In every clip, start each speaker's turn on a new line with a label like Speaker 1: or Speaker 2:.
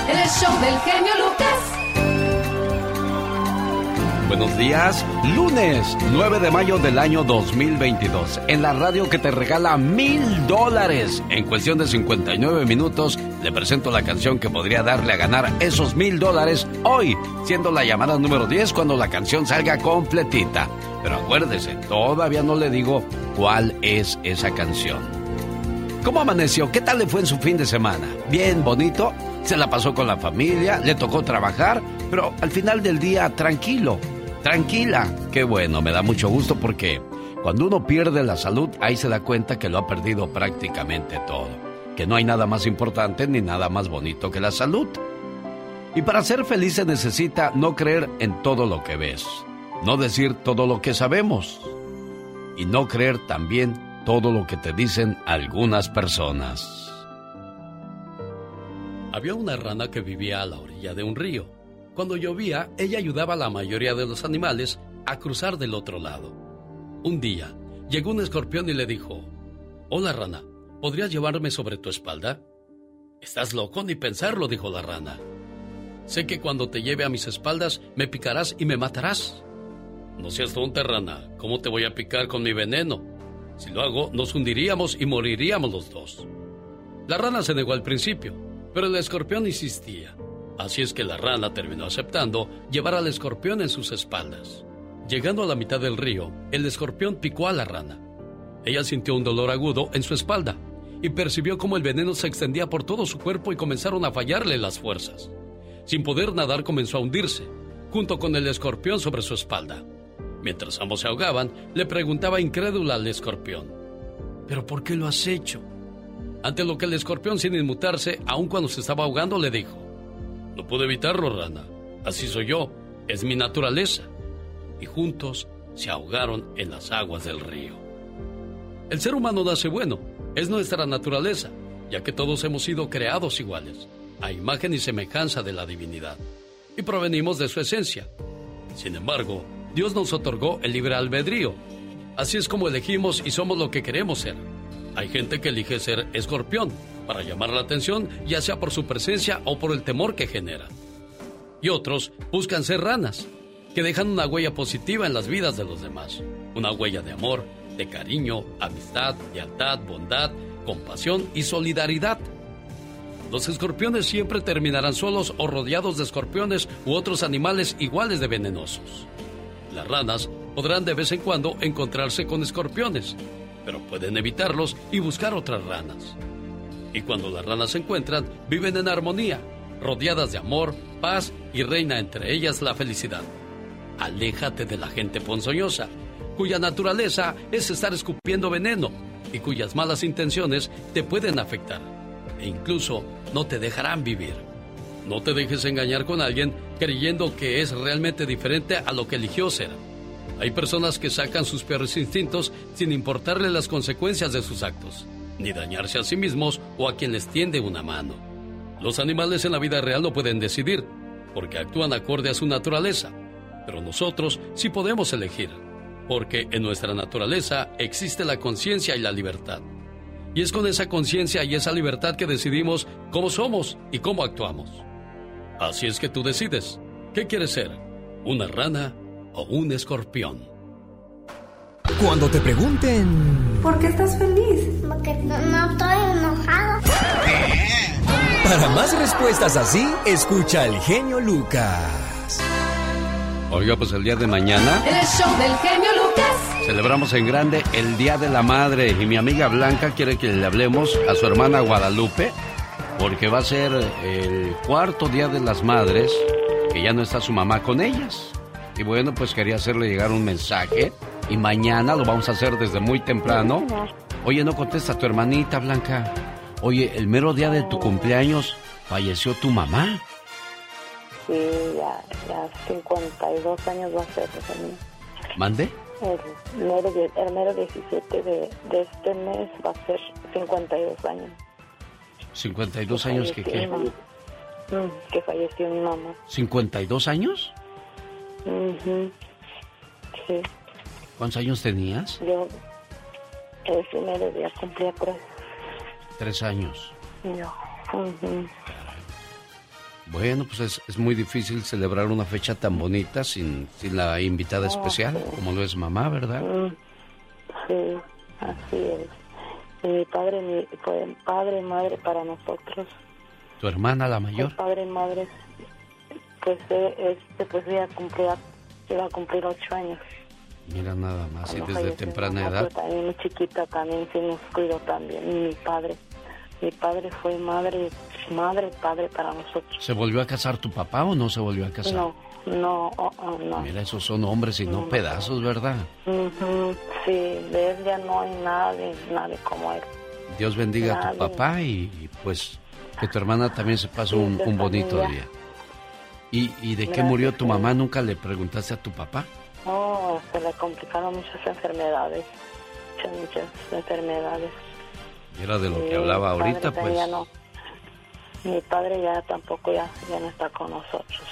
Speaker 1: en el show del genio Lucas.
Speaker 2: Buenos días, lunes 9 de mayo del año 2022, en la radio que te regala $1,000. En cuestión de 59 minutos, le presento la canción que podría darle a ganar esos $1,000 hoy, siendo la llamada número 10 cuando la canción salga completita. Pero acuérdese, todavía no le digo cuál es esa canción. ¿Cómo amaneció? ¿Qué tal le fue en su fin de semana? ¿Bien, bonito? ¿Se la pasó con la familia? ¿Le tocó trabajar? Pero al final del día, tranquilo. Tranquila, qué bueno, me da mucho gusto porque cuando uno pierde la salud, ahí se da cuenta que lo ha perdido prácticamente todo. Que no hay nada más importante ni nada más bonito que la salud. Y para ser feliz se necesita no creer en todo lo que ves, no decir todo lo que sabemos y no creer también todo lo que te dicen algunas personas. Había una rana que vivía a la orilla de un río. Cuando llovía, ella ayudaba a la mayoría de los animales a cruzar del otro lado. Un día, llegó un escorpión y le dijo: «Hola, rana, ¿podrías llevarme sobre tu espalda?» «Estás loco, ni pensarlo», dijo la rana. «Sé que cuando te lleve a mis espaldas, me picarás y me matarás». «No seas tonta, rana, ¿cómo te voy a picar con mi veneno? Si lo hago, nos hundiríamos y moriríamos los dos». La rana se negó al principio, pero el escorpión insistía. Así es que la rana terminó aceptando llevar al escorpión en sus espaldas. Llegando a la mitad del río, el escorpión picó a la rana. Ella sintió un dolor agudo en su espalda y percibió cómo el veneno se extendía por todo su cuerpo y comenzaron a fallarle las fuerzas. Sin poder nadar, comenzó a hundirse, junto con el escorpión sobre su espalda. Mientras ambos se ahogaban, le preguntaba incrédula al escorpión: «¿Pero por qué lo has hecho?». Ante lo que el escorpión, sin inmutarse, aun cuando se estaba ahogando, le dijo: «No pude evitarlo, rana. Así soy yo. Es mi naturaleza». Y juntos se ahogaron en las aguas del río. El ser humano nace bueno. Es nuestra naturaleza, ya que todos hemos sido creados iguales, a imagen y semejanza de la divinidad, y provenimos de su esencia. Sin embargo, Dios nos otorgó el libre albedrío. Así es como elegimos y somos lo que queremos ser. Hay gente que elige ser escorpión para llamar la atención, ya sea por su presencia o por el temor que genera. Y otros buscan ser ranas, que dejan una huella positiva en las vidas de los demás. Una huella de amor, de cariño, amistad, lealtad, bondad, compasión y solidaridad. Los escorpiones siempre terminarán solos o rodeados de escorpiones u otros animales iguales de venenosos. Las ranas podrán de vez en cuando encontrarse con escorpiones, pero pueden evitarlos y buscar otras ranas. Y cuando las ranas se encuentran, viven en armonía, rodeadas de amor, paz y reina entre ellas la felicidad. Aléjate de la gente ponzoñosa, cuya naturaleza es estar escupiendo veneno y cuyas malas intenciones te pueden afectar e incluso no te dejarán vivir. No te dejes engañar con alguien creyendo que es realmente diferente a lo que eligió ser. Hay personas que sacan sus peores instintos sin importarle las consecuencias de sus actos, ni dañarse a sí mismos o a quien les tiende una mano. Los animales en la vida real no pueden decidir, porque actúan acorde a su naturaleza, pero nosotros sí podemos elegir, porque en nuestra naturaleza existe la conciencia y la libertad. Y es con esa conciencia y esa libertad que decidimos cómo somos y cómo actuamos. Así es que tú decides, ¿qué quieres ser? ¿Una rana o un escorpión?
Speaker 3: Cuando te pregunten...
Speaker 4: ¿Por qué estás feliz?
Speaker 5: Porque no estoy enojado.
Speaker 3: Para más respuestas así, escucha al genio Lucas.
Speaker 2: Oiga, pues el día de mañana...
Speaker 1: El show del genio Lucas.
Speaker 2: Celebramos en grande el Día de la Madre y mi amiga Blanca quiere que le hablemos a su hermana Guadalupe porque va a ser el cuarto Día de las Madres que ya no está su mamá con ellas. Y bueno, pues quería hacerle llegar un mensaje y mañana lo vamos a hacer desde muy temprano. Oye, no contesta tu hermanita Blanca. Oye, el mero día de tu cumpleaños falleció tu mamá.
Speaker 6: Sí, ya 52 años va a ser ese mes.
Speaker 2: ¿Mande?
Speaker 6: El mero 17 de este mes va a ser 52 años.
Speaker 2: 52 años que qué.
Speaker 6: Que falleció mi mamá.
Speaker 2: ¿52 años?
Speaker 6: Sí.
Speaker 2: ¿Cuántos años tenías?
Speaker 6: Yo el primero día cumplía 3.
Speaker 2: 3 años.
Speaker 6: Yo.
Speaker 2: Bueno, pues es muy difícil celebrar una fecha tan bonita sin la invitada especial, como lo es mamá, ¿verdad?
Speaker 6: Sí, así es. Y mi padre fue padre y madre para nosotros.
Speaker 2: ¿Tu hermana, la mayor?
Speaker 6: Mi padre y madre, pues iba a cumplir 8 años.
Speaker 2: Mira nada más, y
Speaker 6: Cuando
Speaker 2: desde
Speaker 6: falleció
Speaker 2: temprana
Speaker 6: mi mamá,
Speaker 2: edad.
Speaker 6: pero también mi chiquita también sí nos cuidó también. Y mi padre fue madre y padre para nosotros.
Speaker 2: ¿Se volvió a casar tu papá o no se volvió a casar?
Speaker 6: No.
Speaker 2: Mira, esos son hombres y no pedazos, ¿verdad?
Speaker 6: Sí, de él ya no hay nadie como él.
Speaker 2: Dios bendiga a tu papá y pues que tu hermana también se pase un bonito día. ¿Y de qué murió tu mamá? ¿Nunca le preguntaste a tu papá?
Speaker 6: No, se le complicaron muchas enfermedades. Muchas enfermedades.
Speaker 2: Y era de lo que hablaba ahorita, pues.
Speaker 6: Mi padre ya tampoco ya no está con nosotros.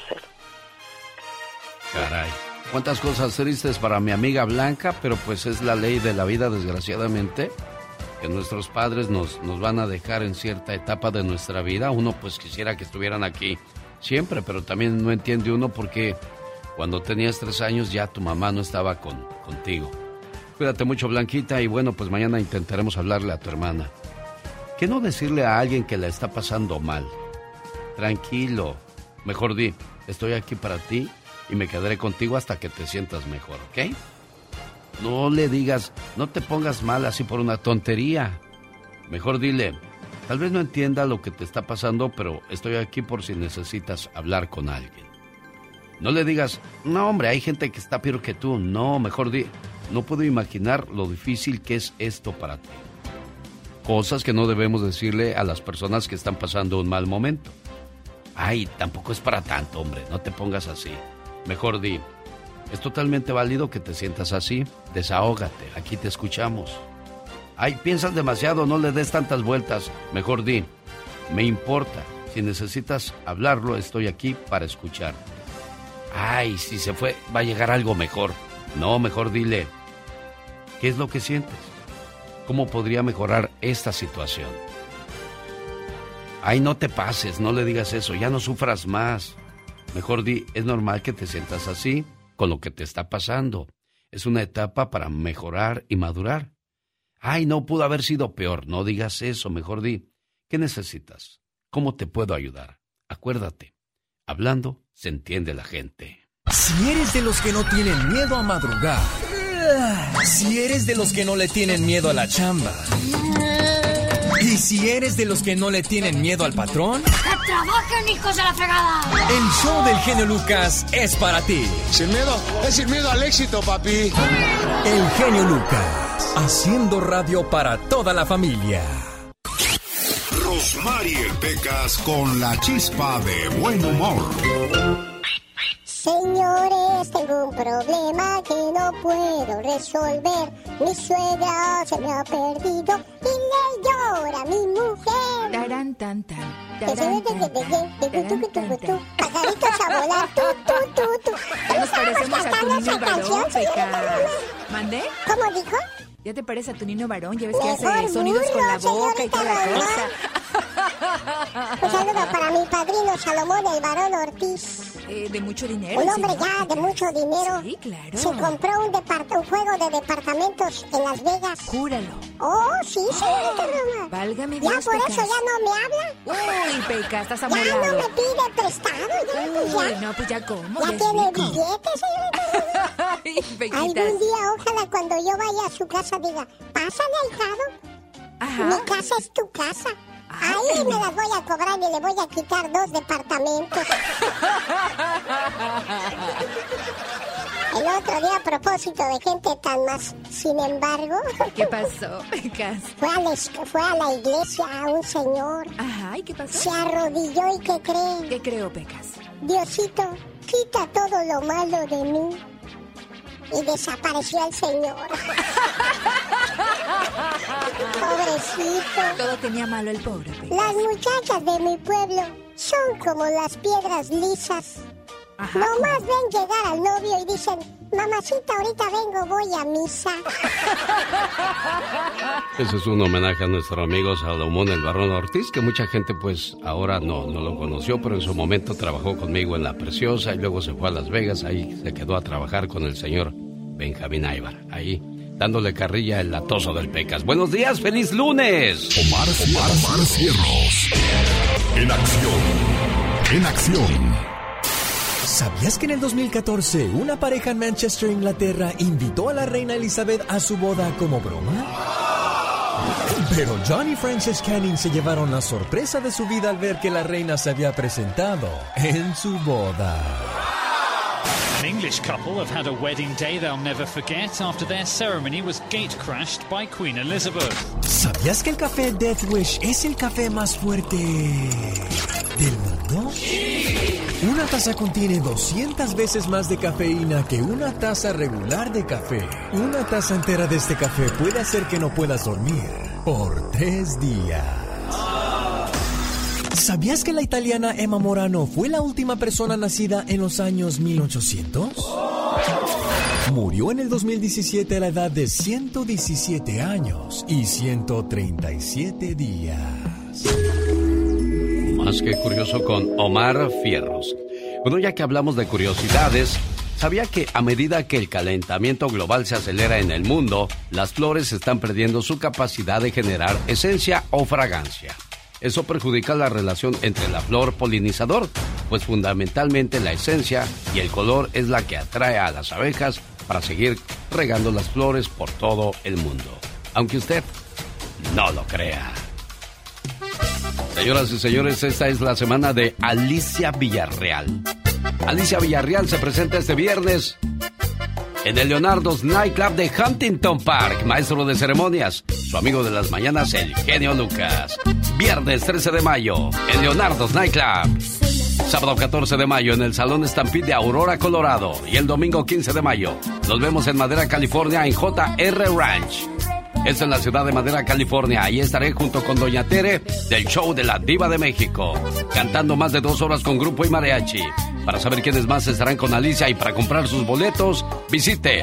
Speaker 2: Caray. Cuántas cosas tristes para mi amiga Blanca, pero pues es la ley de la vida, desgraciadamente, que nuestros padres nos van a dejar en cierta etapa de nuestra vida. Uno pues quisiera que estuvieran aquí siempre, pero también no entiende uno por qué cuando tenías 3 años ya tu mamá no estaba contigo. Cuídate mucho, Blanquita, y bueno, pues mañana intentaremos hablarle a tu hermana. ¿Qué no decirle a alguien que la está pasando mal? Tranquilo, mejor di, estoy aquí para ti y me quedaré contigo hasta que te sientas mejor, ¿ok? No le digas, no te pongas mal así por una tontería. Mejor dile, tal vez no entienda lo que te está pasando, pero estoy aquí por si necesitas hablar con alguien. No le digas, no hombre, hay gente que está peor que tú. No, mejor di, no puedo imaginar lo difícil que es esto para ti. Cosas que no debemos decirle a las personas que están pasando un mal momento. Ay, tampoco es para tanto, hombre, no te pongas así. Mejor di, es totalmente válido que te sientas así, desahógate, aquí te escuchamos. Ay, piensas demasiado, no le des tantas vueltas. Mejor di, me importa, si necesitas hablarlo, estoy aquí para escuchar. Ay, si se fue, va a llegar algo mejor. No, mejor dile, ¿qué es lo que sientes? ¿Cómo podría mejorar esta situación? Ay, no te pases, no le digas eso, ya no sufras más. Mejor di, es normal que te sientas así con lo que te está pasando. Es una etapa para mejorar y madurar. Ay, no pudo haber sido peor, no digas eso, mejor di, ¿qué necesitas? ¿Cómo te puedo ayudar? Acuérdate, hablando se entiende la gente.
Speaker 3: Si eres de los que no tienen miedo a madrugar, si eres de los que no le tienen miedo a la chamba, y si eres de los que no le tienen miedo al patrón,
Speaker 4: ¡que trabajen, hijos de la fregada!
Speaker 3: El show del genio Lucas es para ti.
Speaker 7: Sin miedo, es sin miedo al éxito, papi.
Speaker 3: El genio Lucas, haciendo radio para toda la familia.
Speaker 8: Rosmarie Pecas con la chispa de buen humor.
Speaker 5: Señores, tengo un problema que no puedo resolver. Mi suegra se me ha perdido y le llora a mi mujer.
Speaker 9: Tarán, tan, tan.
Speaker 5: Pajaritos a volar, tú.
Speaker 9: Ya nos parecemos a tu niño varón, Pecas. ¿Mandé?
Speaker 5: ¿Cómo dijo?
Speaker 9: ¿Ya te parece a tu niño varón? Ya ves que hace sonidos con la boca y toda la cosa.
Speaker 5: Un saludo para mi padrino Salomón, el varón Ortiz.
Speaker 9: ¿De mucho dinero?
Speaker 5: Un hombre ya de mucho dinero.
Speaker 9: Sí, claro.
Speaker 5: Se compró un juego de departamentos en Las Vegas.
Speaker 9: Júralo.
Speaker 5: Oh, sí, señorita Roma.
Speaker 9: Válgame Dios,
Speaker 5: ya por
Speaker 9: Pecas.
Speaker 5: eso ya no me habla.
Speaker 9: Uy, Pecas, estás
Speaker 5: Ya
Speaker 9: amolado.
Speaker 5: no me pide prestado, ya, pues
Speaker 9: Uy,
Speaker 5: ya.
Speaker 9: no, pues ya cómo.
Speaker 5: Ya
Speaker 9: Ya
Speaker 5: tiene
Speaker 9: es rico.
Speaker 5: billetes, señorita Roma.
Speaker 9: Ay, Pequitas.
Speaker 5: Algún día, ojalá cuando yo vaya a su casa diga, pásale, ahijado.
Speaker 9: Ajá.
Speaker 5: Mi casa es tu casa. Ahí me las voy a cobrar y le voy a quitar 2 departamentos. El otro día, a propósito de gente tan más, sin embargo...
Speaker 9: ¿Qué pasó, Pecas?
Speaker 5: Fue a la iglesia a un señor.
Speaker 9: Ajá, ¿y qué pasó?
Speaker 5: Se arrodilló y ¿qué cree?
Speaker 9: ¿Qué creo, Pecas?
Speaker 5: Diosito, quita todo lo malo de mí. Y desapareció el señor. Pobrecito.
Speaker 9: Todo tenía malo el pobre, Pecas.
Speaker 5: Las muchachas de mi pueblo son como las piedras lisas.
Speaker 9: Ajá.
Speaker 5: Nomás ven llegar al novio y dicen, Mamacita, ahorita vengo, voy a misa.
Speaker 2: Ese es un homenaje a nuestro amigo Salomón el Barrón Ortiz, que mucha gente pues ahora no lo conoció, pero en su momento trabajó conmigo en La Preciosa y luego se fue a Las Vegas, ahí se quedó a trabajar con el señor Benjamín Aybar, ahí dándole carrilla el latoso del Pecas. Buenos días, feliz lunes.
Speaker 8: Omar Fierros. En acción.
Speaker 3: ¿Sabías que en el 2014 una pareja en Manchester, Inglaterra, invitó a la reina Elizabeth a su boda como broma? Pero John y Frances Canning se llevaron la sorpresa de su vida al ver que la reina se había presentado en su boda.
Speaker 10: An English couple have had a wedding day they'll never forget after their ceremony was gate-crashed by Queen Elizabeth.
Speaker 3: ¿Sabías que el café Death Wish es el café más fuerte del mundo? Una taza contiene 200 veces más de cafeína que una taza regular de café. Una taza entera de este café puede hacer que no puedas dormir por 3 días. ¿Sabías que la italiana Emma Morano fue la última persona nacida en los años 1800? Murió en el 2017 a la edad de 117 años y 137 días.
Speaker 2: Más que curioso con Omar Fierros. Bueno, ya que hablamos de curiosidades, ¿sabía que a medida que el calentamiento global se acelera en el mundo, las flores están perdiendo su capacidad de generar esencia o fragancia? Eso perjudica la relación entre la flor polinizador, pues fundamentalmente la esencia y el color es la que atrae a las abejas para seguir regando las flores por todo el mundo. Aunque usted no lo crea. Señoras y señores, esta es la semana de Alicia Villarreal. Alicia Villarreal se presenta este viernes en el Leonardo's Nightclub de Huntington Park. Maestro de ceremonias, su amigo de las mañanas, el genio Lucas. Viernes 13 de mayo, en Leonardo's Nightclub. Sábado 14 de mayo, en el Salón Stampede de Aurora, Colorado. Y el domingo 15 de mayo, nos vemos en Madera, California, en JR Ranch. Esto en la ciudad de Madera, California. Ahí estaré junto con Doña Tere del show de la Diva de México, cantando más de 2 horas con grupo y mariachi. Para saber quiénes más estarán con Alicia y para comprar sus boletos, visite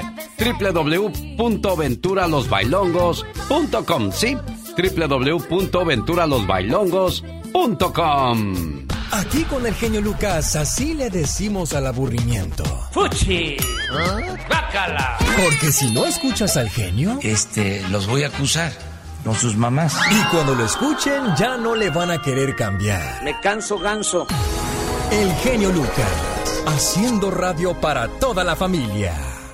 Speaker 2: www.venturalosbailongos.com. Sí, www.venturalosbailongos.com.
Speaker 3: Aquí con el genio Lucas, así le decimos al aburrimiento.
Speaker 11: ¡Fuchi! ¡Bácala!
Speaker 3: Porque si no escuchas al genio...
Speaker 11: los voy a acusar, no sus mamás.
Speaker 3: Y cuando lo escuchen, ya no le van a querer cambiar.
Speaker 11: Me canso ganso.
Speaker 3: El genio Lucas, haciendo radio para toda la familia.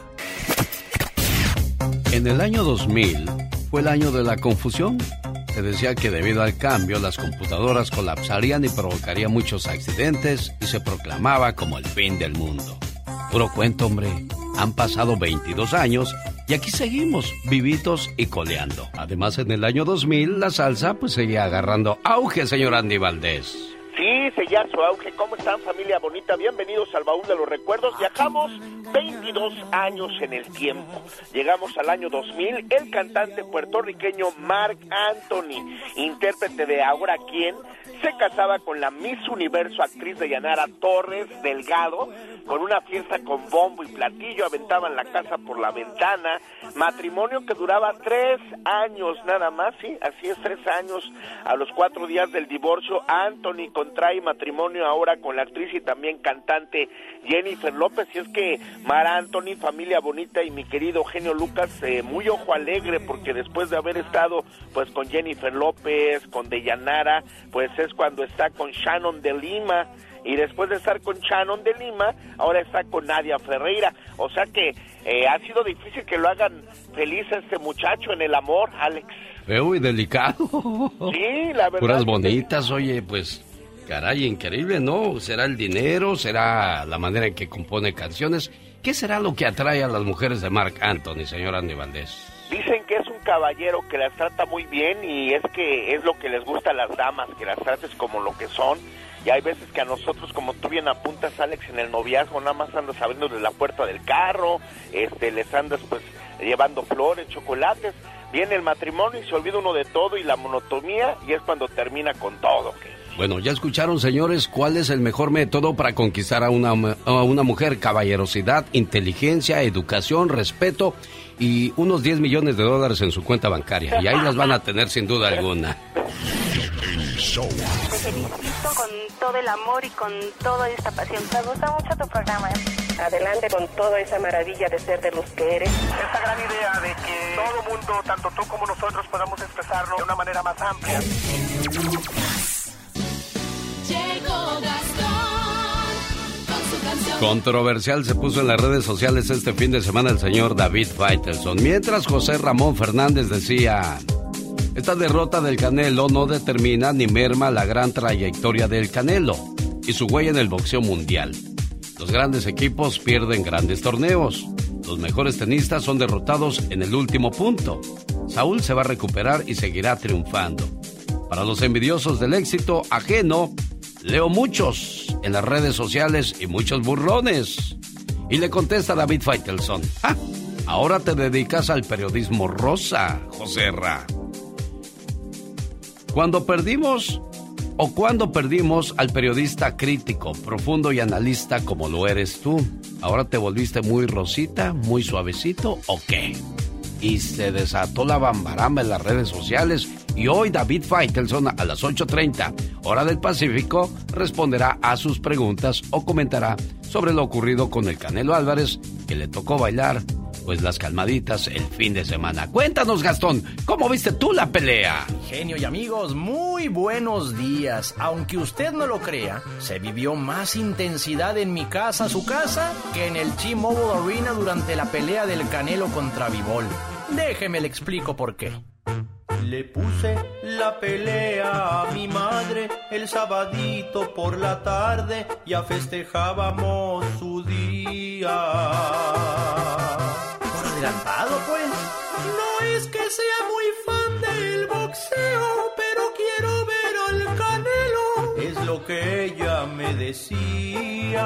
Speaker 2: En el año 2000 fue el año de la confusión. Se decía que debido al cambio las computadoras colapsarían y provocarían muchos accidentes y se proclamaba como el fin del mundo. Puro cuento, hombre. Han pasado 22 años y aquí seguimos, vivitos y coleando. Además, en el año 2000 la salsa pues seguía agarrando auge, señor Andy Valdés.
Speaker 12: Sí, seguía su auge. ¿Cómo están, familia bonita? Bienvenidos al baúl de los recuerdos. Viajamos 22 años en el tiempo. Llegamos al año 2000. El cantante puertorriqueño Marc Anthony, intérprete de Ahora Quién, se casaba con la Miss Universo actriz Deyanara Torres Delgado, con una fiesta con bombo y platillo. Aventaban la casa por la ventana. Matrimonio que duraba 3 años nada más, sí, así es, 3 años. A los 4 días del divorcio, Anthony contrae matrimonio ahora con la actriz y también cantante Jennifer López. Y es que Mar Anthony, familia bonita, y mi querido genio Lucas, muy ojo alegre, porque después de haber estado pues con Jennifer López, con Deyanara, pues es cuando está con Shannon de Lima. Y después de estar con Shannon de Lima, ahora está con Nadia Ferreira. O sea que ha sido difícil que lo hagan feliz a este muchacho en el amor, Alex.
Speaker 2: Feo y delicado.
Speaker 12: Sí, la verdad.
Speaker 2: Puras bonitas, oye, pues, caray, increíble, ¿no? ¿Será el dinero? ¿Será la manera en que compone canciones? ¿Qué será lo que atrae a las mujeres de Marc Anthony, señor Andy Valdés?
Speaker 12: Dicen que es un caballero que las trata muy bien y es que es lo que les gusta a las damas, que las trates como lo que son. Y hay veces que a nosotros, como tú bien apuntas, Alex, en el noviazgo nada más andas abriéndole la puerta del carro, les andas pues llevando flores, chocolates. Viene el matrimonio y se olvida uno de todo y la monotonía, y es cuando termina con todo.
Speaker 2: Bueno, ya escucharon, señores, cuál es el mejor método para conquistar a una mujer. Caballerosidad, inteligencia, educación, respeto y unos 10 millones de dólares en su cuenta bancaria. Y ahí las van a tener sin duda alguna.
Speaker 13: Te felicito con todo el amor y con toda esta pasión. Me gusta mucho tu programa. Adelante con toda esa maravilla de ser de los que eres.
Speaker 12: Esta gran idea de que todo mundo, tanto tú como nosotros, podamos expresarlo de una manera más amplia.
Speaker 1: Llegó Gastón con su canción.
Speaker 2: Controversial se puso en las redes sociales este fin de semana el señor David Faitelson, mientras José Ramón Fernández decía: esta derrota del Canelo no determina ni merma la gran trayectoria del Canelo y su huella en el boxeo mundial. Los grandes equipos pierden grandes torneos. Los mejores tenistas son derrotados en el último punto. Saúl se va a recuperar y seguirá triunfando. Para los envidiosos del éxito ajeno, leo muchos en las redes sociales y muchos burlones. Y le contesta David Faitelson: ¡ah! Ahora te dedicas al periodismo rosa, Joserra. Cuando perdimos al periodista crítico, profundo y analista como lo eres tú, ¿ahora te volviste muy rosita, muy suavecito o qué? Y se desató la bambaramba en las redes sociales. Y hoy David Faitelson a las 8:30, hora del Pacífico, responderá a sus preguntas o comentará sobre lo ocurrido con el Canelo Álvarez, que le tocó bailar pues las calmaditas el fin de semana. Cuéntanos, Gastón, ¿cómo viste tú la pelea?
Speaker 14: Genio y amigos, muy buenos días. Aunque usted no lo crea, se vivió más intensidad en mi casa, su casa, que en el T-Mobile Arena durante la pelea del Canelo contra Bivol. Déjeme le explico por qué. Le puse la pelea a mi madre el sabadito por la tarde, ya festejábamos su día. Por adelantado, pues. No es que sea muy fan del boxeo, pero quiero ver al Canelo. Es lo que ella me decía.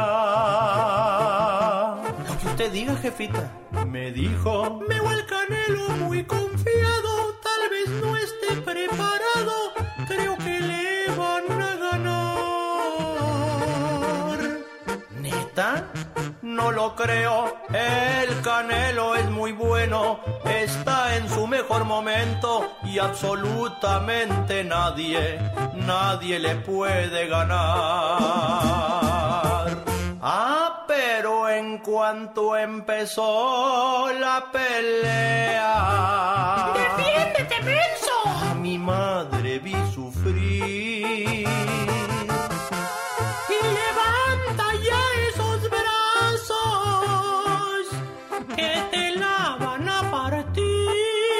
Speaker 14: Lo que usted diga, jefita. Me dijo, veo al Canelo muy confiado, tal vez no esté preparado, creo que le van a ganar. ¿Neta? No lo creo, el Canelo es muy bueno, está en su mejor momento y absolutamente nadie le puede ganar. Ah, pero en cuanto empezó la pelea,
Speaker 4: ¡defiéndete, menso!
Speaker 14: A mi madre vi sufrir.
Speaker 4: Y levanta ya esos brazos que te la van a partir.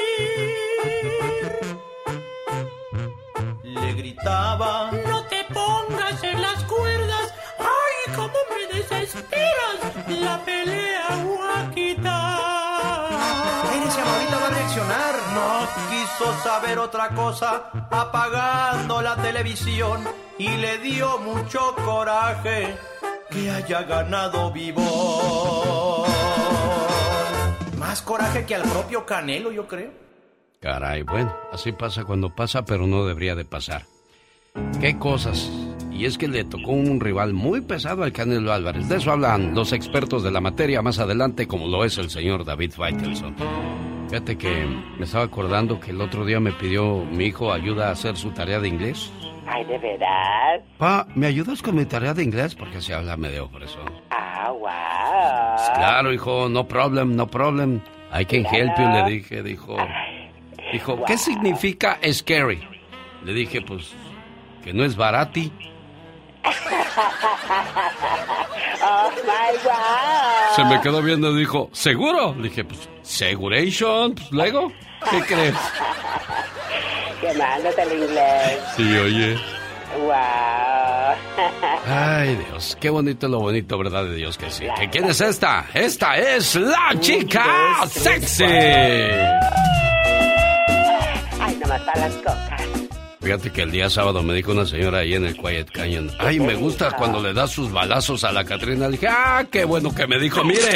Speaker 14: Le gritaba,
Speaker 4: no te pongas en las cuerdas. ¡Ay, cómo me desesperas! La pelea voy a quitar.
Speaker 14: Espérese, ahorita va a reaccionar. No quiso saber otra cosa, apagando la televisión, y le dio mucho coraje que haya ganado Bivol. Más coraje que al propio Canelo, yo creo.
Speaker 2: Caray, bueno, así pasa cuando pasa, pero no debería de pasar. ¿Qué cosas? Y es que le tocó un rival muy pesado al Canelo Álvarez. De eso hablan los expertos de la materia más adelante, como lo es el señor David Faitelson. Fíjate que me estaba acordando que el otro día me pidió mi hijo ayuda a hacer su tarea de inglés.
Speaker 6: Ay, ¿de verdad?
Speaker 2: Pa, ¿me ayudas con mi tarea de inglés? Porque se habla medio fresón.
Speaker 6: Ah, wow.
Speaker 2: Claro, hijo, no problem, no problem. I can help you, le dije, dijo, wow. ¿Qué significa scary? Le dije, pues, que no es barati.
Speaker 6: Oh, my God.
Speaker 2: Se me quedó viendo y dijo, ¿seguro? Le dije, pues, ¿seguration? Pues, luego, ¿qué crees?
Speaker 6: Quemándote el inglés.
Speaker 2: Sí, oye.
Speaker 6: Wow.
Speaker 2: Ay, Dios, qué bonito lo bonito, ¿verdad de Dios que sí? ¿Que quién es esta? Esta es la chica sexy.
Speaker 6: Ay, nomás para las cocas.
Speaker 2: Fíjate que el día sábado me dijo una señora ahí en el Quiet Canyon, ay, me gusta cuando le das sus balazos a la Catrina. Le dije, ah, qué bueno que me dijo, mire.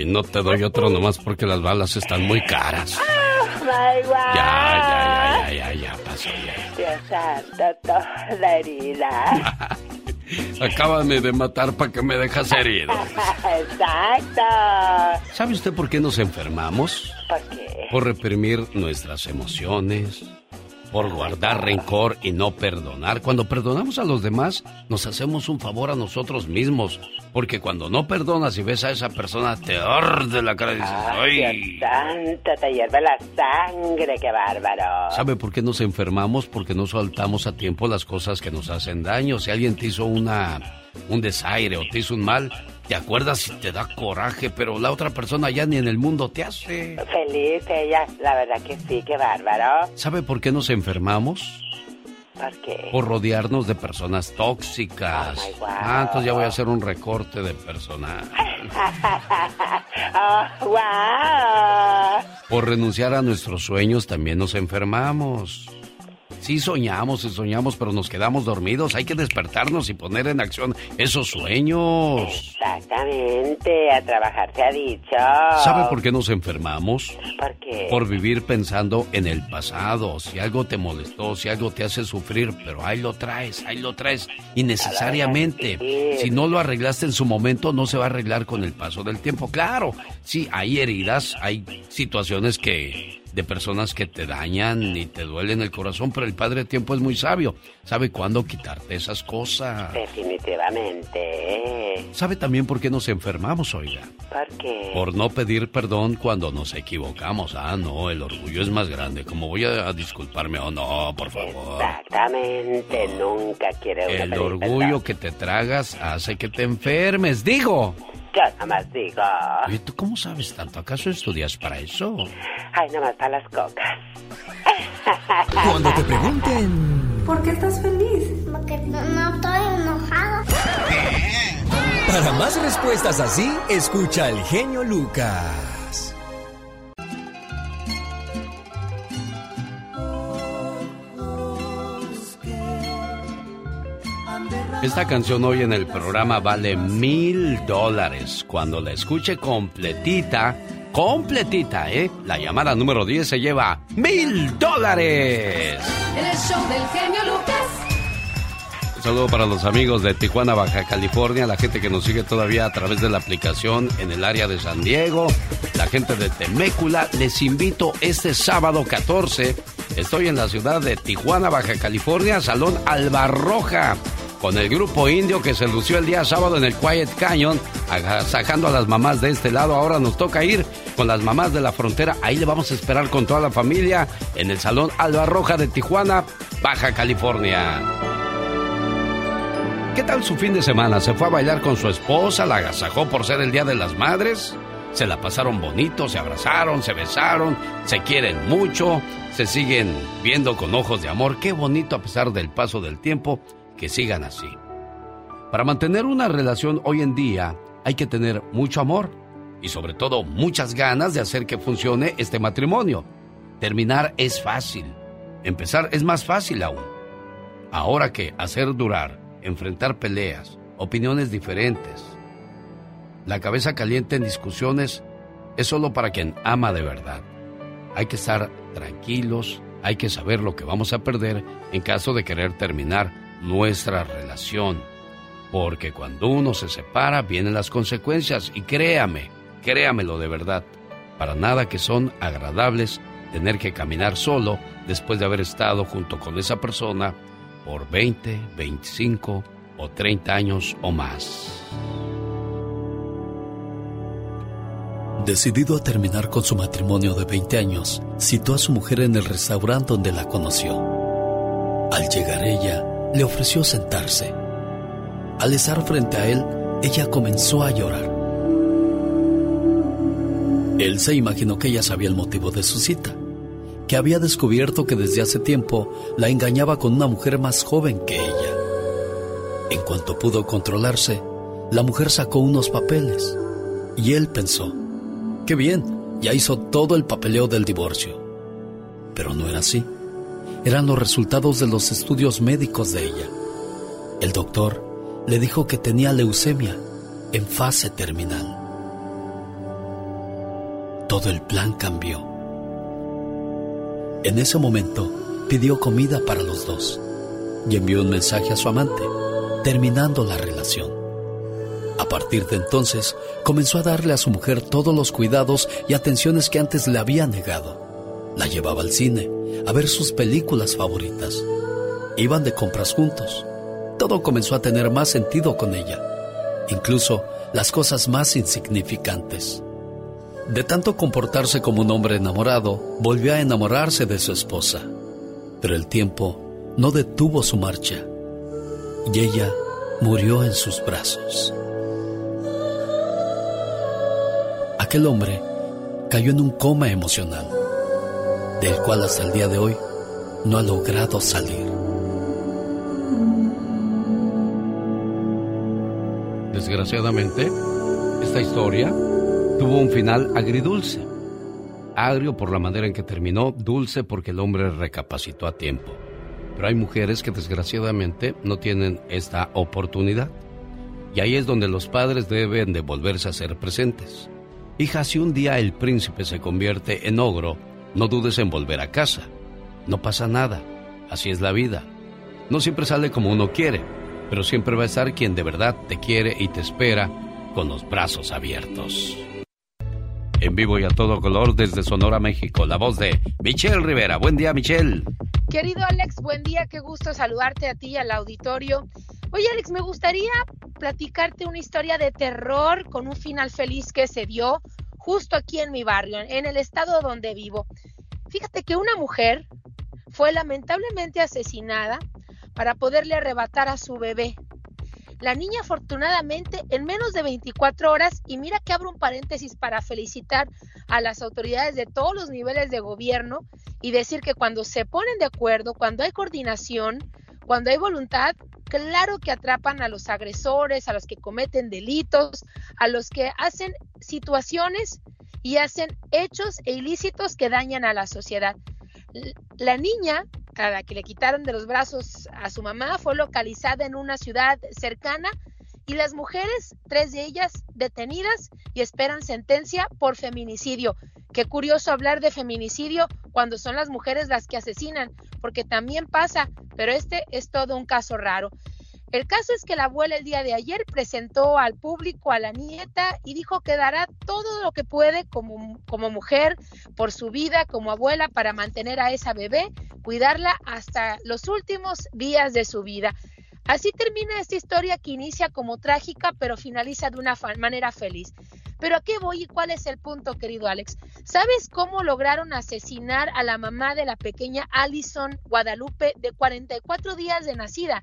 Speaker 2: Y no te doy otro nomás porque las balas están muy caras.
Speaker 15: My God.
Speaker 2: Ya, pasó ya.
Speaker 15: Dios santo, toda la herida.
Speaker 2: Acábame de matar para que me dejas herido.
Speaker 15: Exacto.
Speaker 2: ¿Sabe usted por qué nos enfermamos?
Speaker 15: ¿Por qué?
Speaker 2: Por reprimir nuestras emociones, por guardar rencor y no perdonar. Cuando perdonamos a los demás, nos hacemos un favor a nosotros mismos. Porque cuando no perdonas y ves a esa persona, te arde la cara y dices, ¡ay!
Speaker 15: Dios santo, te hierve la sangre, qué bárbaro.
Speaker 2: ¿Sabe por qué nos enfermamos? Porque no soltamos a tiempo las cosas que nos hacen daño. Si alguien te hizo un desaire o te hizo un mal, te acuerdas y te da coraje, pero la otra persona ya ni en el mundo te hace.
Speaker 15: Feliz ella, la verdad que sí, qué bárbaro.
Speaker 2: ¿Sabe por qué nos enfermamos?
Speaker 15: ¿Por qué?
Speaker 2: Por rodearnos de personas tóxicas.
Speaker 15: Oh, my God.
Speaker 2: Entonces ya voy a hacer un recorte de personal.
Speaker 15: Oh, wow.
Speaker 2: Por renunciar a nuestros sueños también nos enfermamos. Sí soñamos, pero nos quedamos dormidos. Hay que despertarnos y poner en acción esos sueños.
Speaker 15: Exactamente, a trabajar se ha dicho.
Speaker 2: ¿Sabe por qué nos enfermamos?
Speaker 15: ¿Por qué?
Speaker 2: Por vivir pensando en el pasado. Si algo te molestó, si algo te hace sufrir, pero ahí lo traes, innecesariamente. Si no lo arreglaste en su momento, no se va a arreglar con el paso del tiempo. Claro, sí, hay heridas, hay situaciones de personas que te dañan y te duelen el corazón, pero el Padre Tiempo es muy sabio. Sabe cuándo quitarte esas cosas.
Speaker 15: Definitivamente.
Speaker 2: ¿Sabe también por qué nos enfermamos, oiga?
Speaker 15: ¿Por qué?
Speaker 2: Por no pedir perdón cuando nos equivocamos. No, el orgullo es más grande. ¿Cómo voy a disculparme? Oh, no, por favor.
Speaker 15: Exactamente, nunca quiere
Speaker 2: El orgullo que te tragas hace que te enfermes, digo.
Speaker 15: Yo nada más digo.
Speaker 2: Oye, ¿tú cómo sabes tanto? ¿Acaso estudias para eso?
Speaker 15: Ay, nada más para las cocas.
Speaker 3: Cuando te pregunten...
Speaker 16: ¿Por qué estás feliz?
Speaker 5: Porque no estoy enojado.
Speaker 3: Para más respuestas así, escucha al genio Lucas.
Speaker 2: Esta canción hoy en el programa vale $1,000. Cuando la escuche completita, la llamada número 10 se lleva $1,000.
Speaker 1: El show del genio Lucas.
Speaker 2: Un saludo para los amigos de Tijuana, Baja California, la gente que nos sigue todavía a través de la aplicación en el área de San Diego, la gente de Temécula. Les invito este sábado 14. Estoy en la ciudad de Tijuana, Baja California, Salón Albarroja, con el grupo indio que se lució el día sábado en el Quiet Canyon, sacando a las mamás de este lado. Ahora nos toca ir con las mamás de la frontera. Ahí le vamos a esperar con toda la familia en el Salón Albarroja de Tijuana, Baja California. ¿Qué tal su fin de semana? ¿Se fue a bailar con su esposa? ¿La agasajó por ser el Día de las Madres? ¿Se la pasaron bonito? ¿Se abrazaron? ¿Se besaron? ¿Se quieren mucho? ¿Se siguen viendo con ojos de amor? Qué bonito a pesar del paso del tiempo. Que sigan así. Para mantener una relación hoy en día hay que tener mucho amor y sobre todo muchas ganas de hacer que funcione este matrimonio. Terminar es fácil, empezar es más fácil aún. Ahora que hacer durar, enfrentar peleas, opiniones diferentes, la cabeza caliente en discusiones es solo para quien ama de verdad. Hay que estar tranquilos, hay que saber lo que vamos a perder en caso de querer terminar nuestra relación, porque cuando uno se separa vienen las consecuencias y créamelo de verdad, para nada que son agradables tener que caminar solo después de haber estado junto con esa persona por 20, 25 o 30 años o más. Decidido a terminar con su matrimonio de 20 años, citó a su mujer en el restaurante donde la conoció. Al llegar ella, le ofreció sentarse. Al estar frente a él, ella comenzó a llorar. Él se imaginó que ella sabía el motivo de su cita, que había descubierto que desde hace tiempo la engañaba con una mujer más joven que ella. En cuanto pudo controlarse, la mujer sacó unos papeles y él pensó, qué bien, ya hizo todo el papeleo del divorcio. Pero no era así. Eran los resultados de los estudios médicos de ella. El doctor le dijo que tenía leucemia en fase terminal. todo el plan cambió. En ese momento, pidió comida para los dos y envió un mensaje a su amante, terminando la relación. A partir de entonces, comenzó a darle a su mujer todos los cuidados y atenciones que antes le había negado. La llevaba al cine, a ver sus películas favoritas. Iban de compras juntos. Todo comenzó a tener más sentido con ella, incluso las cosas más insignificantes. De tanto comportarse como un hombre enamorado, volvió a enamorarse de su esposa. Pero el tiempo no detuvo su marcha y ella murió en sus brazos. Aquel hombre cayó en un coma emocional, del cual hasta el día de hoy no ha logrado salir. Desgraciadamente, esta historia tuvo un final agridulce. Agrio por la manera en que terminó, dulce porque el hombre recapacitó a tiempo. Pero hay mujeres que desgraciadamente no tienen esta oportunidad. Y ahí es donde los padres deben de volverse a ser presentes. Hija, si un día el príncipe se convierte en ogro, no dudes en volver a casa. No pasa nada, así es la vida. No siempre sale como uno quiere, pero siempre va a estar quien de verdad te quiere y te espera con los brazos abiertos. En vivo y a todo color desde Sonora, México, la voz de Michelle Rivera. Buen día, Michelle.
Speaker 16: Querido Alex, buen día, qué gusto saludarte a ti y al auditorio. Oye, Alex, me gustaría platicarte una historia de terror con un final feliz que se dio justo aquí en mi barrio, en el estado donde vivo. Fíjate que una mujer fue lamentablemente asesinada para poderle arrebatar a su bebé. La niña afortunadamente en menos de 24 horas, y mira que abro un paréntesis para felicitar a las autoridades de todos los niveles de gobierno y decir que cuando se ponen de acuerdo, cuando hay coordinación, cuando hay voluntad, claro que atrapan a los agresores, a los que cometen delitos, a los que hacen situaciones y hacen hechos e ilícitos que dañan a la sociedad. La niña, a la que le quitaron de los brazos a su mamá, fue localizada en una ciudad cercana y las mujeres, 3 de ellas detenidas y esperan sentencia por feminicidio. Qué curioso hablar de feminicidio cuando son las mujeres las que asesinan, porque también pasa, pero este es todo un caso raro. El caso es que la abuela el día de ayer presentó al público a la nieta y dijo que dará todo lo que puede como mujer, por su vida, como abuela, para mantener a esa bebé, cuidarla hasta los últimos días de su vida. Así termina esta historia que inicia como trágica, pero finaliza de una manera feliz. ¿Pero a qué voy y cuál es el punto, querido Alex? ¿Sabes cómo lograron asesinar a la mamá de la pequeña Alison Guadalupe, de 44 días de nacida?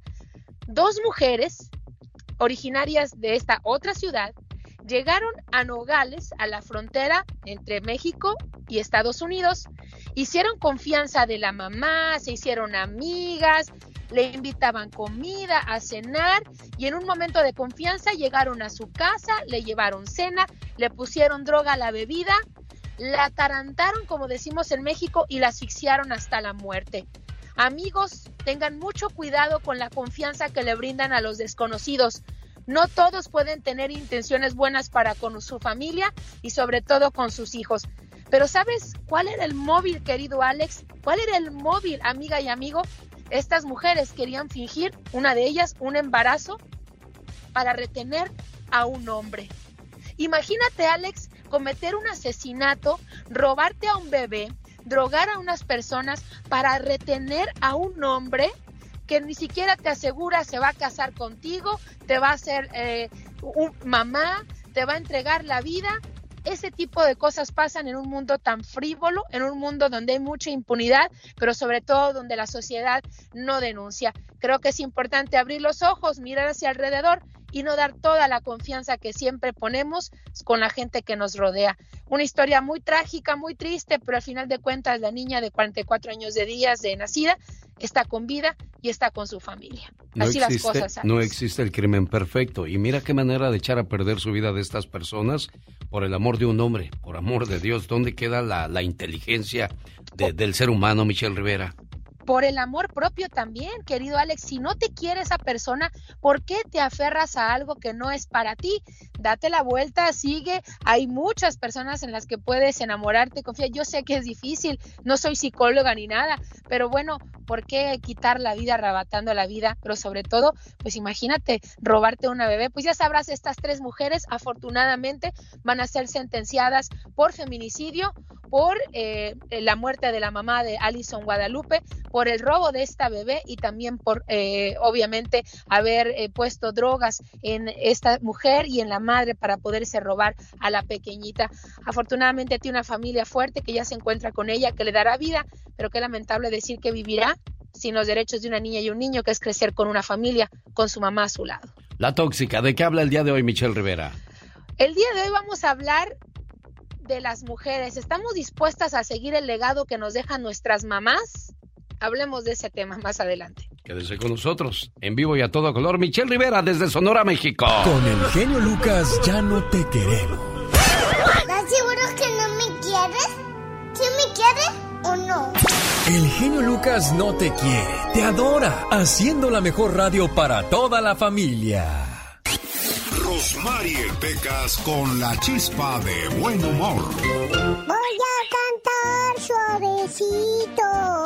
Speaker 16: 2 mujeres originarias de esta otra ciudad llegaron a Nogales, a la frontera entre México y Estados Unidos, hicieron confianza de la mamá, se hicieron amigas, le invitaban comida, a cenar, y en un momento de confianza llegaron a su casa, le llevaron cena, le pusieron droga a la bebida, la atarantaron, como decimos en México, y la asfixiaron hasta la muerte. Amigos, tengan mucho cuidado con la confianza que le brindan a los desconocidos. No todos pueden tener intenciones buenas para con su familia y sobre todo con sus hijos. Pero ¿sabes cuál era el móvil, querido Alex? ¿Cuál era el móvil, amiga y amigo? Estas mujeres querían fingir, una de ellas, un embarazo para retener a un hombre. Imagínate, Alex, cometer un asesinato, robarte a un bebé, drogar a unas personas para retener a un hombre que ni siquiera te asegura se va a casar contigo, te va a hacer mamá, te va a entregar la vida. Ese tipo de cosas pasan en un mundo tan frívolo, en un mundo donde hay mucha impunidad, pero sobre todo donde la sociedad no denuncia. Creo que es importante abrir los ojos, mirar hacia alrededor y no dar toda la confianza que siempre ponemos con la gente que nos rodea. Una historia muy trágica, muy triste, pero al final de cuentas la niña de 44 años de días de nacida está con vida y está con su familia. Así las cosas.
Speaker 2: No existe el crimen perfecto. Y mira qué manera de echar a perder su vida de estas personas por el amor de un hombre, por amor de Dios. ¿Dónde queda la inteligencia del ser humano, Michelle Rivera?
Speaker 16: Por el amor propio también, querido Alex. Si no te quiere esa persona, ¿por qué te aferras a algo que no es para ti? date la vuelta, sigue, hay muchas personas en las que puedes enamorarte, confía, yo sé que es difícil, no soy psicóloga ni nada, pero bueno, ¿por qué quitar la vida arrebatando la vida? Pero sobre todo, pues imagínate, robarte una bebé, pues ya sabrás, estas 3 mujeres afortunadamente van a ser sentenciadas por feminicidio, por la muerte de la mamá de Alison Guadalupe, por el robo de esta bebé y también por obviamente haber puesto drogas en esta mujer y en la madre para poderse robar a la pequeñita. Afortunadamente tiene una familia fuerte que ya se encuentra con ella, que le dará vida, pero qué lamentable decir que vivirá sin los derechos de una niña y un niño, que es crecer con una familia, con su mamá a su lado.
Speaker 2: La tóxica, ¿de qué habla el día de hoy, Michelle Rivera?
Speaker 16: El día de hoy vamos a hablar de las mujeres. ¿Estamos dispuestas a seguir el legado que nos dejan nuestras mamás? Hablemos de ese tema más adelante.
Speaker 2: Quédese con nosotros, en vivo y a todo color, Michelle Rivera desde Sonora, México.
Speaker 3: Con el genio Lucas ya no te queremos.
Speaker 5: ¿Estás seguro que no me quieres? ¿Sí me quieres o no?
Speaker 3: El genio Lucas no te quiere, te adora, haciendo la mejor radio para toda la familia.
Speaker 8: Rosmarie Pecas con la chispa de buen humor.
Speaker 5: Voy a cantar suavecito.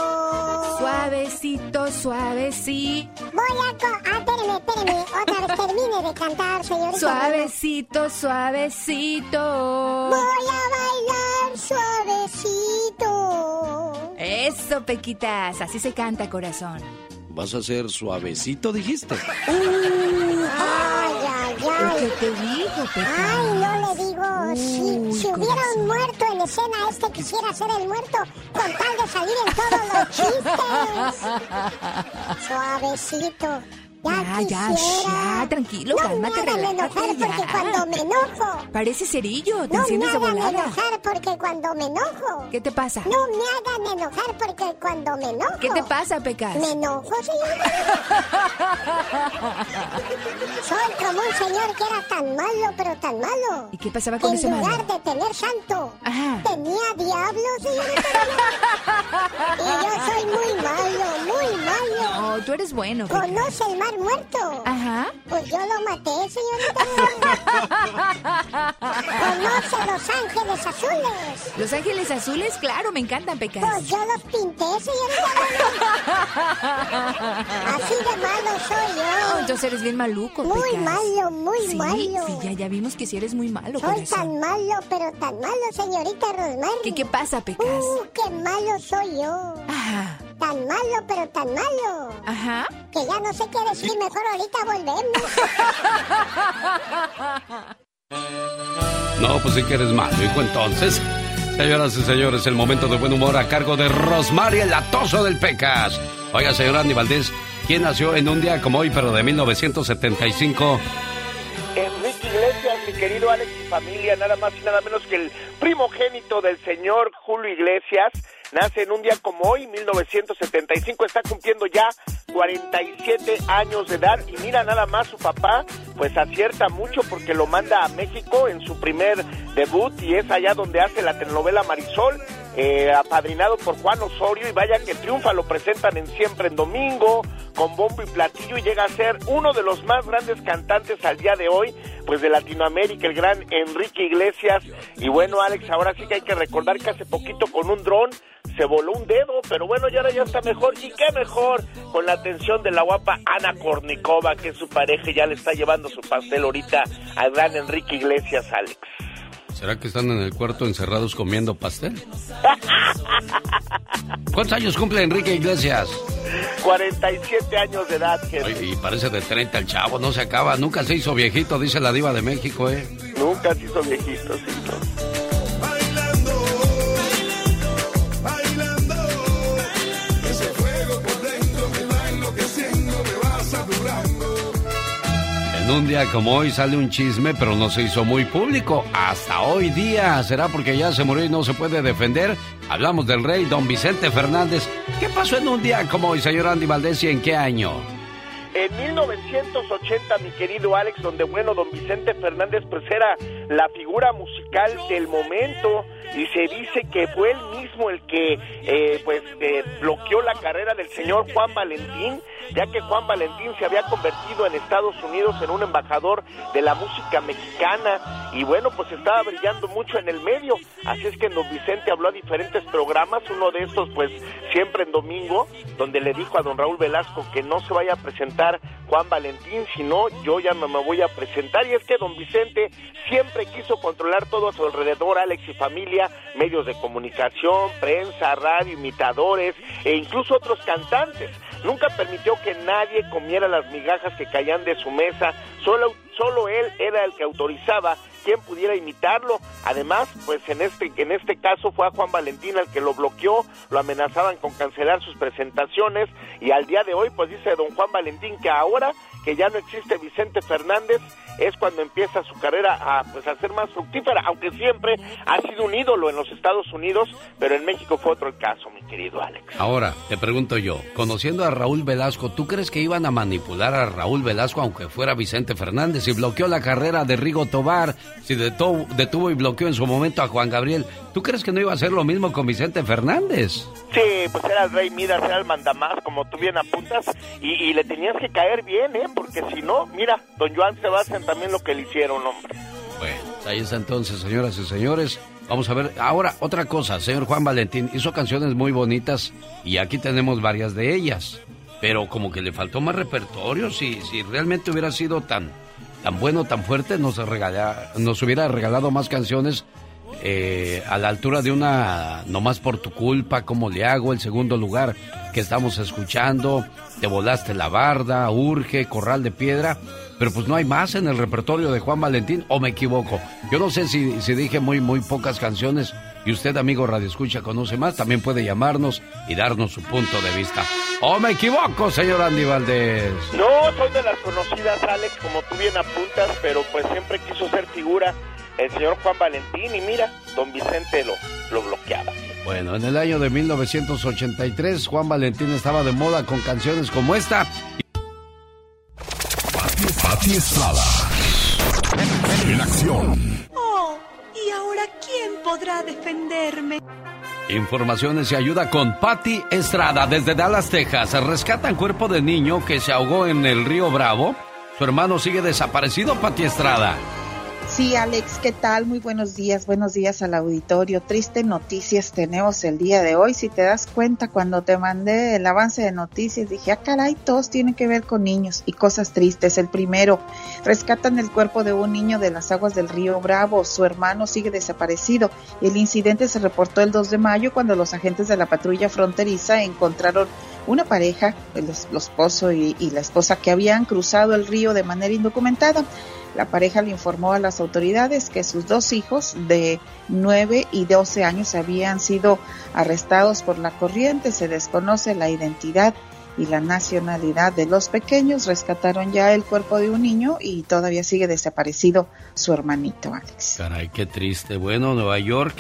Speaker 9: Suavecito, suavecito.
Speaker 5: Espéreme. Otra vez termine de cantar, señorita.
Speaker 9: Suavecito, suavecito.
Speaker 5: Voy a bailar suavecito.
Speaker 9: Eso, Pequitas, así se canta, corazón.
Speaker 2: ¿Vas a ser suavecito, dijiste?
Speaker 5: Ay.
Speaker 9: ¿Qué te digo, Pequitas?
Speaker 5: Ay, no le digo. Si hubiera un muerto en escena, quisiera ser el muerto con tal de salir en todos los chistes. Suavecito.
Speaker 9: Ya, tranquilo, cálmate, relájate.
Speaker 5: No me hagan enojar porque cuando me enojo.
Speaker 9: Parece cerillo, te enciendes de volada.
Speaker 5: No me hagan enojar porque cuando me enojo.
Speaker 9: ¿Qué te pasa?
Speaker 5: No me hagan enojar porque cuando me enojo.
Speaker 9: ¿Qué te pasa, Pecas?
Speaker 5: Me enojo, señor. Soy como un señor que era tan malo, pero tan malo.
Speaker 9: ¿Y qué pasaba con ese malo?
Speaker 5: En lugar de tener santo,
Speaker 9: ajá,
Speaker 5: tenía diablo, señorita. Y yo soy muy malo.
Speaker 9: No, tú eres bueno, Pecas.
Speaker 5: ¿Conoce el mar muerto?
Speaker 9: Ajá.
Speaker 5: Pues yo lo maté, señorita. ¿Conoce Los Ángeles Azules?
Speaker 9: ¿Los Ángeles Azules? Claro, me encantan, Pecas.
Speaker 5: Pues yo los pinté, señorita. Así de malo soy yo.
Speaker 9: No, entonces eres bien maluco, Pecas.
Speaker 5: Muy malo.
Speaker 9: Sí, ya vimos que sí eres muy malo.
Speaker 5: Soy tan malo, pero tan malo, señorita Rosmarie.
Speaker 9: ¿Qué pasa, Pecas?
Speaker 5: Qué malo soy yo.
Speaker 9: Ajá.
Speaker 5: Tan malo, pero tan malo.
Speaker 9: Ajá.
Speaker 5: Que ya no sé qué decir, mejor ahorita volvemos.
Speaker 2: No, pues sí que eres malo, hijo, entonces. Señoras y señores, el momento de buen humor a cargo de Rosmarie, el latoso del Pecas. Oiga, señor Andy Valdés, ¿quién nació en un día como hoy, pero de 1975?
Speaker 12: Enrique Iglesias, mi querido Alex y familia, nada más y nada menos que el primogénito del señor Julio Iglesias. Nace en un día como hoy, 1975, está cumpliendo ya 47 años de edad. Y mira, nada más su papá, pues acierta mucho porque lo manda a México en su primer debut y es allá donde hace la telenovela Marisol, apadrinado por Juan Osorio, y vaya que triunfa, lo presentan en Siempre en Domingo, con bombo y platillo, y llega a ser uno de los más grandes cantantes al día de hoy, pues de Latinoamérica, el gran Enrique Iglesias. Y bueno, Alex, ahora sí que hay que recordar que hace poquito con un dron se voló un dedo, pero bueno, ya ahora ya está mejor, y qué mejor con la atención de la guapa Ana Kournikova, que es su pareja, y ya le está llevando su pastel ahorita al gran Enrique Iglesias, Alex.
Speaker 2: ¿Será que están en el cuarto encerrados comiendo pastel? ¿Cuántos años cumple Enrique Iglesias?
Speaker 12: 47 años de edad, gente.
Speaker 2: Oye, y parece de 30 el chavo, no se acaba, nunca se hizo viejito, dice la diva de México, ¿eh?
Speaker 12: Nunca se hizo viejito, sí, ¿no?
Speaker 2: En un día como hoy sale un chisme, pero no se hizo muy público hasta hoy día. ¿Será porque ya se murió y no se puede defender? Hablamos del rey don Vicente Fernández. ¿Qué pasó en un día como hoy, señor Andy Valdés, y en qué año?
Speaker 12: en 1980, mi querido Alex, donde, bueno, don Vicente Fernández pues era la figura musical del momento, y se dice que fue él mismo el que bloqueó la carrera del señor Juan Valentín, ya que Juan Valentín se había convertido en Estados Unidos en un embajador de la música mexicana, y bueno, pues estaba brillando mucho en el medio, así es que don Vicente habló a diferentes programas, uno de estos pues siempre en domingo, donde le dijo a don Raúl Velasco que no se vaya a presentar Juan Valentín, sino yo ya no me voy a presentar, y es que don Vicente siempre quiso controlar todo a su alrededor, Alex y familia, medios de comunicación, prensa, radio, imitadores e incluso otros cantantes. Nunca permitió que nadie comiera las migajas que caían de su mesa, solo él era el que autorizaba quien pudiera imitarlo. Además, pues en este caso fue a Juan Valentín el que lo bloqueó, lo amenazaban con cancelar sus presentaciones, y al día de hoy pues dice don Juan Valentín que ahora que ya no existe Vicente Fernández es cuando empieza su carrera a ser más fructífera, aunque siempre ha sido un ídolo en los Estados Unidos, pero en México fue otro el caso, mi querido Alex.
Speaker 2: Ahora, te pregunto yo, conociendo a Raúl Velasco, ¿tú crees que iban a manipular a Raúl Velasco aunque fuera Vicente Fernández? Si bloqueó la carrera de Rigo Tobar, si detuvo y bloqueó en su momento a Juan Gabriel, ¿tú crees que no iba a hacer lo mismo con Vicente Fernández?
Speaker 12: Sí, pues era el rey Midas, era el mandamás, como tú bien apuntas, y le tenías que caer bien, porque si no, mira, don Joan Sebastián también lo que le hicieron, hombre.
Speaker 2: Bueno, ahí está entonces, señoras y señores. Vamos a ver, ahora otra cosa, señor Juan Valentín hizo canciones muy bonitas y aquí tenemos varias de ellas, pero como que le faltó más repertorio. Si realmente hubiera sido tan bueno, tan fuerte, nos hubiera regalado más canciones a la altura de una Nomás por tu culpa, Cómo le hago, el segundo lugar que estamos escuchando, Te volaste la barda, Urge, Corral de Piedra, pero pues no hay más en el repertorio de Juan Valentín, ¿o me equivoco? Yo no sé si dije muy pocas canciones, y usted, amigo radioescucha, conoce más, también puede llamarnos y darnos su punto de vista. ¿O me equivoco, señor Andy Valdés?
Speaker 12: No, son de las conocidas, Alex, como tú bien apuntas, pero pues siempre quiso ser figura el señor Juan Valentín, y mira, don Vicente lo bloqueaba.
Speaker 2: Bueno, en el año de 1983, Juan Valentín estaba de moda con canciones como esta.
Speaker 8: Pati Estrada, en acción.
Speaker 17: Oh, ¿y ahora quién podrá defenderme?
Speaker 2: Informaciones y ayuda con Pati Estrada desde Dallas, Texas. Rescatan cuerpo de niño que se ahogó en el río Bravo. Su hermano sigue desaparecido, Pati Estrada.
Speaker 18: Sí, Alex, ¿qué tal? Muy buenos días al auditorio. Triste noticias tenemos el día de hoy. Si te das cuenta, cuando te mandé el avance de noticias, dije, caray, todos tienen que ver con niños y cosas tristes. El primero, rescatan el cuerpo de un niño de las aguas del río Bravo. Su hermano sigue desaparecido. El incidente se reportó el 2 de mayo cuando los agentes de la patrulla fronteriza encontraron una pareja, el esposo y la esposa, que habían cruzado el río de manera indocumentada. La pareja le informó a las autoridades que sus dos hijos de 9 y 12 años habían sido arrestados por la corriente. Se desconoce la identidad y la nacionalidad de los pequeños. Rescataron ya el cuerpo de un niño y todavía sigue desaparecido su hermanito, Alex.
Speaker 2: Caray, qué triste. Bueno, Nueva York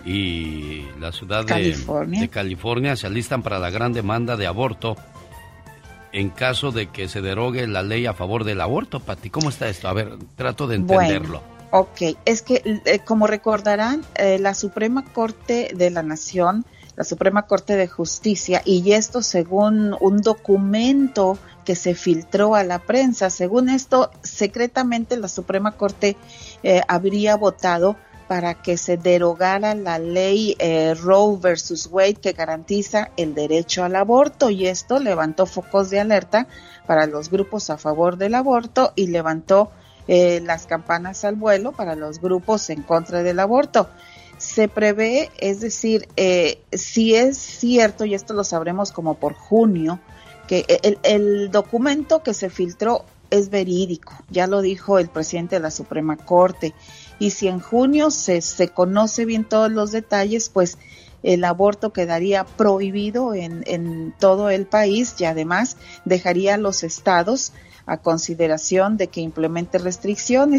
Speaker 2: y la ciudad de California se alistan para la gran demanda de aborto en caso de que se derogue la ley a favor del aborto. Pati, ¿cómo está esto? A ver, trato de entenderlo.
Speaker 18: Bueno, ok, es que como recordarán, la Suprema Corte de la Nación, la Suprema Corte de Justicia, y esto según un documento que se filtró a la prensa, según esto, secretamente la Suprema Corte habría votado para que se derogara la ley Roe versus Wade, que garantiza el derecho al aborto, y esto levantó focos de alerta para los grupos a favor del aborto y levantó las campanas al vuelo para los grupos en contra del aborto. Se prevé, es decir, si es cierto, y esto lo sabremos como por junio, que el documento que se filtró es verídico, ya lo dijo el presidente de la Suprema Corte. Y si en junio se conoce bien todos los detalles, pues el aborto quedaría prohibido en todo el país, y además dejaría a los estados a consideración de que implemente restricciones.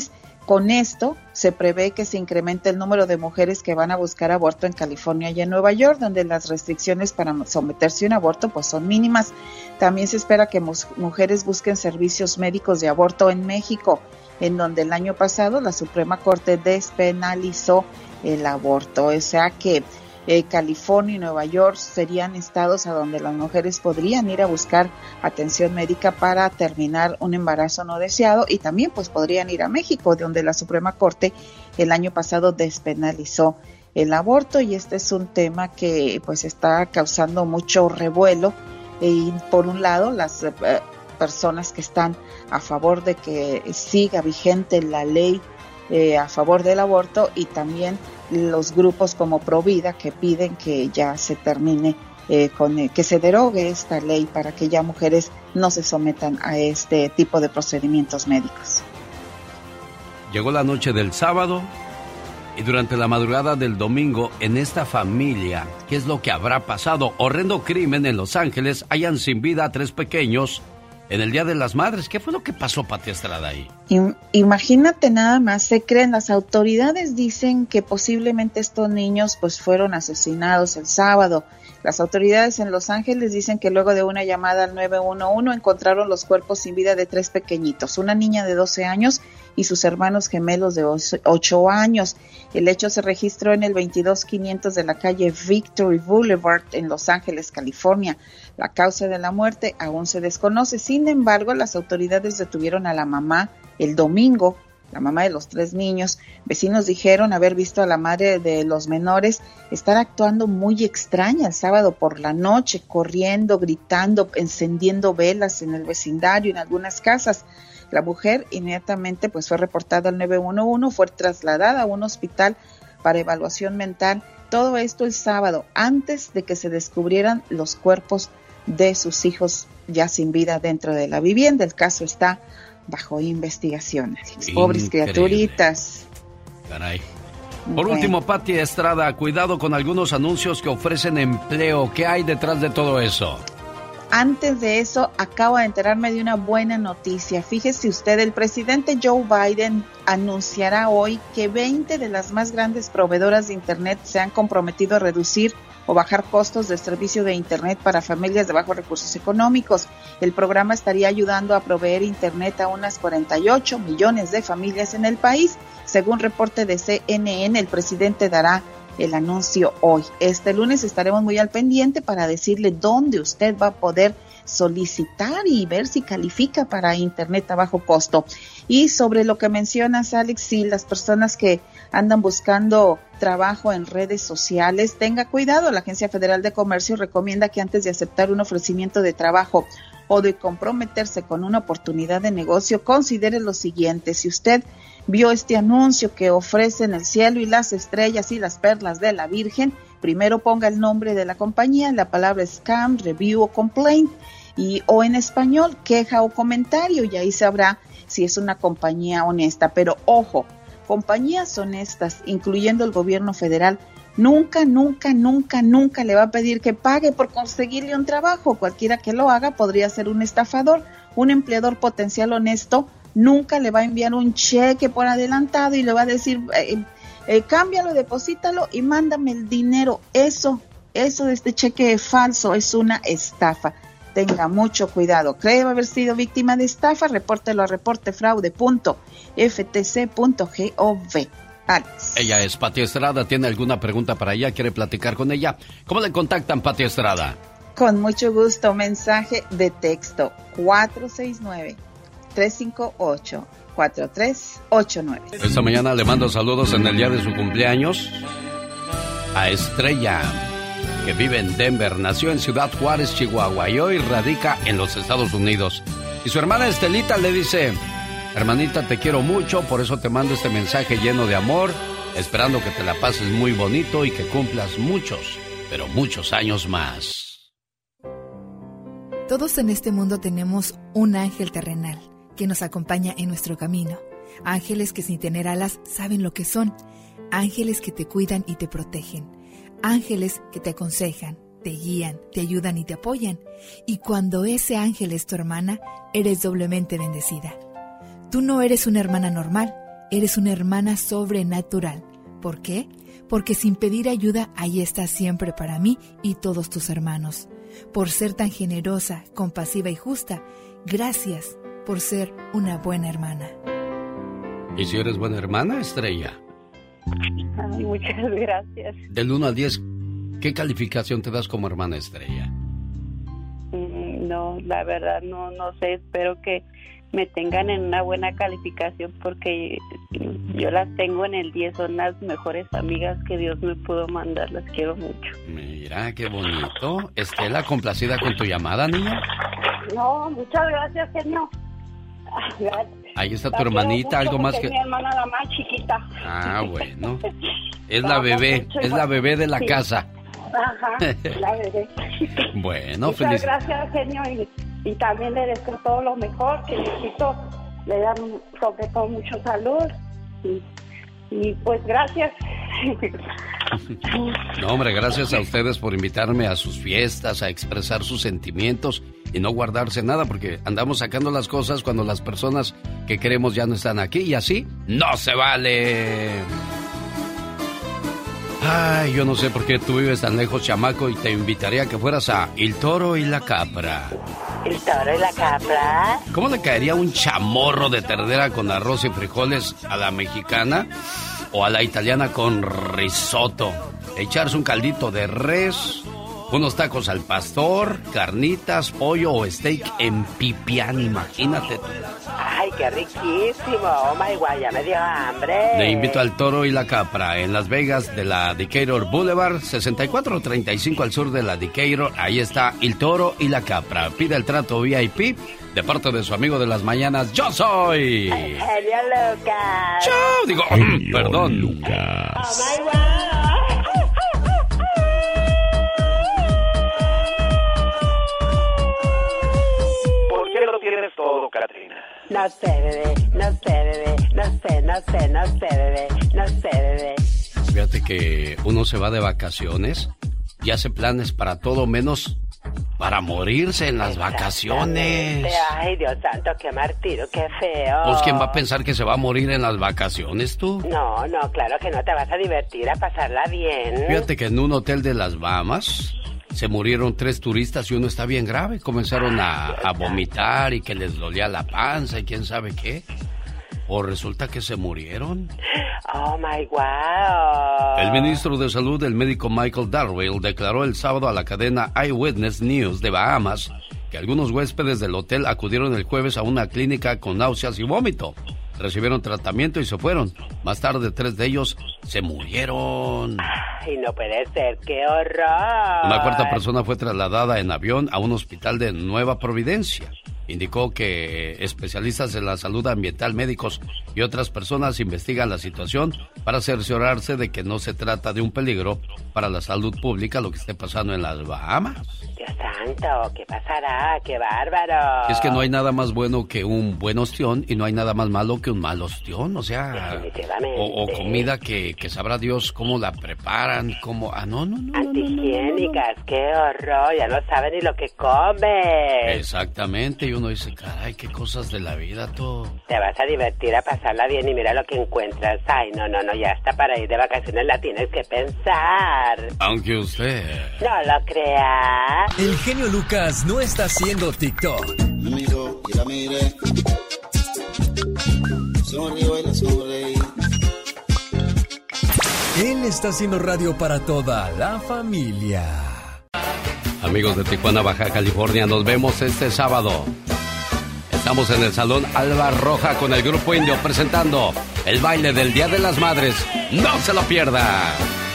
Speaker 18: Con esto se prevé que se incremente el número de mujeres que van a buscar aborto en California y en Nueva York, donde las restricciones para someterse a un aborto pues son mínimas. También se espera que mujeres busquen servicios médicos de aborto en México, en donde el año pasado la Suprema Corte despenalizó el aborto. O sea que California y Nueva York serían estados a donde las mujeres podrían ir a buscar atención médica para terminar un embarazo no deseado, y también pues podrían ir a México, donde la Suprema Corte el año pasado despenalizó el aborto, y este es un tema que pues está causando mucho revuelo. Y por un lado las personas que están a favor de que siga vigente la ley a favor del aborto, y también los grupos como Provida que piden que ya se termine que se derogue esta ley para que ya mujeres no se sometan a este tipo de procedimientos médicos.
Speaker 2: Llegó la noche del sábado y durante la madrugada del domingo, en esta familia, ¿qué es lo que habrá pasado? Horrendo crimen en Los Ángeles, hallan sin vida a 3 pequeños en el Día de las Madres. ¿Qué fue lo que pasó, Pati Estrada, ahí?
Speaker 18: Imagínate nada más, se creen, las autoridades dicen que posiblemente estos niños pues fueron asesinados el sábado. Las autoridades en Los Ángeles dicen que luego de una llamada al 911 encontraron los cuerpos sin vida de 3 pequeñitos, una niña de 12 años y sus hermanos gemelos de 8 años. El hecho se registró en el 22500 de la calle Victory Boulevard en Los Ángeles, California. La causa de la muerte aún se desconoce. Sin embargo, las autoridades detuvieron a la mamá el domingo, la mamá de los 3 niños. Vecinos dijeron haber visto a la madre de los menores estar actuando muy extraña el sábado por la noche, corriendo, gritando, encendiendo velas en el vecindario, en algunas casas. La mujer inmediatamente pues fue reportada al 911, fue trasladada a un hospital para evaluación mental. Todo esto el sábado, antes de que se descubrieran los cuerpos de sus hijos ya sin vida dentro de la vivienda. El caso está bajo investigación. Pobres criaturitas.
Speaker 2: Caray. Por último, Pati Estrada, cuidado con algunos anuncios que ofrecen empleo. ¿Qué hay detrás de todo eso?
Speaker 18: Antes de eso, acabo de enterarme de una buena noticia. Fíjese usted, el presidente Joe Biden anunciará hoy que 20 de las más grandes proveedoras de Internet se han comprometido a reducir o bajar costos de servicio de Internet para familias de bajos recursos económicos. El programa estaría ayudando a proveer Internet a unas 48 millones de familias en el país. Según reporte de CNN, el presidente dará el anuncio hoy. Este lunes estaremos muy al pendiente para decirle dónde usted va a poder solicitar y ver si califica para Internet a bajo costo. Y sobre lo que mencionas, Alex, si las personas que andan buscando trabajo en redes sociales, tenga cuidado. La Agencia Federal de Comercio recomienda que antes de aceptar un ofrecimiento de trabajo o de comprometerse con una oportunidad de negocio, considere lo siguiente. Si usted vio este anuncio que ofrecen el cielo y las estrellas y las perlas de la Virgen, primero ponga el nombre de la compañía, la palabra scam, review o complaint, o en español, queja o comentario, y ahí sabrá si es una compañía honesta. Pero ojo, compañías honestas, incluyendo el gobierno federal, nunca le va a pedir que pague por conseguirle un trabajo. Cualquiera que lo haga podría ser un estafador. Un empleador potencial honesto nunca le va a enviar un cheque por adelantado y le va a decir, cámbialo, deposítalo y mándame el dinero. Eso de este cheque falso es una estafa. Tenga mucho cuidado. ¿Cree haber sido víctima de estafa? Repórtelo a reportefraude.ftc.gov. Alex.
Speaker 2: Ella es Pati Estrada. ¿Tiene alguna pregunta para ella? ¿Quiere platicar con ella? ¿Cómo le contactan, Pati Estrada?
Speaker 18: Con mucho gusto. Mensaje de texto 469-358-4389.
Speaker 2: Esta mañana le mando saludos en el día de su cumpleaños a Estrella, que vive en Denver, nació en Ciudad Juárez, Chihuahua, y hoy radica en los Estados Unidos. Y su hermana Estelita le dice: hermanita, te quiero mucho, por eso te mando este mensaje lleno de amor, esperando que te la pases muy bonito y que cumplas muchos, pero muchos años más.
Speaker 9: Todos en este mundo tenemos un ángel terrenal que nos acompaña en nuestro camino. Ángeles que sin tener alas saben lo que son. Ángeles que te cuidan y te protegen. Ángeles que te aconsejan, te guían, te ayudan y te apoyan. Y cuando ese ángel es tu hermana, eres doblemente bendecida. Tú no eres una hermana normal, Eres una hermana sobrenatural. ¿Por qué? Porque sin pedir ayuda, ahí estás siempre para mí y todos tus hermanos. Por ser tan generosa, compasiva y justa, gracias por ser una buena hermana.
Speaker 2: ¿Y si eres buena hermana, Estrella?
Speaker 13: Ay, muchas gracias.
Speaker 2: Del 1 al 10, ¿qué calificación te das como hermana Estrella?
Speaker 13: No, la verdad no sé, espero que me tengan en una buena calificación porque yo las tengo en el 10, son las mejores amigas que Dios me pudo mandar, las quiero mucho.
Speaker 2: Mira, qué bonito. Estela, ¿complacida con tu llamada, niña?
Speaker 19: No, muchas gracias, genio. Gracias.
Speaker 2: Ahí está tu hermanita, algo más que...
Speaker 19: Es mi hermana la más chiquita.
Speaker 2: Ah, bueno. Es la bebé, es la bebé de la casa.
Speaker 19: Ajá, la bebé.
Speaker 2: Bueno,
Speaker 19: muchas gracias, genio, y también le deseo todo lo mejor, que Diosito le dan sobre todo mucha salud y pues gracias.
Speaker 2: No, hombre, gracias a ustedes por invitarme a sus fiestas, a expresar sus sentimientos y no guardarse nada, porque andamos sacando las cosas cuando las personas que queremos ya no están aquí y así no se vale. Ay, yo no sé por qué tú vives tan lejos, chamaco, y te invitaría a que fueras a El Toro y la Capra.
Speaker 15: ¿El Toro y la Capra?
Speaker 2: ¿Cómo le caería un chamorro de ternera con arroz y frijoles a la mexicana o a la italiana con risotto? Echarse un caldito de res, unos tacos al pastor, carnitas, pollo o steak en pipián, imagínate tú.
Speaker 15: ¡Ay, qué riquísimo! ¡Oh, my God! Ya me dio hambre.
Speaker 2: Le invito al Toro y la Capra en Las Vegas de la Decatur Boulevard, 6435 al sur de la Decatur. Ahí está El Toro y la Capra. Pide el trato VIP de parte de su amigo de las mañanas. ¡Yo soy!
Speaker 15: ¡Genio Lucas!
Speaker 2: ¡Chao! Digo, perdón.
Speaker 15: Lucas. ¡Oh, my God!
Speaker 12: ¿Por qué lo tienes todo, Catrina?
Speaker 15: No sé, bebé, no sé, bebé, no sé, bebé, no sé, bebé.
Speaker 2: Fíjate que uno se va de vacaciones y hace planes para todo menos para morirse en las vacaciones.
Speaker 15: Ay, Dios santo, qué martirio, qué feo.
Speaker 2: Pues, ¿quién va a pensar que se va a morir en las vacaciones, tú?
Speaker 15: No, claro que no, te vas a divertir, a pasarla bien.
Speaker 2: Fíjate que en un hotel de las Bahamas se murieron 3 turistas y uno está bien grave. Comenzaron a vomitar y que les dolía la panza y quién sabe qué. O resulta que se murieron.
Speaker 15: Oh, my God.
Speaker 2: El ministro de Salud, el médico Michael Darwell, declaró el sábado a la cadena Eyewitness News de Bahamas que algunos huéspedes del hotel acudieron el jueves a una clínica con náuseas y vómito. Recibieron tratamiento y se fueron. Más tarde, 3 de ellos se murieron.
Speaker 15: Ay, no puede ser, qué horror.
Speaker 2: Una 4ª persona fue trasladada en avión a un hospital de Nueva Providencia. Indicó que especialistas en la salud ambiental, médicos y otras personas investigan la situación para cerciorarse de que no se trata de un peligro para la salud pública lo que esté pasando en las Bahamas.
Speaker 15: Dios santo, ¿qué pasará? ¡Qué bárbaro!
Speaker 2: Es que no hay nada más bueno que un buen ostión y no hay nada más malo que un mal ostión, o sea... O comida que sabrá Dios cómo la preparan, cómo... no.
Speaker 15: Antihigiénicas, qué horror, ya no sabe ni lo que come.
Speaker 2: Exactamente, y uno dice, caray, qué cosas de la vida, todo.
Speaker 15: Te vas a divertir, a pasarla bien y mira lo que encuentras. Ay, no, ya está para ir de vacaciones, la tienes que pensar.
Speaker 2: Aunque usted...
Speaker 15: no lo crea.
Speaker 3: El genio Lucas no está haciendo TikTok.
Speaker 20: Me miró y la miré. Sonrió y la sonreí.
Speaker 3: Él está haciendo radio para toda la familia.
Speaker 2: Amigos de Tijuana, Baja California, nos vemos este sábado. Estamos en el Salón Alba Roja con el Grupo Indio presentando el baile del Día de las Madres. ¡No se lo pierda!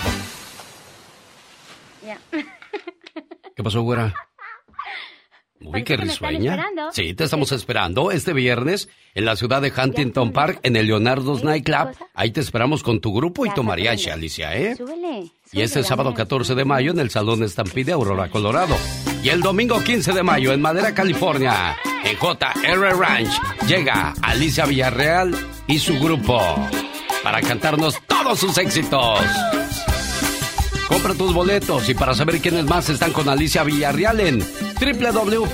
Speaker 21: Ya.
Speaker 2: ¿Qué pasó, güera? Uy, qué risueña. Sí, te estamos esperando este viernes en la ciudad de Huntington Park, en el Leonardo's Nightclub. Ahí te esperamos con tu grupo y tu mariachi, Alicia, ¿eh?
Speaker 21: Súbele.
Speaker 2: Y este sábado 14 de mayo en el Salón Estampide, Aurora, Colorado. Y el domingo 15 de mayo en Madera, California, en JR Ranch, llega Alicia Villarreal y su grupo para cantarnos todos sus éxitos. Compra tus boletos y para saber quiénes más están con Alicia Villarreal en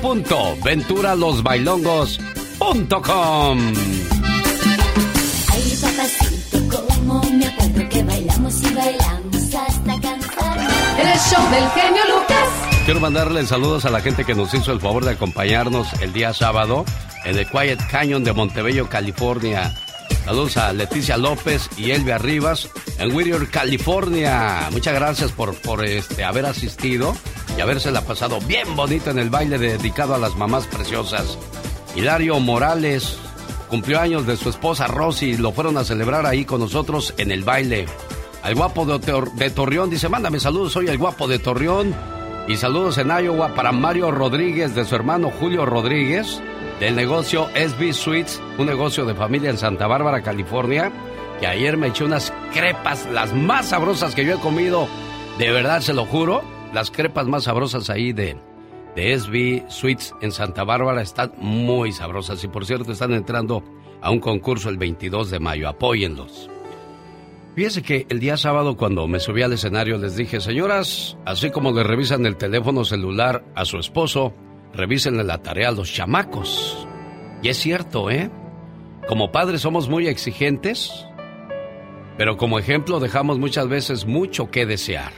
Speaker 2: www.venturalosbailongos.com.
Speaker 1: Ahí despacito, como me acuerdo que bailamos y bailamos hasta cansar. El show del genio Lucas.
Speaker 2: Quiero mandarle saludos a la gente que nos hizo el favor de acompañarnos el día sábado en el Quiet Canyon de Montebello, California. Saludos a Leticia López y Elvia Rivas en Whittier, California. Muchas gracias por haber asistido y habérsela pasado bien bonito en el baile dedicado a las mamás preciosas. Hilario Morales cumplió años de su esposa Rosy, lo fueron a celebrar ahí con nosotros en el baile. Al guapo de Torreón dice, mándame saludos, soy el guapo de Torreón. Y saludos en Iowa para Mario Rodríguez de su hermano Julio Rodríguez, del negocio SB Sweets, un negocio de familia en Santa Bárbara, California, que ayer me eché unas crepas, las más sabrosas que yo he comido, de verdad se lo juro, las crepas más sabrosas ahí de SB Sweets en Santa Bárbara están muy sabrosas y por cierto están entrando a un concurso el 22 de mayo, apóyenlos. Fíjese que el día sábado cuando me subí al escenario les dije, señoras, así como le revisan el teléfono celular a su esposo, revísenle la tarea a los chamacos. Y es cierto, ¿eh? Como padres somos muy exigentes, pero como ejemplo dejamos muchas veces mucho que desear.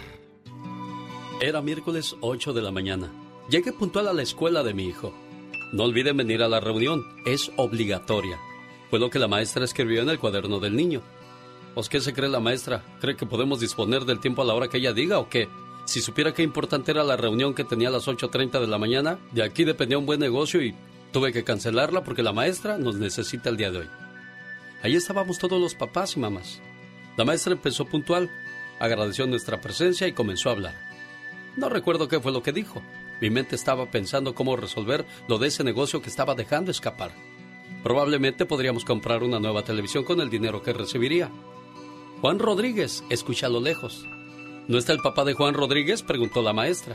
Speaker 2: Era miércoles 8 de la mañana. Llegué puntual a la escuela de mi hijo. No olviden venir a la reunión, es obligatoria. Fue lo que la maestra escribió en el cuaderno del niño. ¿Pues qué se cree la maestra? ¿Cree que podemos disponer del tiempo a la hora que ella diga o qué? Si supiera qué importante era la reunión que tenía a las 8:30 de la mañana, de aquí dependía un buen negocio y tuve que cancelarla porque la maestra nos necesita el día de hoy. Ahí estábamos todos los papás y mamás. La maestra empezó puntual, agradeció nuestra presencia y comenzó a hablar. No recuerdo qué fue lo que dijo. Mi mente estaba pensando cómo resolver lo de ese negocio que estaba dejando escapar. Probablemente podríamos comprar una nueva televisión con el dinero que recibiría. Juan Rodríguez, escucha a lo lejos. ¿No está el papá de Juan Rodríguez?, preguntó la maestra.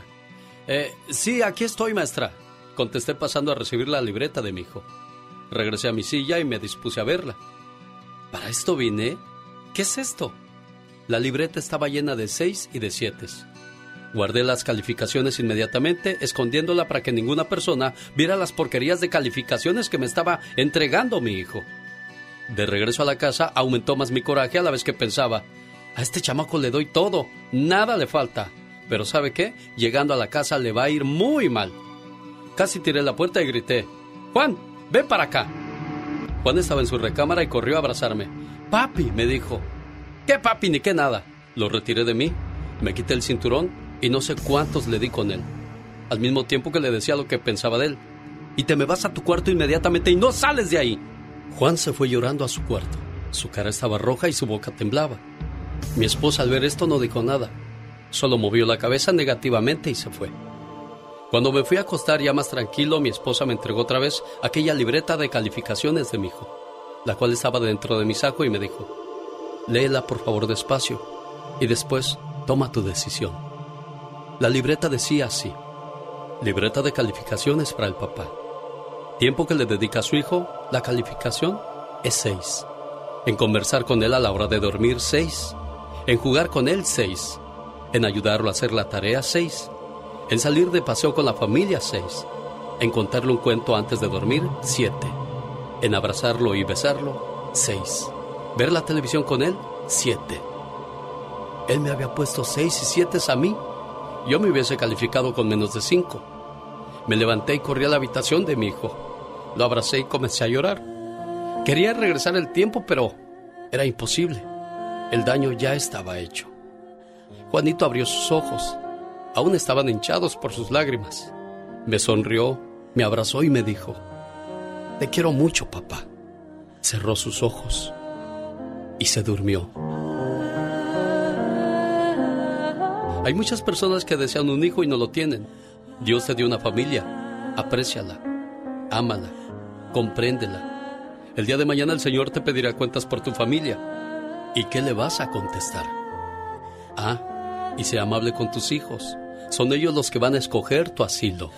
Speaker 2: Sí, aquí estoy, maestra, contesté pasando a recibir la libreta de mi hijo. Regresé a mi silla y me dispuse a verla. ¿Para esto vine? ¿Qué es esto? La libreta estaba llena de 6 y de 7. Guardé las calificaciones inmediatamente, escondiéndola para que ninguna persona viera las porquerías de calificaciones que me estaba entregando mi hijo. De regreso a la casa, aumentó más mi coraje a la vez que pensaba, a este chamaco le doy todo, nada le falta. Pero ¿sabe qué? Llegando a la casa le va a ir muy mal. Casi tiré la puerta y grité, Juan, ven para acá. Juan estaba en su recámara y corrió a abrazarme. Papi, me dijo. ¿Qué papi ni qué nada? Lo retiré de mí, me quité el cinturón y no sé cuántos le di con él. Al mismo tiempo que le decía lo que pensaba de él. Y te me vas a tu cuarto inmediatamente y no sales de ahí. Juan se fue llorando a su cuarto. Su cara estaba roja y su boca temblaba. Mi esposa al ver esto no dijo nada. Solo movió la cabeza negativamente y se fue. Cuando me fui a acostar ya más tranquilo, mi esposa me entregó otra vez aquella libreta de calificaciones de mi hijo, la cual estaba dentro de mi saco y me dijo, léela por favor despacio y después toma tu decisión. La libreta decía así, libreta de calificaciones para el papá. Tiempo que le dedica a su hijo, la calificación es 6. En conversar con él a la hora de dormir, 6. En jugar con él, 6. En ayudarlo a hacer la tarea, 6. En salir de paseo con la familia, 6. En contarle un cuento antes de dormir, 7. En abrazarlo y besarlo, 6. Ver la televisión con él, 7. Él me había puesto 6 y 7 a mí. Yo me hubiese calificado con menos de 5. Me levanté y corrí a la habitación de mi hijo. Lo abracé y comencé a llorar. Quería regresar el tiempo, pero era imposible. El daño ya estaba hecho. Juanito abrió sus ojos. Aún estaban hinchados por sus lágrimas. Me sonrió, me abrazó y me dijo, te quiero mucho, papá. Cerró sus ojos y se durmió. Hay muchas personas que desean un hijo y no lo tienen. Dios te dio una familia. Apréciala, ámala, compréndela. El día de mañana el Señor te pedirá cuentas por tu familia. ¿Y qué le vas a contestar? Y sea amable con tus hijos. Son ellos los que van a escoger tu asilo.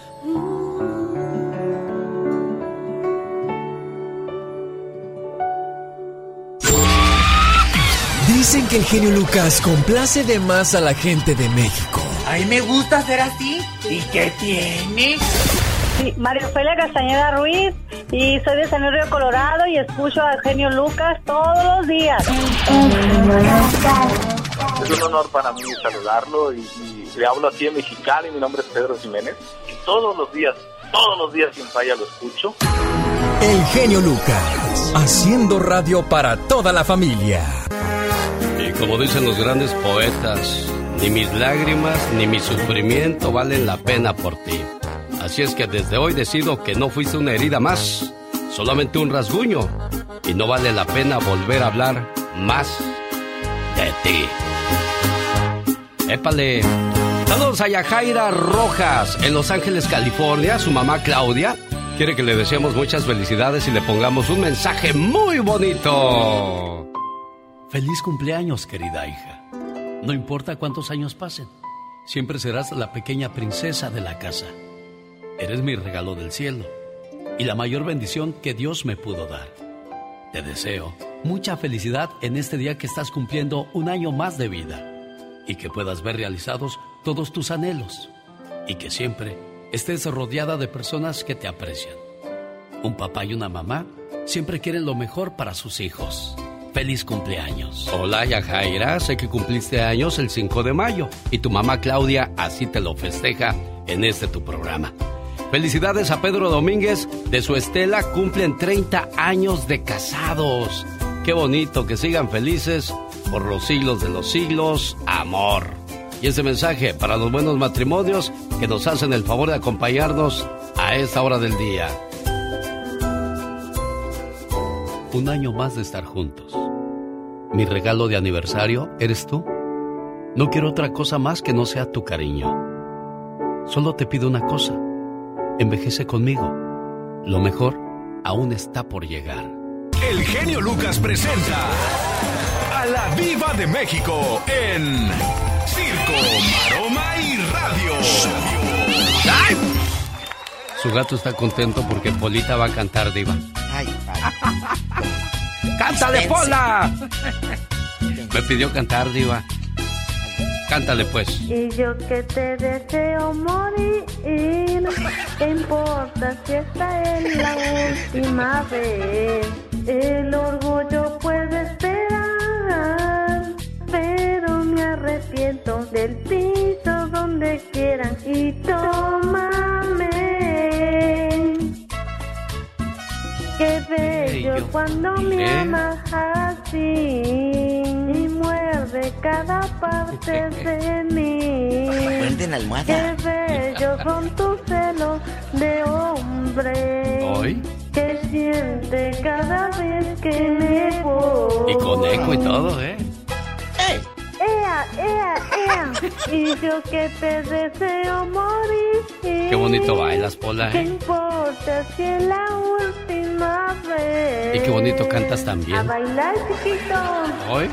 Speaker 3: Dicen que el genio Lucas complace de más a la gente de México.
Speaker 11: A mí me gusta ser así. ¿Y qué tiene?
Speaker 13: Sí, María Ofelia Castañeda Ruiz, y soy de San Luis Río Colorado y escucho a Eugenio Lucas todos los días.
Speaker 21: Es un honor para mí saludarlo y le hablo aquí en Mexicali. Mi nombre es Pedro Jiménez y todos los días sin falla lo escucho.
Speaker 3: El genio Lucas, haciendo radio para toda la familia.
Speaker 2: Y como dicen los grandes poetas, ni mis lágrimas ni mi sufrimiento valen la pena por ti. Así es que desde hoy decido que no fuiste una herida más, solamente un rasguño, y no vale la pena volver a hablar más de ti. ¡Épale! Saludos a Yajaira Rojas en Los Ángeles, California. Su mamá Claudia quiere que le deseemos muchas felicidades y le pongamos un mensaje muy bonito. Feliz cumpleaños, querida hija. No importa cuántos años pasen, siempre serás la pequeña princesa de la casa. Eres mi regalo del cielo y la mayor bendición que Dios me pudo dar. Te deseo mucha felicidad en este día que estás cumpliendo un año más de vida y que puedas ver realizados todos tus anhelos y que siempre estés rodeada de personas que te aprecian. Un papá y una mamá siempre quieren lo mejor para sus hijos. ¡Feliz cumpleaños! Hola, Yajaira, sé que cumpliste años el 5 de mayo y tu mamá Claudia así te lo festeja en tu programa. Felicidades a Pedro Domínguez, de su Estela, cumplen 30 años de casados. Qué bonito, que sigan felices por los siglos de los siglos, amor. Y ese mensaje para los buenos matrimonios que nos hacen el favor de acompañarnos a esta hora del día. Un año más de estar juntos. Mi regalo de aniversario eres tú. No quiero otra cosa más que no sea tu cariño. Solo te pido una cosa. Envejece conmigo. Lo mejor aún está por llegar.
Speaker 8: El genio Lucas presenta a la Diva de México en Circo, Maroma y Radio.
Speaker 2: ¡Ay! Su gato está contento porque Polita va a cantar, Diva.
Speaker 22: Ay,
Speaker 2: ¡Cántale, Pola! Me pidió cantar, Diva. Cántale, pues.
Speaker 13: Y yo que te deseo morir, ¿qué importa si esta es la última vez? El orgullo puede esperar, pero me arrepiento del piso donde quieran y tómame. Qué bello cuando me amas así y muerde cada parte de mí.
Speaker 22: Muerde en la almohada.
Speaker 13: Qué bellos son tus celos de hombre.
Speaker 2: ¿Hoy?
Speaker 13: Que siente cada vez que me voy.
Speaker 2: Y con eco y todo, ¿eh?
Speaker 22: ¡Ey!
Speaker 13: ¡Ea, ea, ea! Y yo que te deseo morir.
Speaker 2: Qué bonito bailas, Pola,
Speaker 13: ¿Qué
Speaker 2: ¿eh?
Speaker 13: importa si es la última vez?
Speaker 2: Y qué bonito cantas también.
Speaker 13: A bailar, chiquito.
Speaker 2: ¿Hoy?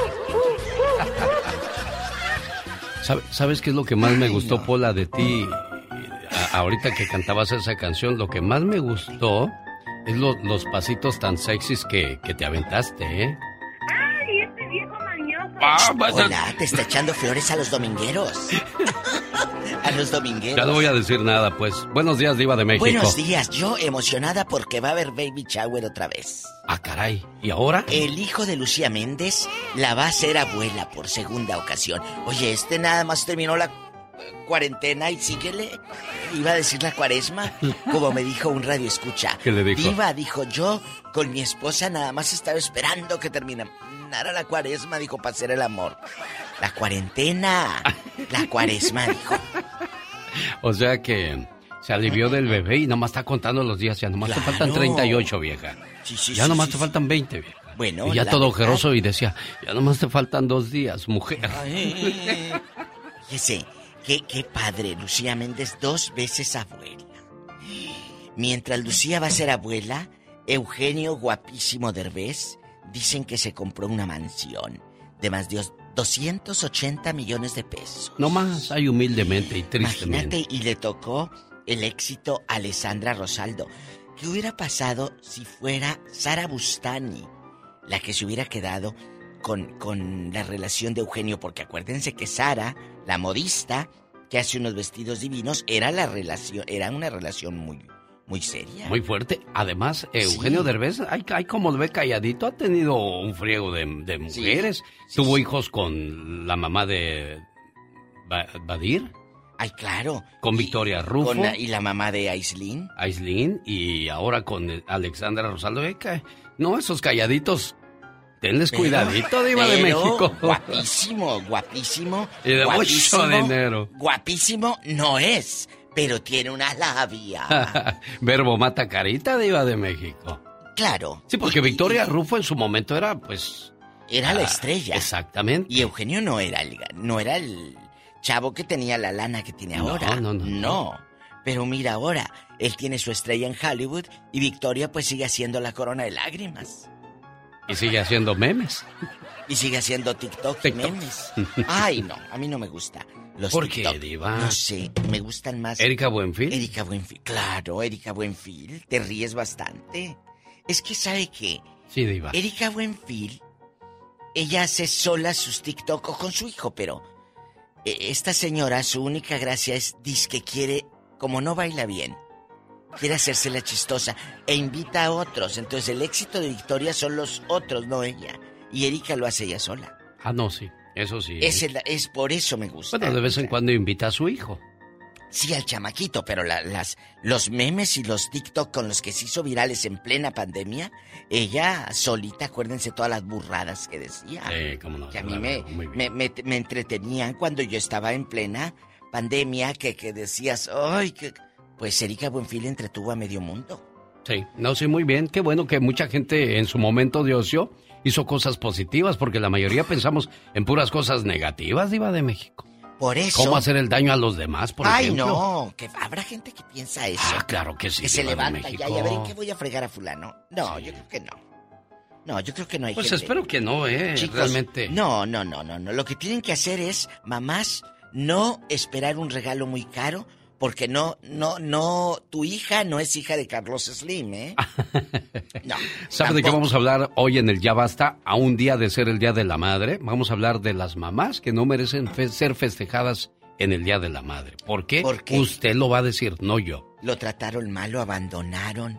Speaker 2: ¿Sabes qué es lo que más me gustó, Pola, de ti? Ahorita que cantabas esa canción, lo que más me gustó es los pasitos tan sexys que te aventaste, ¿eh?
Speaker 13: ¡Ay, este viejo mañoso!
Speaker 22: Hola, te está echando flores a los domingueros. A los domingueros.
Speaker 2: Ya no voy a decir nada, pues. Buenos días, Diva de México.
Speaker 22: Buenos días, yo emocionada porque va a haber baby shower otra vez.
Speaker 2: Ah, caray. ¿Y ahora?
Speaker 22: El hijo de Lucía Méndez la va a hacer abuela por segunda ocasión. Oye, nada más terminó la cuarentena y síguele. Iba a decir la cuaresma, como me dijo un radio escucha.
Speaker 2: ¿Qué le dijo?
Speaker 22: Diva, dijo, yo con mi esposa nada más estaba esperando que terminara la cuaresma, dijo, para hacer el amor. La cuarentena, la cuaresma, dijo.
Speaker 2: O sea que se alivió del bebé y nomás está contando los días. Ya nomás te faltan 38, vieja.
Speaker 22: Sí,
Speaker 2: ya nomás te faltan 20, vieja.
Speaker 22: Bueno,
Speaker 2: y ya todo ojeroso y decía, ya nomás te faltan 2 días, mujer.
Speaker 22: Fíjese, qué padre, Lucía Méndez 2 veces abuela. Mientras Lucía va a ser abuela, Eugenio, guapísimo Derbez, dicen que se compró una mansión de más de 280 millones de pesos.
Speaker 2: No más, hay humildemente y tristemente.
Speaker 22: Imagínate, y le tocó el éxito a Alessandra Rosaldo. ¿Qué hubiera pasado si fuera Sara Bustani la que se hubiera quedado con la relación de Eugenio? Porque acuérdense que Sara, la modista, que hace unos vestidos divinos. Era una relación muy seria.
Speaker 2: Muy fuerte. Además, Eugenio Derbez, hay como lo ve calladito, ha tenido un friego de mujeres. Tuvo hijos con la mamá de Badir.
Speaker 22: Ay, claro.
Speaker 2: Con Victoria Rufo.
Speaker 22: Y la mamá de Aislinn.
Speaker 2: Y ahora con Alexandra Rosaldo. No, esos calladitos, tenles cuidadito, Diva de México.
Speaker 22: Guapísimo.
Speaker 2: Y de mucho dinero.
Speaker 22: Guapísimo no es, pero tiene una labia.
Speaker 2: Verbo mata carita, Diva de México.
Speaker 22: Claro.
Speaker 2: Sí, porque Victoria Rufo en su momento era, pues...
Speaker 22: Era la estrella.
Speaker 2: Exactamente.
Speaker 22: Y Eugenio no era el chavo que tenía la lana que tiene ahora. No. Pero mira ahora, él tiene su estrella en Hollywood y Victoria pues sigue haciendo la corona de lágrimas.
Speaker 2: Y sigue haciendo memes.
Speaker 22: Y sigue haciendo TikTok y memes. Ay, no, a mí no me gusta.
Speaker 2: ¿Por
Speaker 22: TikTok.
Speaker 2: qué, Diva?
Speaker 22: No sé, me gustan más...
Speaker 2: ¿Erika Buenfil?
Speaker 22: Erika Buenfil, claro, Erika Buenfil. Te ríes bastante. Es que, ¿sabe qué?
Speaker 2: Sí, Diva.
Speaker 22: Erika Buenfil, ella hace sola sus TikTok o con su hijo, pero... esta señora, su única gracia es que quiere, como no baila bien, quiere hacerse la chistosa e invita a otros. Entonces el éxito de Victoria son los otros, no ella. Y Erika lo hace ella sola.
Speaker 2: Ah, no, sí, eso sí.
Speaker 22: Es por eso me gusta.
Speaker 2: Bueno, de vez en cuando invita a su hijo.
Speaker 22: Sí, al chamaquito, pero los memes y los TikTok con los que se hizo virales en plena pandemia, ella solita, acuérdense todas las burradas que decía.
Speaker 2: Sí, cómo no.
Speaker 22: Que a mí me entretenían cuando yo estaba en plena pandemia, que decías, ¡ay! Pues Erika Buenfil entretuvo a medio mundo.
Speaker 2: Sí, no, sí, muy bien. Qué bueno que mucha gente en su momento de ocio hizo cosas positivas, porque la mayoría pensamos en puras cosas negativas, Diva de México.
Speaker 22: Por eso...
Speaker 2: ¿Cómo hacer el daño a los demás, por ejemplo?
Speaker 22: Ay, no, que habrá gente que piensa eso.
Speaker 2: Ah, claro que sí.
Speaker 22: Que se levanta ya y a ver en qué voy a fregar a fulano. No, sí. Yo creo que no. No, yo creo que no hay
Speaker 2: pues
Speaker 22: gente.
Speaker 2: Espero que no,
Speaker 22: Chicos,
Speaker 2: realmente.
Speaker 22: No. Lo que tienen que hacer es, mamás, no esperar un regalo muy caro, porque no, tu hija no es hija de Carlos Slim, ¿eh? No.
Speaker 2: ¿Sabe de qué vamos a hablar hoy en el Ya Basta? A un día de ser el Día de la Madre. Vamos a hablar de las mamás que no merecen ser festejadas en el Día de la Madre. ¿Por qué?
Speaker 22: Porque
Speaker 2: usted lo va a decir, no yo.
Speaker 22: Lo trataron mal, lo abandonaron.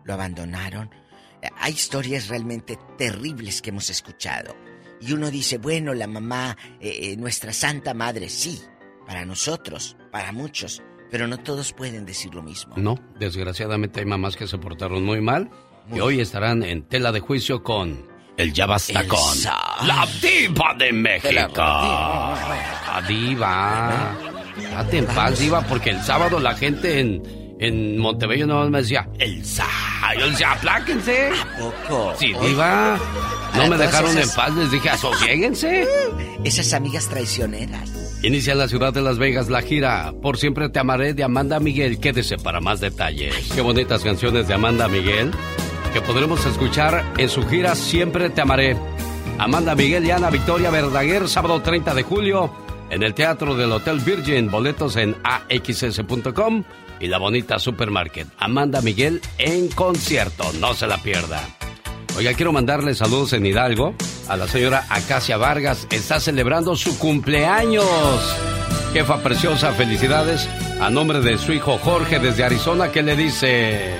Speaker 22: Hay historias realmente terribles que hemos escuchado. Y uno dice, bueno, la mamá, nuestra Santa Madre, sí, para nosotros, para muchos. Pero no todos pueden decir lo mismo.
Speaker 2: No, desgraciadamente hay mamás que se portaron muy mal y hoy estarán en tela de juicio con el Ya Basta con la Diva de México. La Diva. Date en paz, Diva, porque el sábado la gente en Montebello no me decía, yo decía, apláquense.
Speaker 22: ¿A poco?
Speaker 2: Sí, Diva. No me dejaron en paz, les dije, asosiéguense.
Speaker 22: Esas amigas traicioneras.
Speaker 2: Inicia en la ciudad de Las Vegas la gira Por Siempre Te Amaré de Amanda Miguel. Quédese para más detalles. Qué bonitas canciones de Amanda Miguel que podremos escuchar en su gira Siempre Te Amaré. Amanda Miguel y Ana Victoria Verdaguer, sábado 30 de julio en el Teatro del Hotel Virgin. Boletos en axs.com y la bonita Supermarket. Amanda Miguel en concierto, no se la pierda. Oiga, quiero mandarle saludos en Hidalgo a la señora Acacia Vargas. Está celebrando su cumpleaños. Jefa preciosa, felicidades a nombre de su hijo Jorge desde Arizona, que le dice...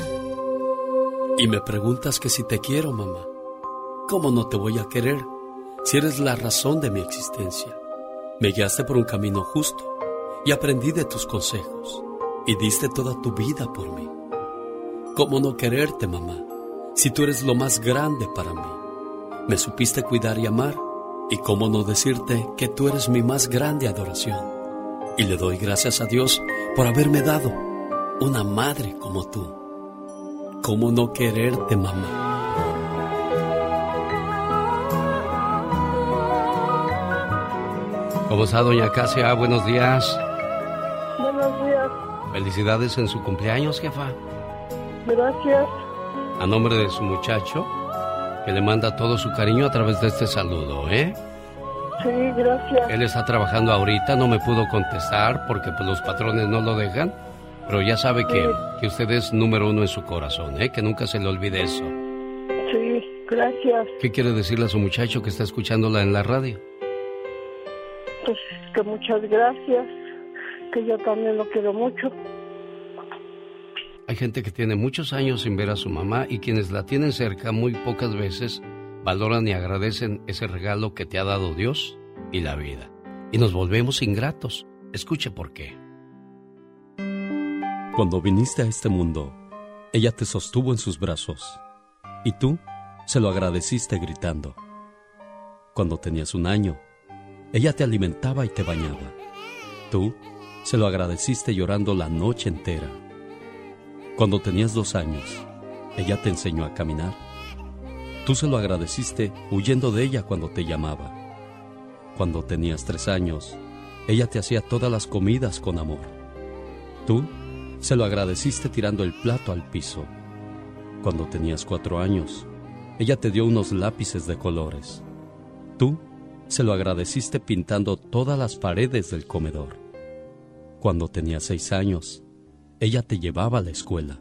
Speaker 2: Y me preguntas que si te quiero, mamá. ¿Cómo no te voy a querer si eres la razón de mi existencia? Me guiaste por un camino justo y aprendí de tus consejos y diste toda tu vida por mí. ¿Cómo no quererte, mamá? Si tú eres lo más grande para mí. Me supiste cuidar y amar, y cómo no decirte que tú eres mi más grande adoración. Y le doy gracias a Dios por haberme dado una madre como tú. ¿Cómo no quererte, mamá? ¿Cómo está, doña Acacia? Buenos días.
Speaker 7: Buenos días.
Speaker 2: Felicidades en su cumpleaños, jefa.
Speaker 7: Gracias.
Speaker 2: A nombre de su muchacho, que le manda todo su cariño a través de este saludo, ¿eh?
Speaker 7: Sí, gracias.
Speaker 2: Él está trabajando ahorita, no me pudo contestar porque pues, los patrones no lo dejan, pero ya sabe que usted es número uno en su corazón, ¿eh? Que nunca se le olvide eso.
Speaker 7: Sí, gracias.
Speaker 2: ¿Qué quiere decirle a su muchacho que está escuchándola en la radio?
Speaker 7: Pues que muchas gracias que yo también lo quiero mucho.
Speaker 2: Hay gente que tiene muchos años sin ver a su mamá y quienes la tienen cerca muy pocas veces valoran y agradecen ese regalo que te ha dado Dios y la vida. Y nos volvemos ingratos. Escuche por qué.
Speaker 4: Cuando viniste a este mundo, ella te sostuvo en sus brazos y tú se lo agradeciste gritando. Cuando tenías 1 año, ella te alimentaba y te bañaba. Tú se lo agradeciste llorando la noche entera. Cuando tenías 2 años, ella te enseñó a caminar. Tú se lo agradeciste huyendo de ella cuando te llamaba. Cuando tenías 3 años, ella te hacía todas las comidas con amor. Tú se lo agradeciste tirando el plato al piso. Cuando tenías 4 años, ella te dio unos lápices de colores. Tú se lo agradeciste pintando todas las paredes del comedor. Cuando tenías 6 años, ella te llevaba a la escuela.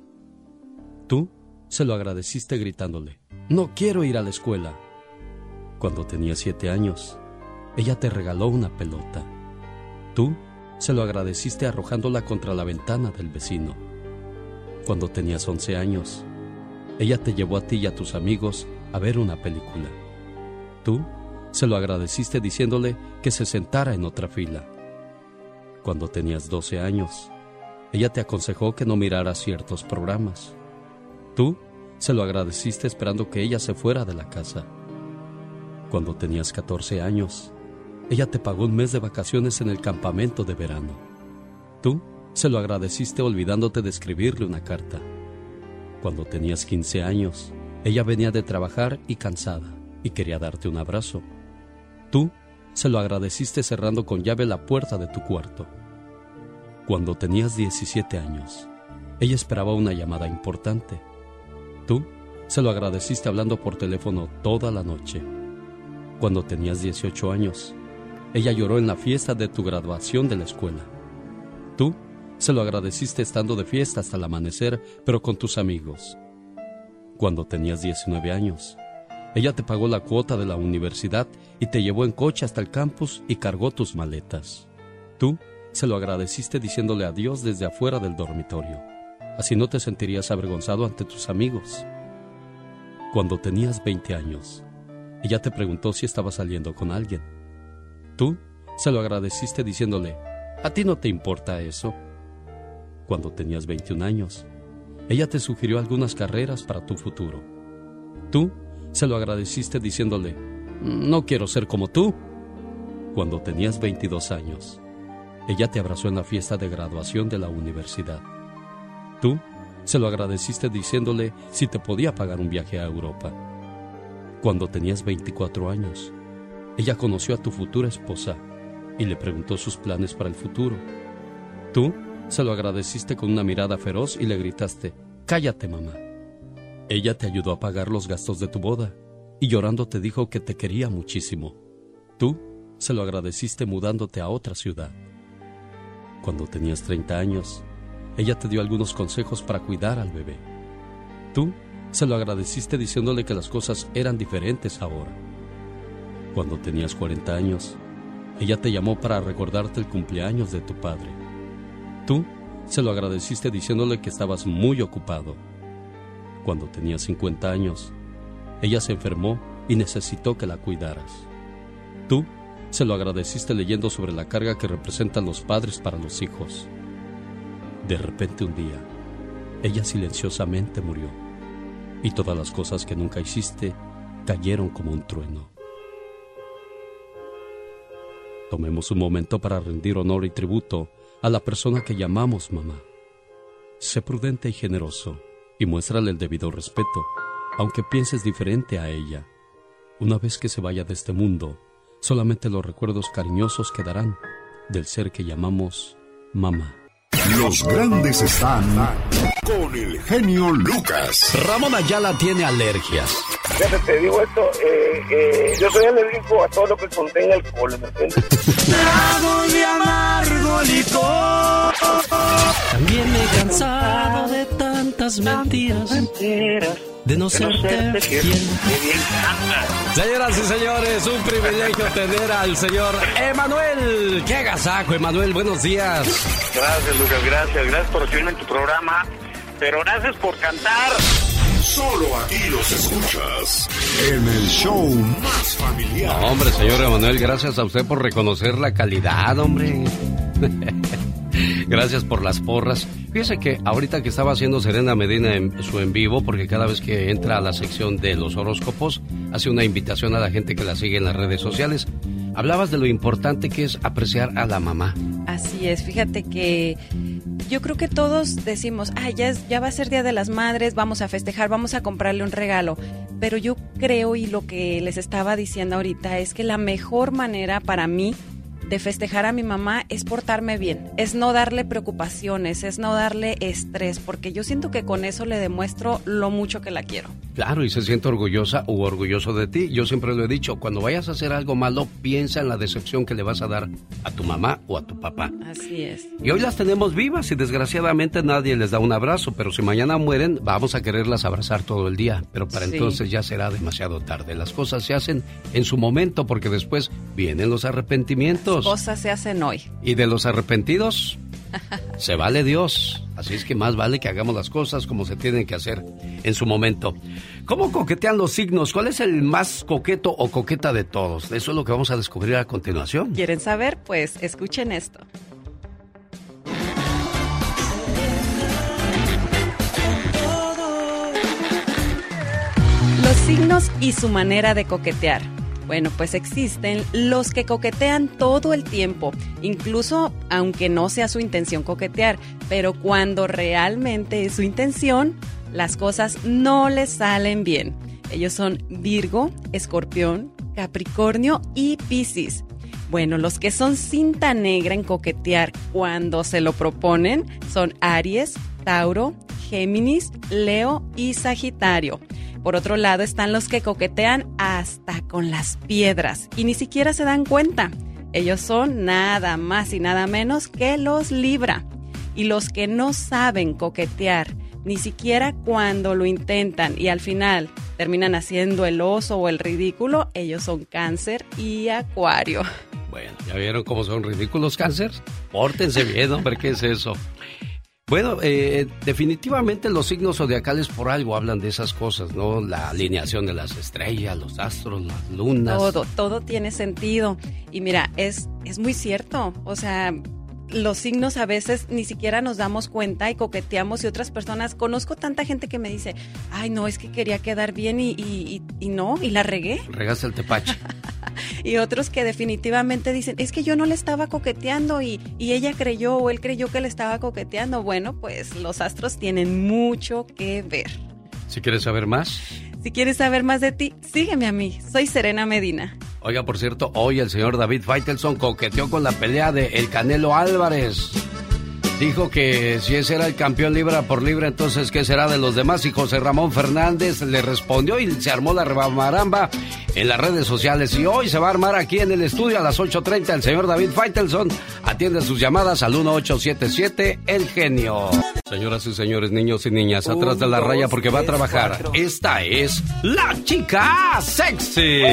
Speaker 4: Tú se lo agradeciste gritándole: «No quiero ir a la escuela». Cuando tenías 7 años, ella te regaló una pelota. Tú se lo agradeciste arrojándola contra la ventana del vecino. Cuando tenías 11 años, ella te llevó a ti y a tus amigos a ver una película. Tú se lo agradeciste diciéndole que se sentara en otra fila. Cuando tenías 12 años, ella te aconsejó que no miraras ciertos programas. Tú se lo agradeciste esperando que ella se fuera de la casa. Cuando tenías 14 años, ella te pagó 1 mes de vacaciones en el campamento de verano. Tú se lo agradeciste olvidándote de escribirle una carta. Cuando tenías 15 años, ella venía de trabajar y cansada y quería darte un abrazo. Tú se lo agradeciste cerrando con llave la puerta de tu cuarto. Cuando tenías 17 años, ella esperaba una llamada importante. Tú se lo agradeciste hablando por teléfono toda la noche. Cuando tenías 18 años, ella lloró en la fiesta de tu graduación de la escuela. Tú se lo agradeciste estando de fiesta hasta el amanecer, pero con tus amigos. Cuando tenías 19 años, ella te pagó la cuota de la universidad y te llevó en coche hasta el campus y cargó tus maletas. Tú se lo agradeciste diciéndole adiós desde afuera del dormitorio. Así no te sentirías avergonzado ante tus amigos. Cuando tenías 20 años, ella te preguntó si estaba saliendo con alguien. Tú se lo agradeciste diciéndole: ¿a ti no te importa eso? Cuando tenías 21 años, ella te sugirió algunas carreras para tu futuro. Tú se lo agradeciste diciéndole: no quiero ser como tú. Cuando tenías 22 años, ella te abrazó en la fiesta de graduación de la universidad. Tú se lo agradeciste diciéndole si te podía pagar un viaje a Europa. Cuando tenías 24 años, ella conoció a tu futura esposa y le preguntó sus planes para el futuro. Tú se lo agradeciste con una mirada feroz y le gritaste: cállate, mamá. Ella te ayudó a pagar los gastos de tu boda y llorando te dijo que te quería muchísimo. Tú se lo agradeciste mudándote a otra ciudad. Cuando tenías 30 años, ella te dio algunos consejos para cuidar al bebé. Tú se lo agradeciste diciéndole que las cosas eran diferentes ahora. Cuando tenías 40 años, ella te llamó para recordarte el cumpleaños de tu padre. Tú se lo agradeciste diciéndole que estabas muy ocupado. Cuando tenías 50 años, ella se enfermó y necesitó que la cuidaras. Tú se lo agradeciste leyendo sobre la carga que representan los padres para los hijos. De repente un día, ella silenciosamente murió y todas las cosas que nunca hiciste cayeron como un trueno. Tomemos un momento para rendir honor y tributo a la persona que llamamos mamá. Sé prudente y generoso y muéstrale el debido respeto, aunque pienses diferente a ella. Una vez que se vaya de este mundo, solamente los recuerdos cariñosos quedarán del ser que llamamos mamá.
Speaker 8: Los grandes están con el genio Lucas.
Speaker 2: Ramón Ayala tiene alergias.
Speaker 12: Fíjate, te digo esto, yo soy alérgico a todo lo que contenga alcohol, ¿me entiendes?
Speaker 1: Trago de amargo licor.
Speaker 2: También me he cansado de tantas mentiras, de no serte fiel. Señoras y señores, un privilegio tener al señor Emanuel. ¡Qué agasajo, Emanuel! Buenos días.
Speaker 21: Gracias, Lucas, gracias por recibirme en tu programa, pero gracias por cantar.
Speaker 8: Solo aquí los escuchas en el show más familiar.
Speaker 2: No, hombre, señor Emanuel, gracias a usted por reconocer la calidad, hombre. Gracias por las porras. Fíjese que ahorita que estaba haciendo Serena Medina en su en vivo, porque cada vez que entra a la sección de los horóscopos, hace una invitación a la gente que la sigue en las redes sociales. Hablabas de lo importante que es apreciar a la mamá.
Speaker 10: Así es, fíjate que yo creo que todos decimos, ya va a ser Día de las Madres, vamos a festejar, vamos a comprarle un regalo. Pero yo creo, y lo que les estaba diciendo ahorita, es que la mejor manera para mí de festejar a mi mamá es portarme bien, es no darle preocupaciones, es no darle estrés, porque yo siento que con eso le demuestro lo mucho que la quiero.
Speaker 2: Claro, y se siente orgullosa u orgulloso de ti. Yo siempre lo he dicho, cuando vayas a hacer algo malo, piensa en la decepción que le vas a dar a tu mamá o a tu papá.
Speaker 10: Así es.
Speaker 2: Y hoy las tenemos vivas y desgraciadamente nadie les da un abrazo, pero si mañana mueren, vamos a quererlas abrazar todo el día. Pero para entonces ya será demasiado tarde. Las cosas se hacen en su momento porque después vienen los arrepentimientos.
Speaker 10: Las cosas se hacen hoy.
Speaker 2: Y de los arrepentidos, se vale Dios. Así es que más vale que hagamos las cosas como se tienen que hacer en su momento. ¿Cómo coquetean los signos? ¿Cuál es el más coqueto o coqueta de todos? Eso es lo que vamos a descubrir a continuación.
Speaker 10: ¿Quieren saber? Pues escuchen esto. Los signos y su manera de coquetear. Bueno, pues existen los que coquetean todo el tiempo, incluso aunque no sea su intención coquetear, pero cuando realmente es su intención, las cosas no les salen bien. Ellos son Virgo, Escorpión, Capricornio y Piscis. Bueno, los que son cinta negra en coquetear cuando se lo proponen son Aries, Tauro, Géminis, Leo y Sagitario. Por otro lado están los que coquetean hasta con las piedras y ni siquiera se dan cuenta. Ellos son nada más y nada menos que los Libra. Y los que no saben coquetear, ni siquiera cuando lo intentan y al final terminan haciendo el oso o el ridículo, ellos son Cáncer y Acuario.
Speaker 2: Bueno, ¿ya vieron cómo son ridículos, Cáncer? Pórtense bien, hombre, ¿qué es eso? Bueno, definitivamente los signos zodiacales por algo hablan de esas cosas, ¿no? La alineación de las estrellas, los astros, las lunas.
Speaker 10: Todo tiene sentido. Y mira, es muy cierto. O sea, los signos a veces ni siquiera nos damos cuenta y coqueteamos y otras personas, conozco tanta gente que me dice, ay no, es que quería quedar bien y no, y la regué.
Speaker 2: Regaste el tepache.
Speaker 10: Y otros que definitivamente dicen, es que yo no le estaba coqueteando y ella creyó o él creyó que le estaba coqueteando. Bueno, pues los astros tienen mucho que ver.
Speaker 2: Si quieres saber más.
Speaker 10: Si quieres saber más de ti, sígueme a mí. Soy Serena Medina.
Speaker 2: Oiga, por cierto, hoy el señor David Faitelson coqueteó con la pelea de El Canelo Álvarez. Dijo que si ese era el campeón libra por libra, entonces ¿qué será de los demás? Y José Ramón Fernández le respondió y se armó la rebamaramba en las redes sociales. Y hoy se va a armar aquí en el estudio a las 8:30. El señor David Faitelson atiende sus llamadas al 1877 El Genio. Señoras y señores, niños y niñas, atrás de la raya porque va a trabajar. Esta es la chica sexy.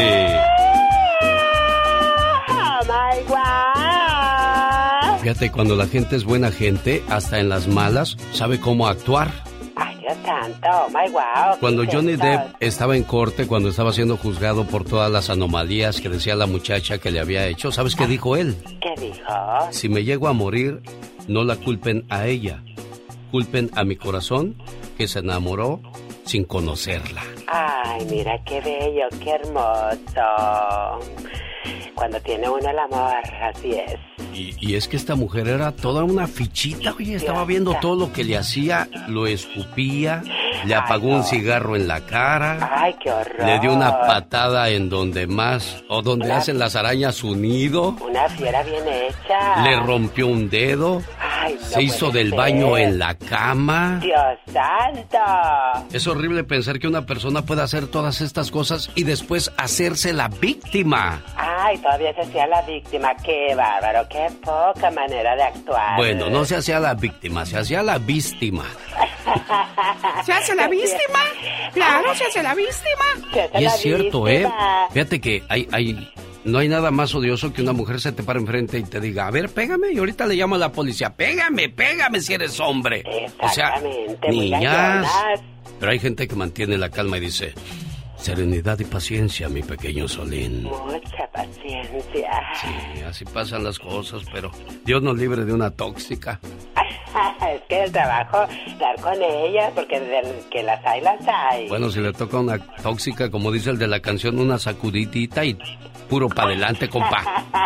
Speaker 15: Oh my God.
Speaker 2: Fíjate, cuando la gente es buena gente, hasta en las malas, sabe cómo actuar.
Speaker 15: Ay, Dios santo, oh my God.
Speaker 2: Cuando Johnny Depp estaba en corte, cuando estaba siendo juzgado por todas las anomalías que decía la muchacha que le había hecho, ¿sabes qué dijo él?
Speaker 15: ¿Qué dijo?
Speaker 2: Si me llego a morir, no la culpen a ella. Culpen a mi corazón, que se enamoró sin conocerla.
Speaker 15: Ay, mira qué bello, qué hermoso. Cuando tiene uno el amor, así es.
Speaker 2: Y es que esta mujer era toda una fichita, oye, estaba viendo todo lo que le hacía, lo escupía, le apagó un cigarro en la cara.
Speaker 15: Ay, qué horror.
Speaker 2: Le dio una patada en donde más, o donde hacen las arañas su nido.
Speaker 15: Una fiera bien hecha.
Speaker 2: Le rompió un dedo.
Speaker 15: Ay, no
Speaker 2: Se hizo
Speaker 15: puede
Speaker 2: del
Speaker 15: ser.
Speaker 2: baño en la cama.
Speaker 15: Dios santo.
Speaker 2: Es horrible pensar que una persona pueda hacer todas estas cosas y después hacerse la víctima.
Speaker 15: Ay, todavía se hacía la víctima. Qué bárbaro, qué poca manera de actuar.
Speaker 2: Bueno, no se hacía la víctima, se hacía la víctima.
Speaker 16: ¿Se hace la víctima? Claro, se hace la víctima.
Speaker 2: Y es cierto, ¿eh? Fíjate que no hay nada más odioso que una mujer se te para enfrente y te diga, a ver, pégame, y ahorita le llamo a la policía. Pégame si eres hombre. O sea, niñas. Pero hay gente que mantiene la calma y dice, serenidad y paciencia, mi pequeño Solín.
Speaker 15: Mucha paciencia.
Speaker 2: Sí, así pasan las cosas, pero Dios nos libre de una tóxica.
Speaker 15: Es que el trabajo, dar con ellas, porque que las hay.
Speaker 2: Bueno, si le toca una tóxica, como dice el de la canción, una sacudidita y puro para adelante, compa.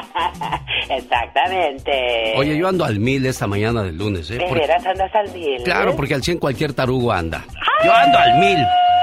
Speaker 15: Exactamente.
Speaker 2: Oye, yo ando al 1000 esta mañana del lunes, ¿eh?
Speaker 15: ¿De veras andas al 1000?
Speaker 2: Claro, porque al 100 cualquier tarugo anda. Yo ando al 1000.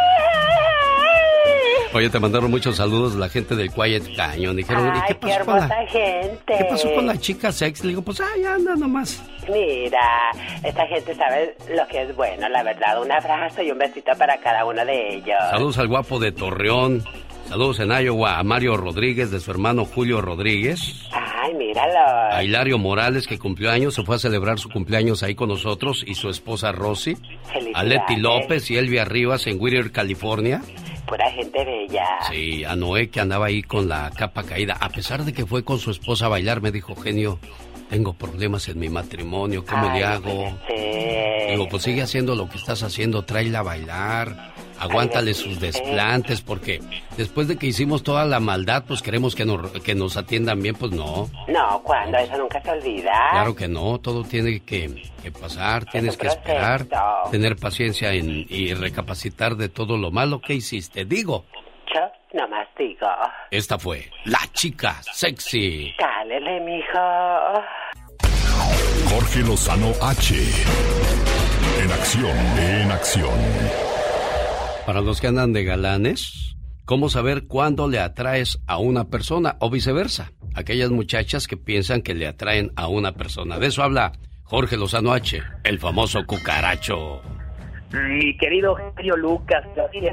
Speaker 2: Oye, te mandaron muchos saludos la gente del Quiet Canyon. Dijeron, ¿y qué pasó con
Speaker 15: gente?
Speaker 2: ¿Qué pasó con la chica sex? Le digo, pues, ya anda nomás.
Speaker 15: Mira, esta gente sabe lo que es bueno, la verdad. Un abrazo y un besito para cada uno de ellos.
Speaker 2: Saludos al guapo de Torreón. Saludos en Iowa a Mario Rodríguez, de su hermano Julio Rodríguez.
Speaker 15: Ay, míralo.
Speaker 2: A Hilario Morales, que cumplió años, se fue a celebrar su cumpleaños ahí con nosotros, y su esposa Rosy. A Leti López y Elvia Rivas en Whittier, California.
Speaker 15: Pura gente bella.
Speaker 2: Sí, a Noé, que andaba ahí con la capa caída. A pesar de que fue con su esposa a bailar, me dijo, genio, tengo problemas en mi matrimonio, ¿cómo le hago? Digo, pues sigue haciendo lo que estás haciendo, tráela a bailar, aguántale sus desplantes, porque después de que hicimos toda la maldad, pues queremos que nos atiendan bien, pues no.
Speaker 15: No, cuando eso nunca se olvida.
Speaker 2: Claro que no, todo tiene que pasar, tienes que esperar, tener paciencia y recapacitar de todo lo malo que hiciste. Digo.
Speaker 15: Yo nomás digo.
Speaker 2: Esta fue la chica sexy.
Speaker 15: Cálele, mijo.
Speaker 8: Jorge Lozano H. En acción, en acción.
Speaker 2: Para los que andan de galanes, ¿cómo saber cuándo le atraes a una persona o viceversa? Aquellas muchachas que piensan que le atraen a una persona. De eso habla Jorge Lozano H, el famoso cucaracho.
Speaker 6: Mi querido genio Lucas,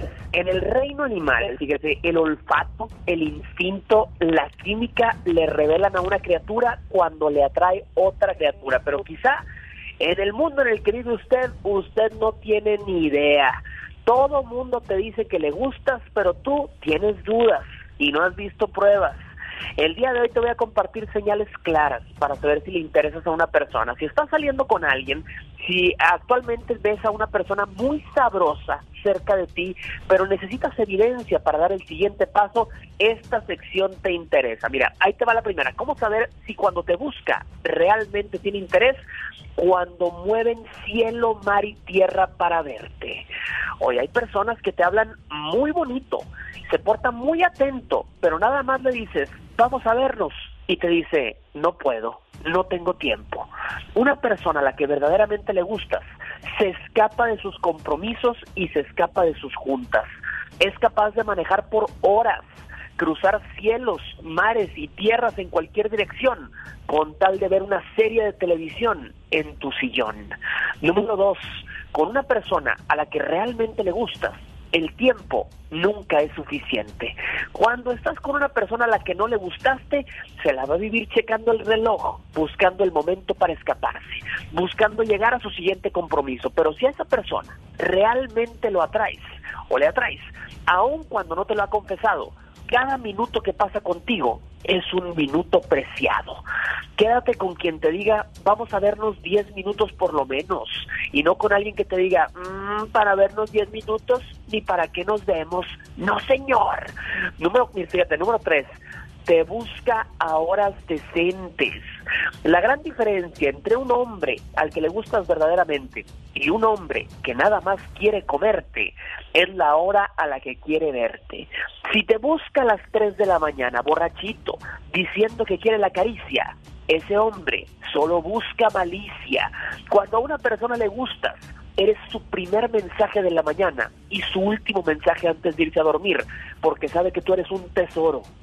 Speaker 6: en el reino animal, fíjese, el olfato, el instinto, la química le revelan a una criatura cuando le atrae otra criatura, pero quizá en el mundo en el que vive usted no tiene ni idea. Todo mundo te dice que le gustas, pero tú tienes dudas y no has visto pruebas. El día de hoy te voy a compartir señales claras para saber si le interesas a una persona. Si estás saliendo con alguien, si actualmente ves a una persona muy sabrosa cerca de ti, pero necesitas evidencia para dar el siguiente paso, esta sección te interesa. Mira, ahí te va la primera. ¿Cómo saber si cuando te busca realmente tiene interés? Cuando mueven cielo, mar y tierra para verte. Oye, hay personas que te hablan muy bonito, se portan muy atento, pero nada más le dices, vamos a vernos, y te dice, no puedo, no tengo tiempo. Una persona a la que verdaderamente le gustas se escapa de sus compromisos y se escapa de sus juntas. Es capaz de manejar por horas, cruzar cielos, mares y tierras en cualquier dirección, con tal de ver una serie de televisión en tu sillón. Número 2, con una persona a la que realmente le gustas, el tiempo nunca es suficiente. Cuando estás con una persona a la que no le gustaste, se la va a vivir checando el reloj, buscando el momento para escaparse, buscando llegar a su siguiente compromiso. Pero si a esa persona realmente lo atraes o le atraes, aun cuando no te lo ha confesado, cada minuto que pasa contigo es un minuto preciado. Quédate con quien te diga, vamos a vernos 10 minutos por lo menos, y no con alguien que te diga, para vernos 10 minutos, ni para qué nos vemos. No, señor. Número 3, te busca a horas decentes. La gran diferencia entre un hombre al que le gustas verdaderamente y un hombre que nada más quiere comerte es la hora a la que quiere verte. Si te busca a las 3 de la mañana, borrachito, diciendo que quiere la caricia, ese hombre solo busca malicia. Cuando a una persona le gustas, eres su primer mensaje de la mañana y su último mensaje antes de irse a dormir, porque sabe que tú eres un tesoro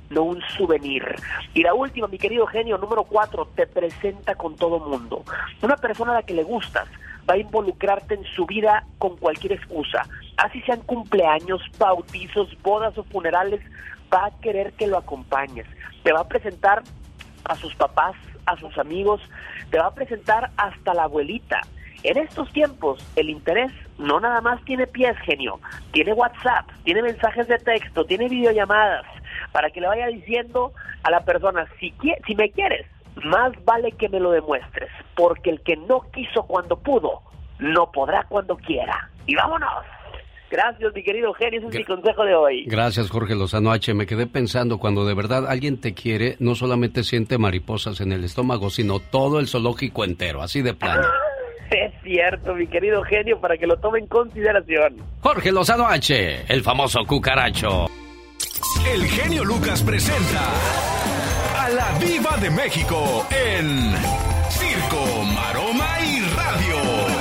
Speaker 6: no un souvenir. Y la última, mi querido genio, número 4, te presenta con todo mundo. Una persona a la que le gustas va a involucrarte en su vida con cualquier excusa. Así sean cumpleaños, bautizos, bodas o funerales, va a querer que lo acompañes. Te va a presentar a sus papás, a sus amigos, te va a presentar hasta la abuelita. En estos tiempos, el interés no nada más tiene pies, genio. Tiene WhatsApp, tiene mensajes de texto, tiene videollamadas, para que le vaya diciendo a la persona, si me quieres, más vale que me lo demuestres, porque el que no quiso cuando pudo, no podrá cuando quiera. ¡Y vámonos! Gracias, mi querido genio, ese es mi consejo de hoy.
Speaker 2: Gracias, Jorge Lozano H. Me quedé pensando, cuando de verdad alguien te quiere, no solamente siente mariposas en el estómago, sino todo el zoológico entero, así de plano.
Speaker 6: Es cierto, mi querido genio, para que lo tome en consideración.
Speaker 2: Jorge Lozano H., el famoso cucaracho.
Speaker 8: El genio Lucas presenta a la Diva de México en Circo, Maroma y Radio.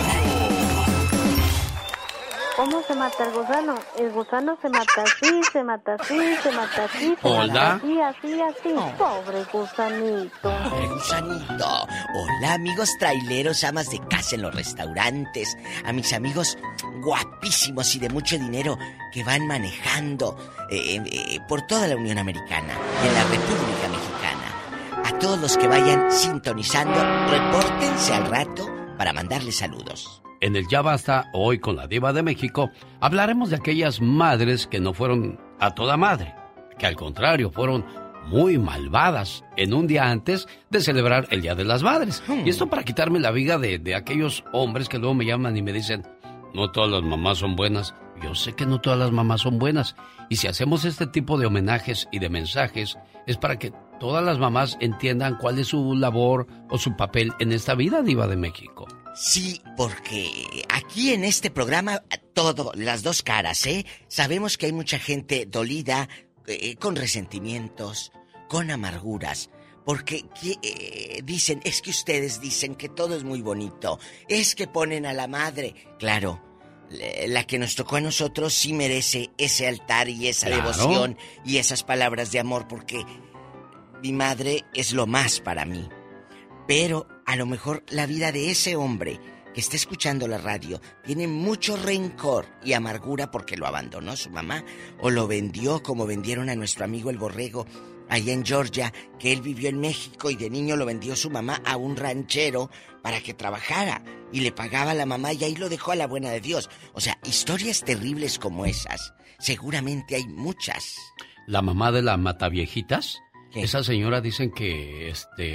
Speaker 5: ¿Cómo se mata el gusano? El gusano se mata así, se mata así, se mata así, se
Speaker 2: Hola.
Speaker 5: mata así, así, así. Pobre gusanito.
Speaker 22: Pobre gusanito. Hola, amigos traileros, amas de casa en los restaurantes, a mis amigos guapísimos y de mucho dinero que van manejando por toda la Unión Americana y en la República Mexicana. A todos los que vayan sintonizando, repórtense al rato para mandarles saludos.
Speaker 2: En el Ya Basta, hoy con la Diva de México, hablaremos de aquellas madres que no fueron a toda madre, que al contrario fueron muy malvadas en un día antes de celebrar el Día de las Madres. Y esto para quitarme la viga de aquellos hombres que luego me llaman y me dicen, no todas las mamás son buenas. Yo sé que no todas las mamás son buenas. Y si hacemos este tipo de homenajes y de mensajes, es para que todas las mamás entiendan cuál es su labor o su papel en esta vida, Diva de México.
Speaker 22: Sí, porque aquí en este programa, todo, las dos caras, ¿eh? Sabemos que hay mucha gente dolida, con resentimientos, con amarguras, porque dicen, es que ustedes dicen que todo es muy bonito, es que ponen a la madre. Claro, la que nos tocó a nosotros sí merece ese altar y esa devoción y esas palabras de amor, porque mi madre es lo más para mí. Pero a lo mejor la vida de ese hombre que está escuchando la radio tiene mucho rencor y amargura porque lo abandonó su mamá o lo vendió como vendieron a nuestro amigo el Borrego allá en Georgia, que él vivió en México y de niño lo vendió su mamá a un ranchero para que trabajara y le pagaba a la mamá y ahí lo dejó a la buena de Dios. O sea, historias terribles como esas, seguramente hay muchas.
Speaker 2: La mamá de la Mataviejitas, esa señora dicen que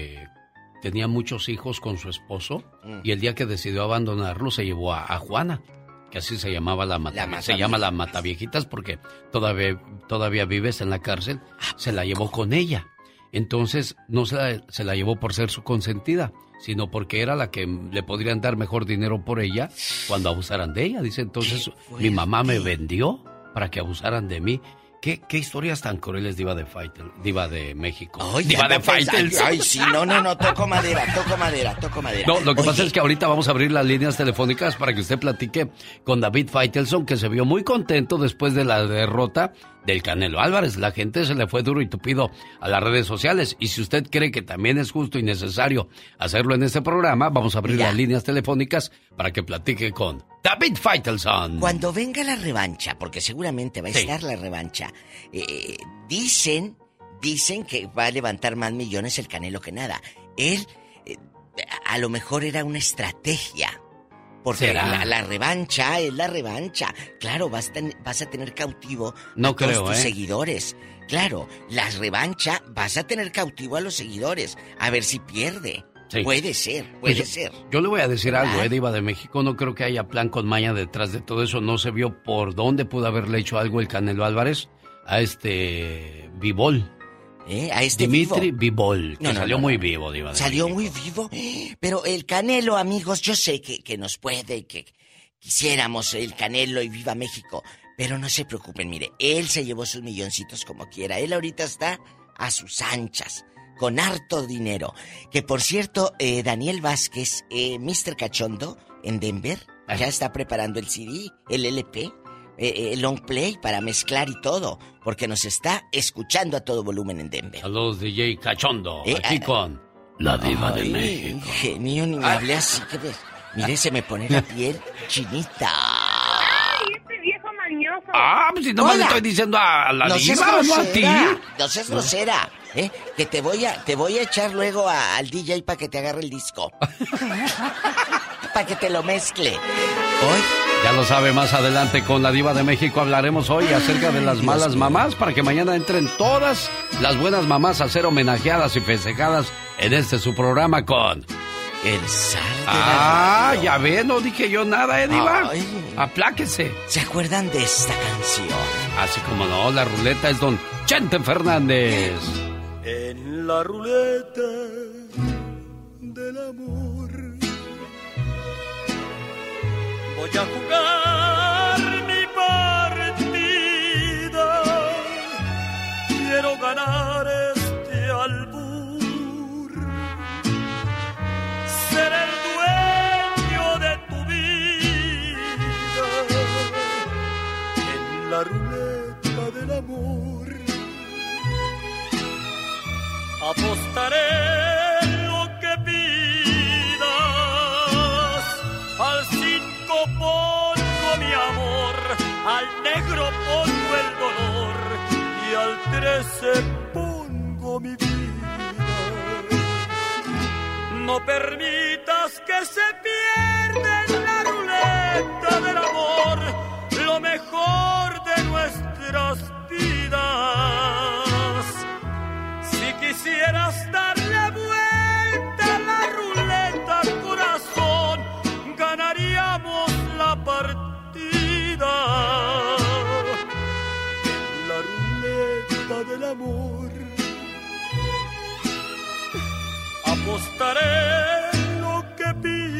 Speaker 2: tenía muchos hijos con su esposo y el día que decidió abandonarlo se llevó a Juana, que así se llamaba se llama la Mataviejitas porque todavía vives en la cárcel, se la llevó con ella. Entonces no se la llevó por ser su consentida, sino porque era la que le podrían dar mejor dinero por ella cuando abusaran de ella. Dice, entonces mi mamá me vendió para que abusaran de mí. ¿Qué historias tan crueles, Diva de México?
Speaker 22: Ay,
Speaker 2: Diva de Faitel.
Speaker 22: Ay, sí, no, toco madera.
Speaker 2: No, lo que pasa es que ahorita vamos a abrir las líneas telefónicas para que usted platique con David Faitelson, que se vio muy contento después de la derrota del Canelo Álvarez. La gente se le fue duro y tupido a las redes sociales. Y si usted cree que también es justo y necesario hacerlo en este programa, vamos a abrir las líneas telefónicas para que platique con David Faitelson.
Speaker 22: Cuando venga la revancha, porque seguramente va a estar la revancha, dicen que va a levantar más millones el Canelo que nada. Él, a lo mejor era una estrategia. Porque la revancha es la revancha. Claro, vas a tener cautivo a todos tus seguidores. Claro, la revancha vas a tener cautivo a los seguidores. A ver si pierde. Sí. Puede ser.
Speaker 2: Yo le voy a decir algo, Diva de México. No creo que haya plan con maña detrás de todo eso. No se vio por dónde pudo haberle hecho algo el Canelo Álvarez a Bivol.
Speaker 22: A
Speaker 2: Dimitri Bivol, que salió muy vivo, Diva de
Speaker 22: Salió
Speaker 2: México.
Speaker 22: muy vivo. Pero el Canelo, amigos, yo sé que nos puede, que quisiéramos el Canelo y viva México. Pero no se preocupen, mire, él se llevó sus milloncitos como quiera. Él ahorita está a sus anchas, con harto dinero. Que por cierto, Daniel Vázquez, Mr. Cachondo, en Denver, ya está preparando el CD, el LP, long play para mezclar y todo, porque nos está escuchando a todo volumen en Denver.
Speaker 2: Saludos, DJ Cachondo, aquí con la Diva de México.
Speaker 22: Genio, ni me hablé así que mire, se me pone la piel chinita.
Speaker 19: ¡Ay, este viejo mañoso!
Speaker 2: Pues si nomás le estoy diciendo a la Diva, no a ti.
Speaker 22: No seas grosera, que te voy a echar luego al DJ para que te agarre el disco. Para que te lo mezcle. Hoy.
Speaker 2: Ya lo sabe, más adelante con la Diva de México hablaremos hoy acerca de las malas mamás, para que mañana entren todas las buenas mamás a ser homenajeadas y festejadas en su programa con...
Speaker 22: El zar de la radio.
Speaker 2: Ya ve, no dije yo nada, Diva. Apláquese.
Speaker 22: ¿Se acuerdan de esta canción?
Speaker 2: Así como no, la ruleta es don Chente Fernández.
Speaker 14: En la ruleta del amor voy a jugar mi partida. Quiero ganar este albur, ser el dueño de tu vida. En la ruleta del amor apostaré lo que pidas. Al 5 pongo mi amor, al negro pongo el dolor y al 13 pongo mi vida. No permitas que se pierda en la ruleta del amor lo mejor de nuestras vidas. Si quisieras darle vuelta a la ruleta, corazón, ganaríamos la partida. En la ruleta del amor apostaré lo que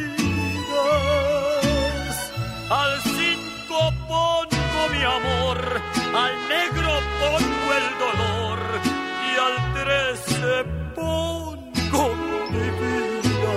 Speaker 14: pidas. Al 5 pongo mi amor, al negro pongo el dolor y al 13 pongo mi vida.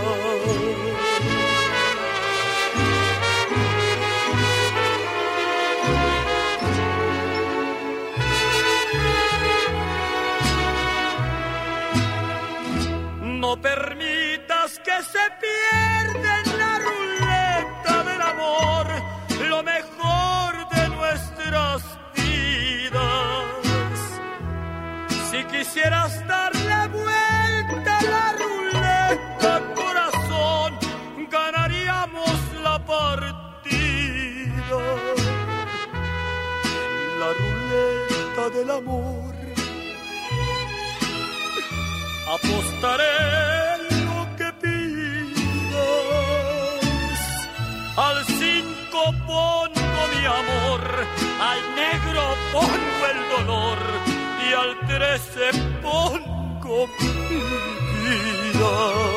Speaker 14: No permitas que se pierda en la ruleta del amor lo mejor de nuestras vidas. Si quisieras darle vuelta a la ruleta, corazón, ganaríamos la partida. En la ruleta del amor apostaré lo que pidas. Al 5 pongo mi amor, al negro pongo el dolor y al 13 pongo mi vida.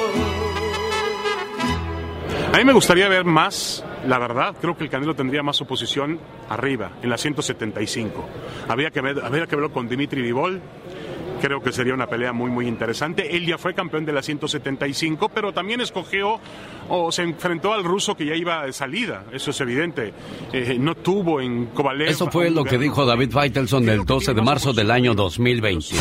Speaker 17: A mí me gustaría ver más, la verdad, creo que el Canelo tendría más oposición arriba, en la 175. Habría que verlo con Dimitri Bivol. Creo que sería una pelea muy, muy interesante. Él ya fue campeón de la 175, pero también escogió o se enfrentó al ruso que ya iba de salida. Eso es evidente. No tuvo en Kovalev.
Speaker 2: Eso fue lo que dijo David Faitelson el 12 de marzo del año 2022.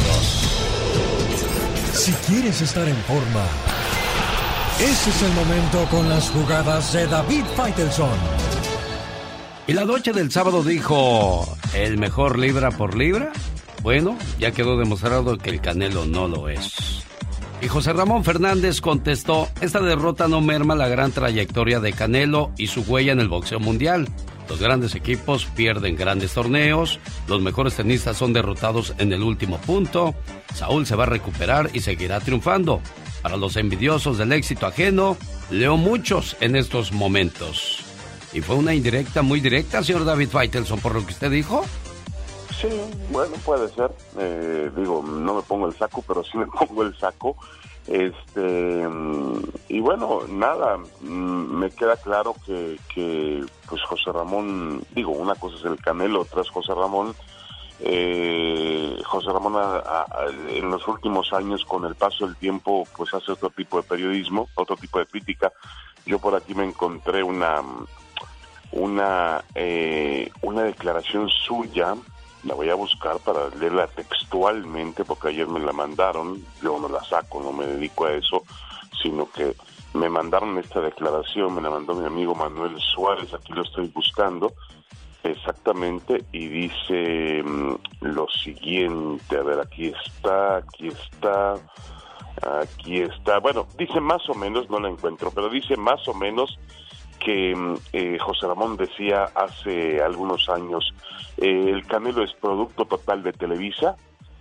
Speaker 3: Si quieres estar en forma, ese es el momento con las jugadas de David Faitelson.
Speaker 2: Y la noche del sábado dijo, ¿el mejor libra por libra? Bueno, ya quedó demostrado que el Canelo no lo es. Y José Ramón Fernández contestó, esta derrota no merma la gran trayectoria de Canelo y su huella en el boxeo mundial. Los grandes equipos pierden grandes torneos, los mejores tenistas son derrotados en el último punto, Saúl se va a recuperar y seguirá triunfando. Para los envidiosos del éxito ajeno, leo muchos en estos momentos. Y fue una indirecta, muy directa, señor David Faitelson, por lo que usted dijo.
Speaker 23: Sí, bueno, puede ser. Digo, no me pongo el saco, pero sí me pongo el saco. Y bueno, nada, me queda claro que pues José Ramón, digo, una cosa es el Canelo, otra es José Ramón. José Ramón en los últimos años, con el paso del tiempo, pues hace otro tipo de periodismo, otro tipo de crítica. Yo por aquí me encontré una una declaración suya. La voy a buscar para leerla textualmente, porque ayer me la mandaron. Yo no la saco, no me dedico a eso, sino que me mandaron esta declaración, me la mandó mi amigo Manuel Suárez, aquí lo estoy buscando exactamente, y dice lo siguiente, a ver, aquí está, bueno, dice más o menos, no la encuentro, pero dice más o menos que José Ramón decía hace algunos años, el Canelo es producto total de Televisa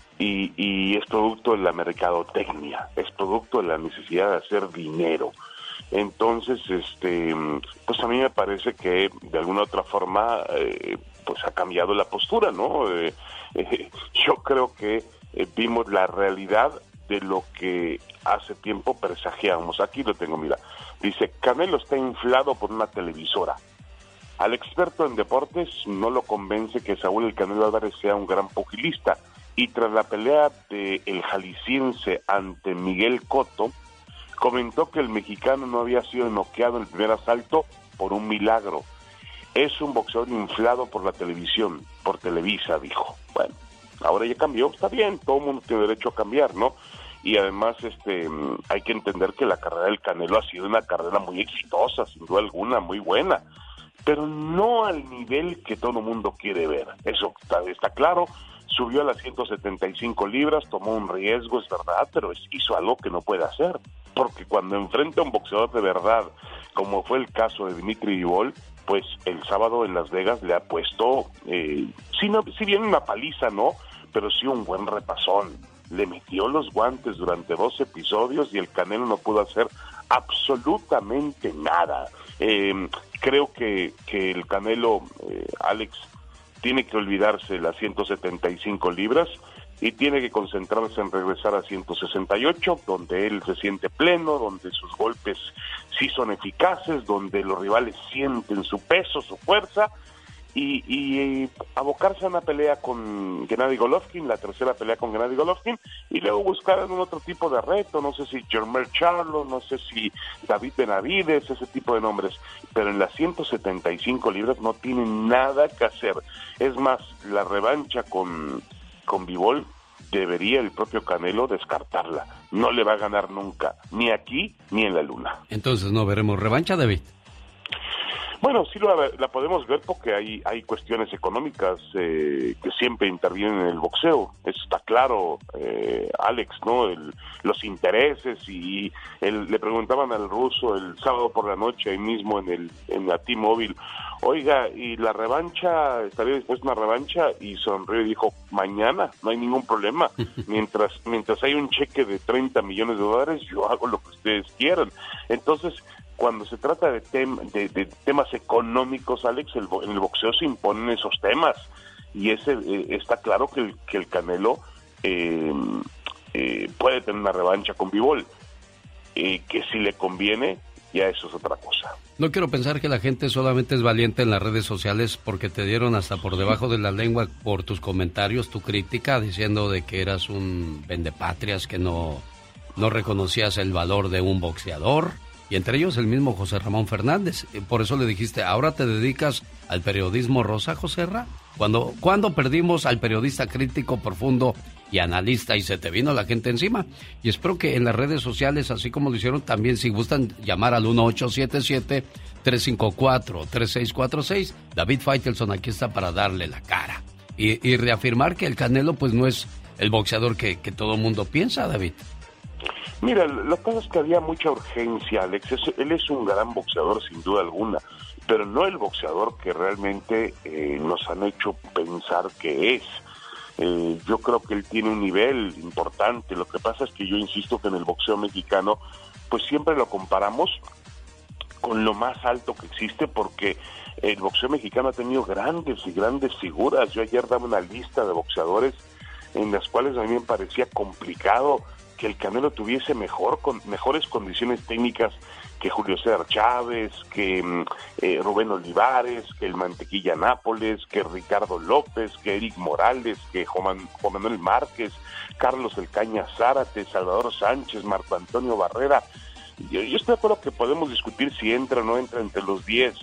Speaker 23: y es producto de la mercadotecnia, es producto de la necesidad de hacer dinero. Entonces, pues a mí me parece que de alguna otra forma, pues ha cambiado la postura, ¿no? Yo creo que vimos la realidad de lo que hace tiempo presagiábamos. Aquí lo tengo, mira. Dice, Canelo está inflado por una televisora. Al experto en deportes no lo convence que Saúl El Canelo Álvarez sea un gran pugilista. Y tras la pelea de el jalisciense ante Miguel Cotto, comentó que el mexicano no había sido noqueado en el primer asalto por un milagro. Es un boxeador inflado por la televisión, por Televisa, dijo. Bueno, ahora ya cambió, está bien, todo el mundo tiene derecho a cambiar, ¿no? Y además hay que entender que la carrera del Canelo ha sido una carrera muy exitosa, sin duda alguna, muy buena, pero no al nivel que todo el mundo quiere ver. Eso está claro. Subió a las 175 libras, tomó un riesgo, es verdad, pero hizo algo que no puede hacer, porque cuando enfrenta a un boxeador de verdad, como fue el caso de Dimitri Bivol, pues el sábado en Las Vegas le ha puesto, si bien una paliza, ¿no?, pero sí un buen repasón. Le metió los guantes durante 2 episodios y el Canelo no pudo hacer absolutamente nada. Creo que el Canelo, Alex, tiene que olvidarse las 175 libras y tiene que concentrarse en regresar a 168, donde él se siente pleno, donde sus golpes sí son eficaces, donde los rivales sienten su peso, su fuerza, y abocarse a una pelea con Gennady Golovkin, la tercera pelea con Gennady Golovkin, y luego buscar algún otro tipo de reto, no sé si Jermell Charlo, no sé si David Benavides, ese tipo de nombres, pero en las 175 libras no tiene nada que hacer. Es más, la revancha con Bivol debería el propio Canelo descartarla. No le va a ganar nunca, ni aquí ni en la luna.
Speaker 2: Entonces no veremos revancha, David.
Speaker 23: Bueno, sí la podemos ver porque hay cuestiones económicas que siempre intervienen en el boxeo. Eso está claro, Alex, ¿no? Los intereses y le preguntaban al ruso el sábado por la noche ahí mismo en la T-Mobile, oiga, ¿y la revancha, estaría dispuesto a una revancha? Y sonrió y dijo, mañana, no hay ningún problema. Mientras hay un cheque de $30 millones, yo hago lo que ustedes quieran. Entonces, cuando se trata de temas económicos, Alex, en el boxeo se imponen esos temas. Y está claro que el Canelo puede tener una revancha con Bivol. Que si le conviene, ya eso es otra cosa.
Speaker 2: No quiero pensar que la gente solamente es valiente en las redes sociales porque te dieron hasta por debajo de la lengua por tus comentarios, tu crítica, diciendo de que eras un vendepatrias, que no reconocías el valor de un boxeador. Y entre ellos el mismo José Ramón Fernández. Por eso le dijiste, ¿ahora te dedicas al periodismo rosa, Joserra? ¿Cuándo perdimos al periodista crítico, profundo y analista y se te vino la gente encima? Y espero que en las redes sociales, así como lo hicieron, también si gustan llamar al 1877-354-3646. David Faitelson aquí está para darle la cara. Y reafirmar que el Canelo pues no es el boxeador que todo mundo piensa, David.
Speaker 23: Mira, lo que pasa es que había mucha urgencia, Alex. Él es un gran boxeador, sin duda alguna, pero no el boxeador que realmente nos han hecho pensar que es. Yo creo que él tiene un nivel importante. Lo que pasa es que yo insisto que en el boxeo mexicano, pues siempre lo comparamos con lo más alto que existe, porque el boxeo mexicano ha tenido grandes y grandes figuras. Yo ayer daba una lista de boxeadores en las cuales a mí me parecía complicado que el Canelo tuviese mejores condiciones técnicas que Julio César Chávez, que Rubén Olivares, que el Mantequilla Nápoles, que Ricardo López, que Eric Morales, que Juan Manuel Márquez, Carlos El Caña Zárate, Salvador Sánchez, Marco Antonio Barrera. Yo estoy de acuerdo que podemos discutir si entra o no entra entre los 10,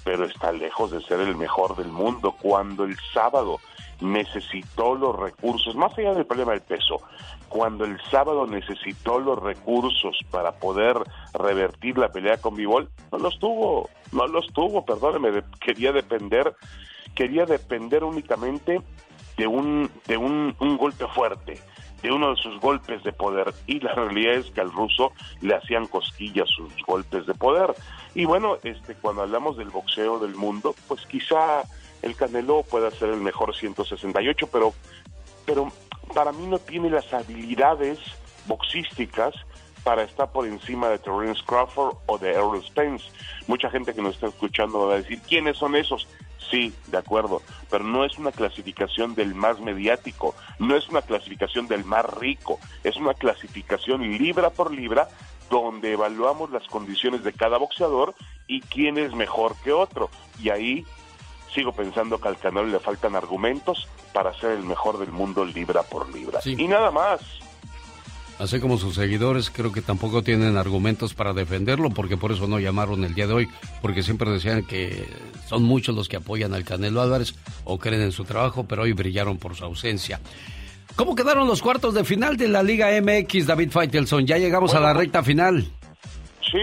Speaker 23: pero está lejos de ser el mejor del mundo. Cuando el sábado necesitó los recursos, más allá del problema del peso, cuando el sábado necesitó los recursos para poder revertir la pelea con Bivol, no los tuvo, perdóneme, quería depender únicamente de un golpe fuerte, de uno de sus golpes de poder, y la realidad es que al ruso le hacían cosquillas sus golpes de poder. Y bueno, cuando hablamos del boxeo del mundo, pues quizá el Canelo pueda ser el mejor 168, pero para mí no tiene las habilidades boxísticas para estar por encima de Terence Crawford o de Errol Spence. Mucha gente que nos está escuchando va a decir, ¿quiénes son esos? Sí, de acuerdo, pero no es una clasificación del más mediático, no es una clasificación del más rico, es una clasificación libra por libra donde evaluamos las condiciones de cada boxeador y quién es mejor que otro. Y ahí sigo pensando que al Canelo le faltan argumentos para ser el mejor del mundo libra por libra. Sí. Y nada más.
Speaker 2: Así como sus seguidores, creo que tampoco tienen argumentos para defenderlo, porque por eso no llamaron el día de hoy, porque siempre decían que son muchos los que apoyan al Canelo Álvarez o creen en su trabajo, pero hoy brillaron por su ausencia. ¿Cómo quedaron los cuartos de final de la Liga MX, David Faitelson? Ya llegamos a la recta final.
Speaker 23: Sí.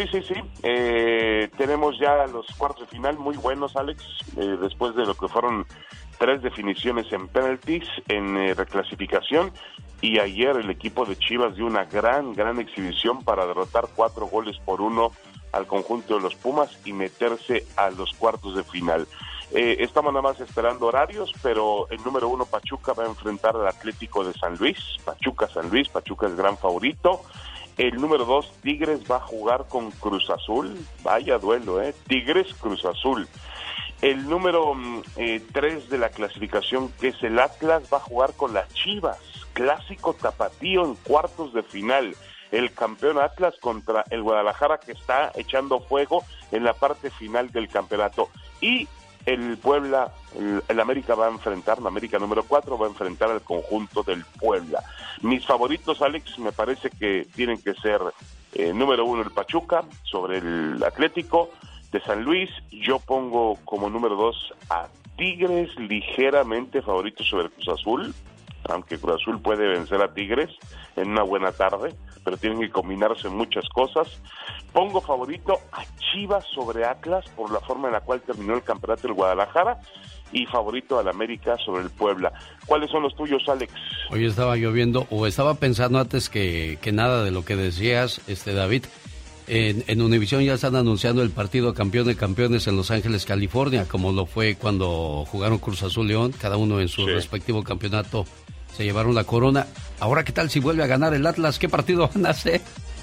Speaker 23: Tenemos ya los cuartos de final muy buenos, Alex, después de lo que fueron 3 definiciones en penalties, en reclasificación, y ayer el equipo de Chivas dio una gran exhibición para derrotar 4-1 al conjunto de los Pumas y meterse a los cuartos de final. Estamos nada más esperando horarios, pero el número 1 Pachuca va a enfrentar al Atlético de San Luis. Pachuca es gran favorito. El número 2 Tigres va a jugar con Cruz Azul. Vaya duelo, Tigres Cruz Azul. El número 3 de la clasificación, que es el Atlas, va a jugar con las Chivas. Clásico tapatío en cuartos de final. El campeón Atlas contra el Guadalajara, que está echando fuego en la parte final del campeonato. Y el Puebla, el América va a enfrentar, la América número 4 va a enfrentar al conjunto del Puebla. Mis favoritos, Alex, me parece que tienen que ser número 1 el Pachuca sobre el Atlético de San Luis. Yo pongo como número 2 a Tigres, ligeramente favorito sobre Cruz Azul, aunque Cruz Azul puede vencer a Tigres en una buena tarde, pero tienen que combinarse muchas cosas. Pongo favorito a Chivas sobre Atlas por la forma en la cual terminó el campeonato del Guadalajara, y favorito al América sobre el Puebla. ¿Cuáles son los tuyos, Alex?
Speaker 2: Hoy estaba lloviendo, o estaba pensando antes que nada de lo que decías, David. En Univisión ya están anunciando el partido campeón de campeones en Los Ángeles, California, como lo fue cuando jugaron Cruz Azul León, cada uno en su respectivo campeonato se llevaron la corona. Ahora, ¿qué tal si vuelve a ganar el Atlas? ¿Qué partido van a hacer?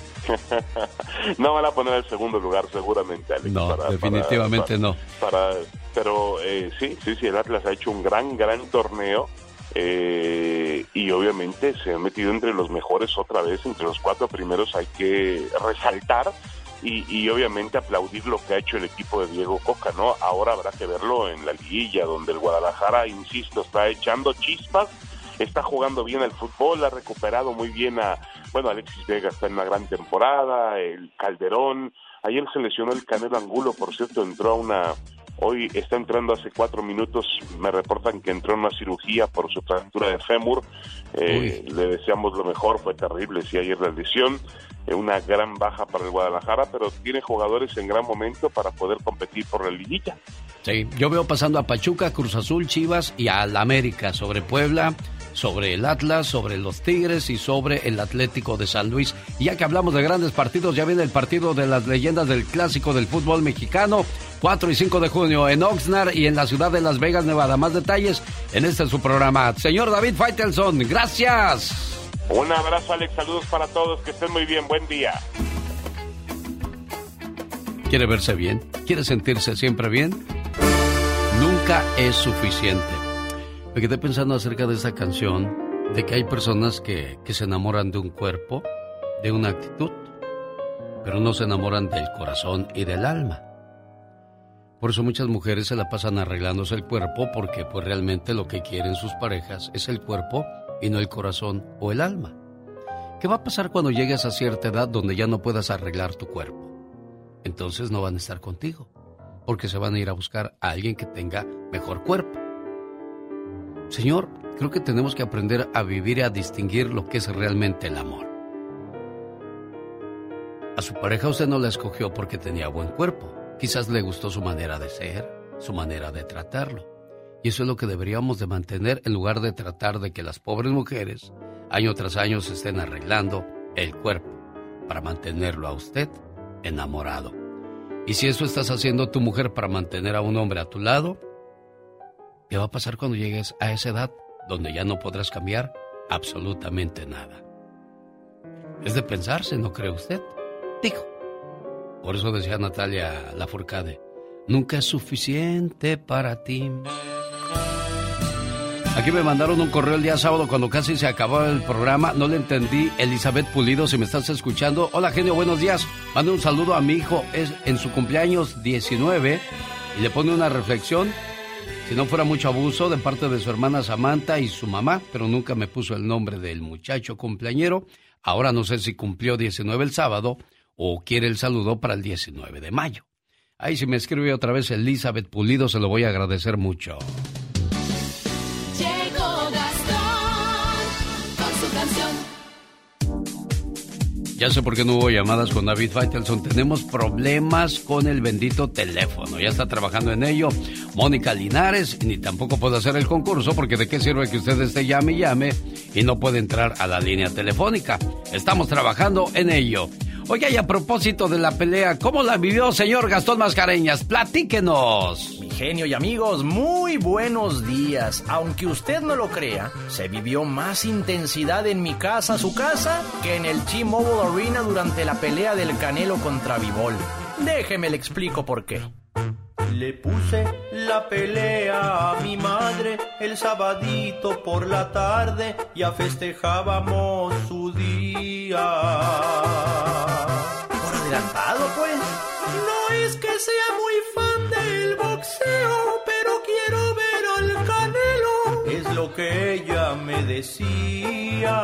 Speaker 23: No van a poner el segundo lugar seguramente, Alex.
Speaker 2: No, definitivamente no.
Speaker 23: Pero sí, el Atlas ha hecho un gran torneo, y obviamente se ha metido entre los mejores otra vez, entre los 4 primeros. Hay que resaltar y obviamente aplaudir lo que ha hecho el equipo de Diego Coca, ¿no? Ahora habrá que verlo en la liguilla, donde el Guadalajara, insisto, está echando chispas, está jugando bien al fútbol, ha recuperado muy bien Alexis Vega está en una gran temporada, el Calderón, ayer se lesionó el Canelo Angulo, por cierto, hoy está entrando hace 4 minutos, me reportan que entró en una cirugía por su fractura de fémur. Le deseamos lo mejor, fue terrible, sí, ayer la lesión, una gran baja para el Guadalajara, pero tiene jugadores en gran momento para poder competir por la liguilla.
Speaker 2: Sí, yo veo pasando a Pachuca, Cruz Azul, Chivas y al América sobre Puebla, sobre el Atlas, sobre los Tigres y sobre el Atlético de San Luis. Y ya que hablamos de grandes partidos, ya viene el partido de las leyendas del clásico del fútbol mexicano, 4 y 5 de junio en Oxnard y en la ciudad de Las Vegas, Nevada. Más detalles en su programa. Señor David Faitelson, gracias.
Speaker 23: Un abrazo, Alex, saludos para todos, que estén muy bien, buen día.
Speaker 2: ¿Quiere verse bien? ¿Quiere sentirse siempre bien? Nunca es suficiente. Me quedé pensando acerca de esa canción, de que hay personas que se enamoran de un cuerpo, de una actitud, pero no se enamoran del corazón y del alma. Por eso muchas mujeres se la pasan arreglándose el cuerpo, porque pues realmente lo que quieren sus parejas es el cuerpo y no el corazón o el alma. ¿Qué va a pasar cuando llegues a cierta edad donde ya no puedas arreglar tu cuerpo? Entonces no van a estar contigo, porque se van a ir a buscar a alguien que tenga mejor cuerpo. Señor, creo que tenemos que aprender a vivir y a distinguir lo que es realmente el amor. A su pareja usted no la escogió porque tenía buen cuerpo. Quizás le gustó su manera de ser, su manera de tratarlo. Y eso es lo que deberíamos de mantener en lugar de tratar de que las pobres mujeres año tras año se estén arreglando el cuerpo para mantenerlo a usted enamorado. Y si eso estás haciendo tu mujer para mantener a un hombre a tu lado, ¿qué va a pasar cuando llegues a esa edad donde ya no podrás cambiar absolutamente nada? Es de pensarse, ¿no cree usted? Dijo. Por eso decía Natalia Lafourcade, nunca es suficiente para ti. Aquí me mandaron un correo el día sábado cuando casi se acabó el programa. No le entendí. Elizabeth Pulido, si me estás escuchando. Hola, genio, buenos días. Mande un saludo a mi hijo. Es en su cumpleaños 19. Y le pone una reflexión. Si no fuera mucho abuso de parte de su hermana Samantha y su mamá, pero nunca me puso el nombre del muchacho cumpleañero. Ahora no sé si cumplió 19 el sábado o quiere el saludo para el 19 de mayo. Ahí si me escribe otra vez Elizabeth Pulido, se lo voy a agradecer mucho.
Speaker 1: Llegó Gastón con su canción.
Speaker 2: Ya sé por qué no hubo llamadas con David Faitelson. Tenemos problemas con el bendito teléfono. Ya está trabajando en ello Mónica Linares. Y ni tampoco puede hacer el concurso porque de qué sirve que usted esté llame y llame y no puede entrar a la línea telefónica. Estamos trabajando en ello. Oiga, y a propósito de la pelea, ¿cómo la vivió, señor Gastón Mascareñas? Platíquenos.
Speaker 9: Mi genio y amigos, muy buenos días. Aunque usted no lo crea, se vivió más intensidad en mi casa, su casa, que en el T-Mobile Arena durante la pelea del Canelo contra Bivol. Déjeme le explico por qué. Le puse la pelea a mi madre el sabadito por la tarde, ya festejábamos su día. Por adelantado, pues. No es que sea muy fan del boxeo, pero quiero ver al Canelo. Es lo que ella me decía.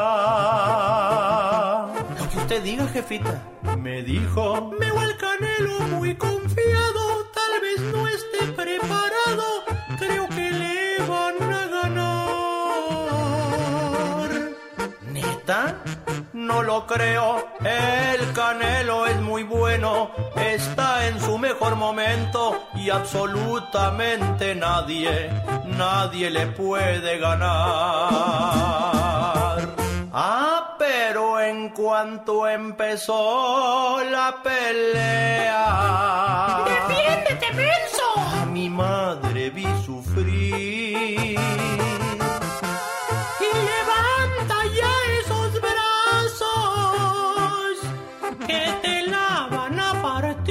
Speaker 9: Lo que usted diga, jefita. Me dijo, veo al Canelo muy confiado. Tal vez no esté preparado, creo que le van a ganar. ¿Neta? No lo creo, el Canelo es muy bueno, está en su mejor momento y absolutamente nadie le puede ganar. Ah, pero en cuanto empezó la pelea... ¡Defiéndete, menso! A mi madre vi sufrir. Y levanta ya esos brazos que te la van a partir.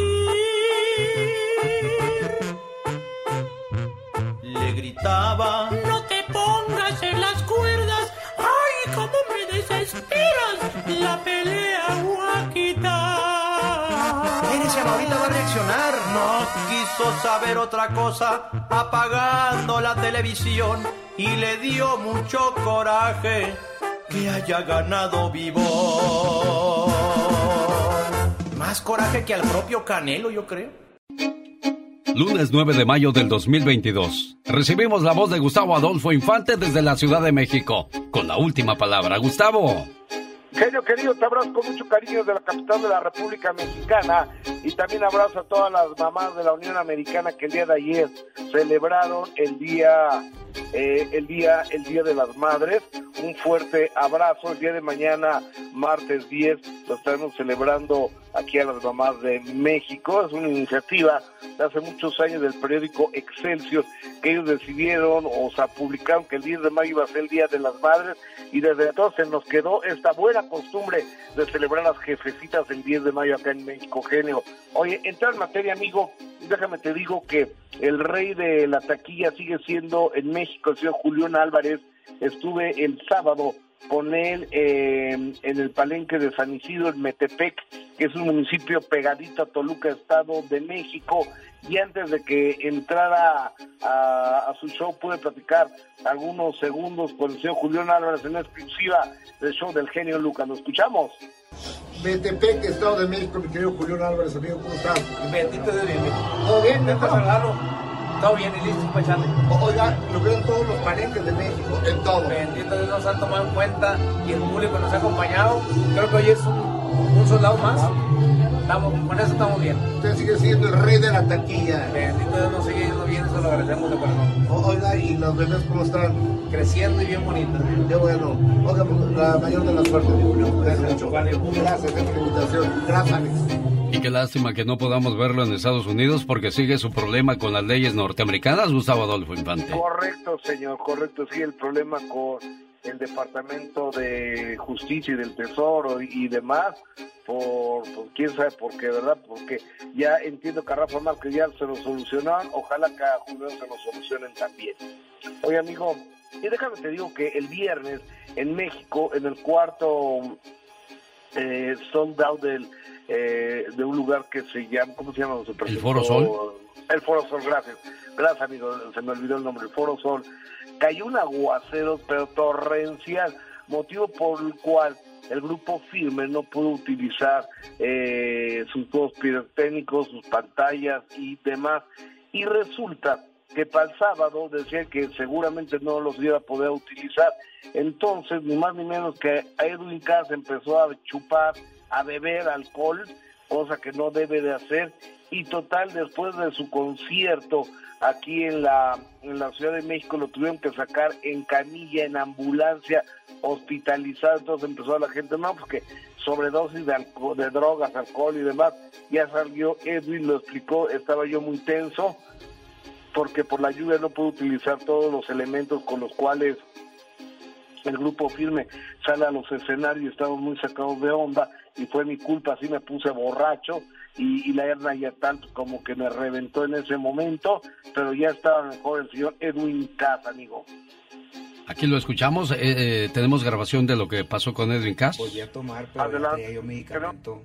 Speaker 9: Le gritaba, no te pongas en las cuerdas. ¡Ay, cómo me desesperas! La pelea voy a quitar. Espérese, ahorita va a reaccionar. No quiso saber otra cosa, apagando la televisión, y le dio mucho coraje que haya ganado Bivol. Más coraje que al propio Canelo, yo creo.
Speaker 2: Lunes 9 de mayo del 2022. Recibimos la voz de Gustavo Adolfo Infante desde la Ciudad de México. Con la última palabra, Gustavo.
Speaker 18: Genio querido, te abrazo con mucho cariño de la capital de la República Mexicana y también abrazo a todas las mamás de la Unión Americana que el día de ayer celebraron el día de las Madres. Un fuerte abrazo. El día de mañana, martes 10, lo estaremos celebrando aquí a las mamás de México. Es una iniciativa de hace muchos años del periódico Excelsior, que ellos decidieron, o sea, publicaron que el 10 de mayo iba a ser el Día de las Madres, y desde entonces nos quedó esta buena costumbre de celebrar las jefecitas el 10 de mayo acá en México, genio. Oye, entrar en materia, amigo, déjame te digo que el rey de la taquilla sigue siendo en México el señor Julián Álvarez. Estuve el sábado con él en el palenque de San Isidro, en Metepec, que es un municipio pegadito a Toluca, Estado de México, y antes de que entrara a su show pude platicar algunos segundos con el señor Julián Álvarez en exclusiva del show del genio Lucas. ¿Lo escuchamos?
Speaker 11: Metepec, Estado de México, mi querido Julián Álvarez, amigo, ¿cómo estás?
Speaker 13: Bendito Dios, bien.
Speaker 11: ¿Todo bien?
Speaker 13: ¿Neta saludarlo? Todo bien y listo para echarle.
Speaker 11: Oiga, lo veo en todos los parientes de México, en todo.
Speaker 13: Bendito Dios, nos han tomado en cuenta y el público nos ha acompañado. Creo que hoy es un soldado más. Con eso estamos bien.
Speaker 11: Usted sigue siendo el rey de la taquilla.
Speaker 13: Bendito Dios, nos sigue yendo bien, eso lo agradecemos de corazón.
Speaker 11: Oiga, ¿y los bebés cómo están?
Speaker 13: Creciendo y bien bonitos.
Speaker 11: Qué bueno. Oiga, la mayor de las suertes, Julio. Gracias mucho. Gracias por la invitación. Gracias, Alex.
Speaker 2: Y qué lástima que no podamos verlo en Estados Unidos porque sigue su problema con las leyes norteamericanas, Gustavo Adolfo Infante.
Speaker 18: Correcto, señor, correcto. Sí, el problema con el Departamento de Justicia y del Tesoro y demás, por quién sabe por qué, ¿verdad? Porque ya entiendo que a Rafa Márquez ya se lo solucionaron, ojalá que a Julio se lo solucionen también. Oye, amigo, y déjame te digo que el viernes en México, en el cuarto sold out de un lugar que se llama, ¿cómo se llama?
Speaker 2: ¿El Foro Sol?
Speaker 18: El Foro Sol, gracias. Gracias, amigo, se me olvidó el nombre, el Foro Sol. Cayó un aguacero, pero torrencial, motivo por el cual el grupo Firme no pudo utilizar sus juegos pirotécnicos, sus pantallas y demás. Y resulta que para el sábado decía que seguramente no los iba a poder utilizar. Entonces, ni más ni menos que Edwin Cass empezó a chupar, a beber alcohol, cosa que no debe de hacer. Y total, después de su concierto aquí en la Ciudad de México, lo tuvieron que sacar en camilla, en ambulancia, hospitalizado. Entonces empezó la gente, no, porque sobredosis de drogas, alcohol y demás. Ya salió Edwin, lo explicó, estaba yo muy tenso, porque por la lluvia no pude utilizar todos los elementos con los cuales el grupo Firme sale a los escenarios, estamos muy sacados de onda, y fue mi culpa, así me puse borracho, y la hernia ya tanto como que me reventó en ese momento, pero ya estaba mejor el señor Edwin Cass, amigo.
Speaker 2: Aquí lo escuchamos, tenemos grabación de lo que pasó con Edwin Cass.
Speaker 13: Volví a tomar, pero ya tenía yo medicamento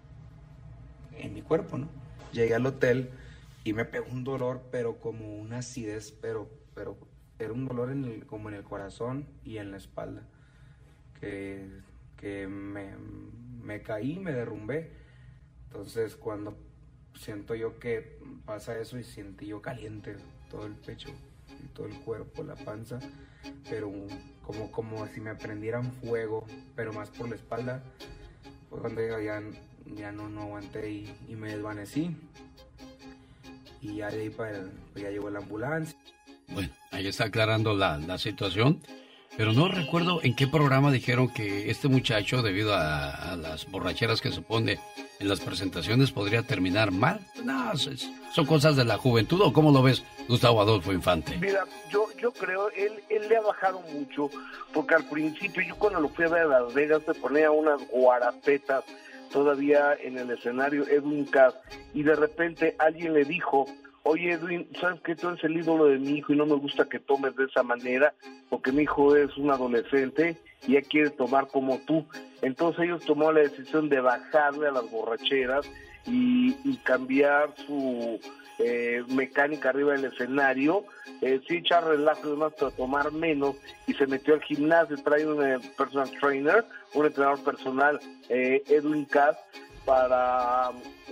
Speaker 13: en mi cuerpo, ¿no? Llegué al hotel y me pegó un dolor, pero como una acidez, pero era un dolor como en el corazón y en la espalda, que me caí, me derrumbé. Entonces cuando siento yo que pasa eso y sentí yo caliente todo el pecho y todo el cuerpo, la panza, pero como si me prendieran fuego, pero más por la espalda, fue cuando ya no aguanté y me desvanecí. Y ya de ahí ya llegó la ambulancia.
Speaker 2: Bueno, ahí está aclarando la situación, pero no recuerdo en qué programa dijeron que este muchacho, debido a las borracheras que se pone en las presentaciones, podría terminar mal. No, son cosas de la juventud, ¿o cómo lo ves, Gustavo Adolfo Infante?
Speaker 18: Mira, yo creo, él le ha bajado mucho, porque al principio, yo cuando lo fui a ver a Las Vegas, se ponía unas guarapetas todavía en el escenario, Edwin Cass, y de repente alguien le dijo: oye, Edwin, ¿sabes que tú eres el ídolo de mi hijo y no me gusta que tomes de esa manera? Porque mi hijo es un adolescente y ya quiere tomar como tú. Entonces ellos tomaron la decisión de bajarle a las borracheras y cambiar su mecánica arriba del escenario, sí echar relajo y demás, pero tomar menos, y se metió al gimnasio, trae un personal trainer, un entrenador personal, Edwin Cass, para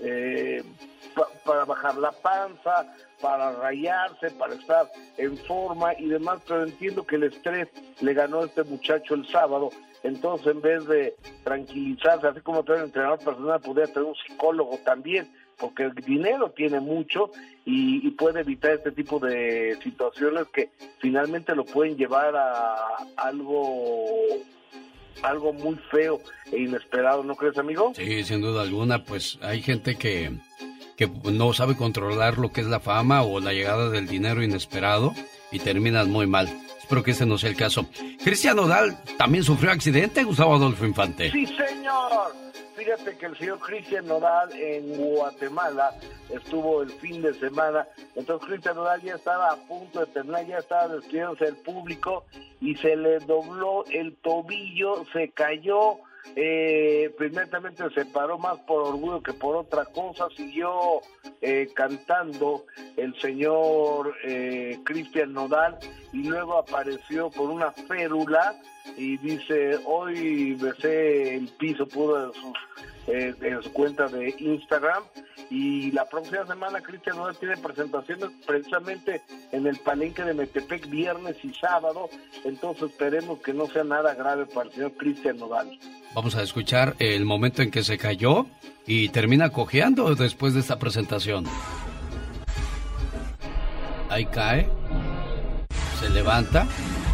Speaker 18: bajar la panza, para rayarse, para estar en forma y demás, pero entiendo que el estrés le ganó a este muchacho el sábado. Entonces, en vez de tranquilizarse, así como trae un entrenador personal, podría tener un psicólogo también, porque el dinero tiene mucho y puede evitar este tipo de situaciones que finalmente lo pueden llevar a algo muy feo e inesperado, ¿no crees, amigo?
Speaker 2: Sí, sin duda alguna, pues hay gente que no sabe controlar lo que es la fama o la llegada del dinero inesperado y terminan muy mal. Espero que este no sea el caso. Cristian Nodal también sufrió accidente, Gustavo Adolfo Infante.
Speaker 18: Sí, señor. Fíjate que el señor Cristian Nodal en Guatemala estuvo el fin de semana. Entonces Cristian Nodal ya estaba a punto de terminar, ya estaba despidiéndose del público y se le dobló el tobillo, se cayó. Primeramente se paró más por orgullo que por otra cosa, siguió cantando el señor Cristian Nodal, y luego apareció con una férula y dice, hoy besé el piso puro de su cuenta de Instagram, y la próxima semana Cristian Nodal tiene presentaciones precisamente en el Palenque de Metepec, viernes y sábado, entonces esperemos que no sea nada grave para el señor Cristian Nodal.
Speaker 2: Vamos a escuchar el momento en que se cayó y termina cojeando después de esta presentación. Ahí cae, se levanta,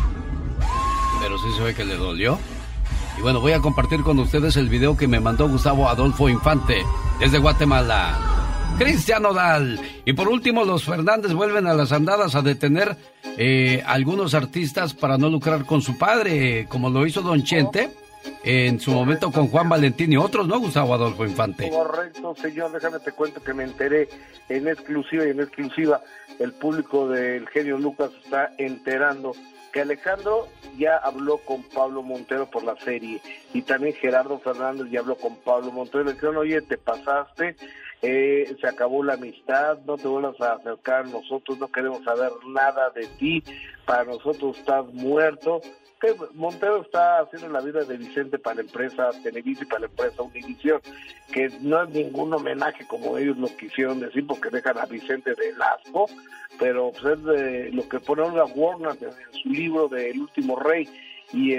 Speaker 2: pero sí se ve que le dolió. Y bueno, voy a compartir con ustedes el video que me mandó Gustavo Adolfo Infante desde Guatemala. Cristian Nodal. Y por último, los Fernández vuelven a las andadas a detener algunos artistas para no lucrar con su padre, como lo hizo Don Chente en su momento con Juan Valentín y otros, ¿no, Gustavo Adolfo Infante?
Speaker 18: Correcto, señor, déjame te cuento que me enteré en exclusiva, el público del genio Lucas está enterando que Alejandro ya habló con Pablo Montero por la serie, y también Gerardo Fernández ya habló con Pablo Montero. Le dijeron, oye, te pasaste, se acabó la amistad, no te vuelvas a acercar a nosotros, no queremos saber nada de ti, para nosotros estás muerto. Que Montero está haciendo la vida de Vicente para la empresa Televisa y para la empresa Univisión, que no es ningún homenaje como ellos lo quisieron decir, porque dejan a Vicente de asco, pero pues es de lo que pone Olga Warner en su libro de El Último Rey, y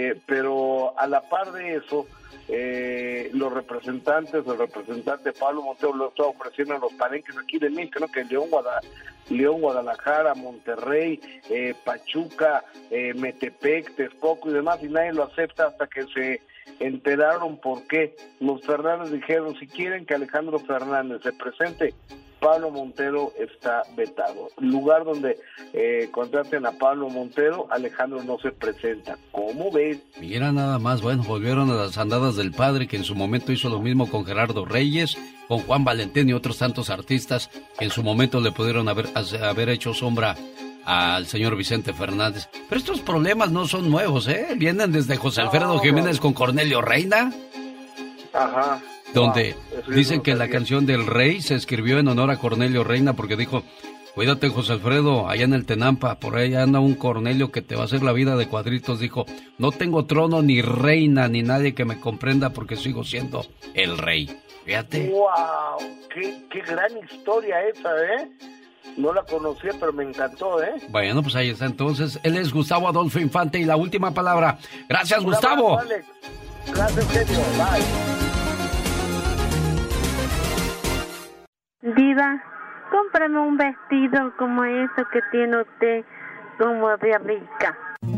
Speaker 18: pero a la par de eso, los representantes, el representante Pablo Montero lo está ofreciendo en los palenques aquí de México, ¿no? Que León, Guadalajara, Monterrey, Pachuca, Metepec, Texcoco y demás, y nadie lo acepta hasta que se enteraron por qué. Los Fernández dijeron, si quieren que Alejandro Fernández se presente, Pablo Montero está vetado. Lugar donde contraten a Pablo Montero, Alejandro no se presenta. ¿Cómo ves?
Speaker 2: Mira nada más, bueno, volvieron a las andadas del padre, que en su momento hizo lo mismo con Gerardo Reyes, con Juan Valentín y otros tantos artistas que en su momento le pudieron haber hecho sombra al señor Vicente Fernández. Pero estos problemas no son nuevos, ¿eh? Vienen desde José Alfredo Jiménez con Cornelio Reina.
Speaker 18: Ajá.
Speaker 2: Donde dicen que la canción del Rey se escribió en honor a Cornelio Reina, porque dijo, cuídate José Alfredo, allá en el Tenampa, por ahí anda un Cornelio que te va a hacer la vida de cuadritos. Dijo, no tengo trono ni reina ni nadie que me comprenda porque sigo siendo el rey. Fíjate.
Speaker 18: ¡Wow! ¡Qué gran historia esa, ¿eh? No la conocía, pero me encantó, ¿eh?
Speaker 2: Bueno, pues ahí está entonces. Él es Gustavo Adolfo Infante y la última palabra. Gracias, Gustavo.
Speaker 18: Abrazo, Alex. Gracias, serio. Bye.
Speaker 5: Diva, cómprame un vestido como eso que tiene usted, como de rica.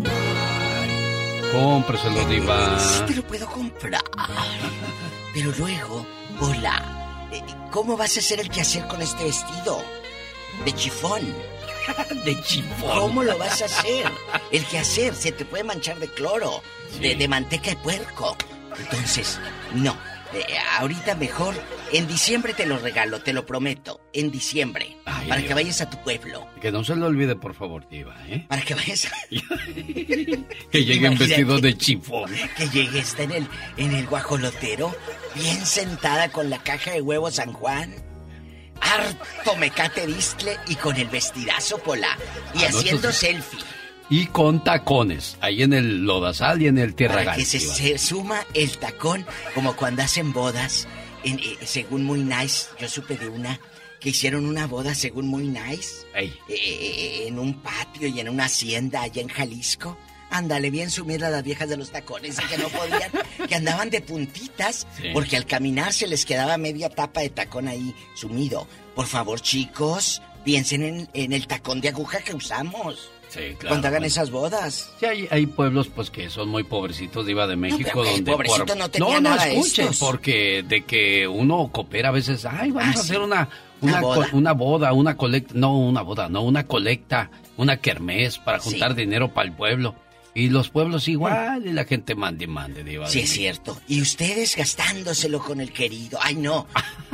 Speaker 2: Cómpreselo, Diva.
Speaker 22: Sí te lo puedo comprar. Pero luego, hola, ¿cómo vas a hacer el quehacer con este vestido? De chifón.
Speaker 2: De chifón.
Speaker 22: ¿Cómo lo vas a hacer? El quehacer se te puede manchar de cloro, sí, de manteca de puerco. Entonces, no. Ahorita mejor, en diciembre te lo regalo, te lo prometo, en diciembre, para que vayas a tu pueblo.
Speaker 2: Que no se lo olvide, por favor, Diva, ¿eh?
Speaker 22: Para que vayas
Speaker 2: que lleguen vestidos de chifón.
Speaker 22: Que llegue, está en el guajolotero, bien sentada con la caja de huevos San Juan, harto mecate distle y con el vestidazo, Pola, y haciendo selfie.
Speaker 2: Y con tacones, ahí en el Lodazal y en el Tierra
Speaker 22: Para que se suma el tacón, como cuando hacen bodas, según Muy Nice. Yo supe de una que hicieron una boda según Muy Nice, en un patio y en una hacienda allá en Jalisco. Ándale, bien sumidas las viejas de los tacones y que no podían, que andaban de puntitas, sí, porque al caminar se les quedaba media tapa de tacón ahí sumido. Por favor, chicos, piensen en el tacón de aguja que usamos.
Speaker 2: Sí, claro,
Speaker 22: cuando hagan esas bodas.
Speaker 2: Sí, hay pueblos pues que son muy pobrecitos, Diva de México,
Speaker 22: no,
Speaker 2: donde
Speaker 22: pobrecito no tenía nada
Speaker 2: escuchen, porque de que uno coopera a veces, vamos a hacer una boda, una colecta, una colecta, una kermés para juntar dinero para el pueblo. Y los pueblos igual, y la gente mande, Diva.
Speaker 22: Sí, es cierto. Y ustedes gastándoselo con el querido. Ay, no.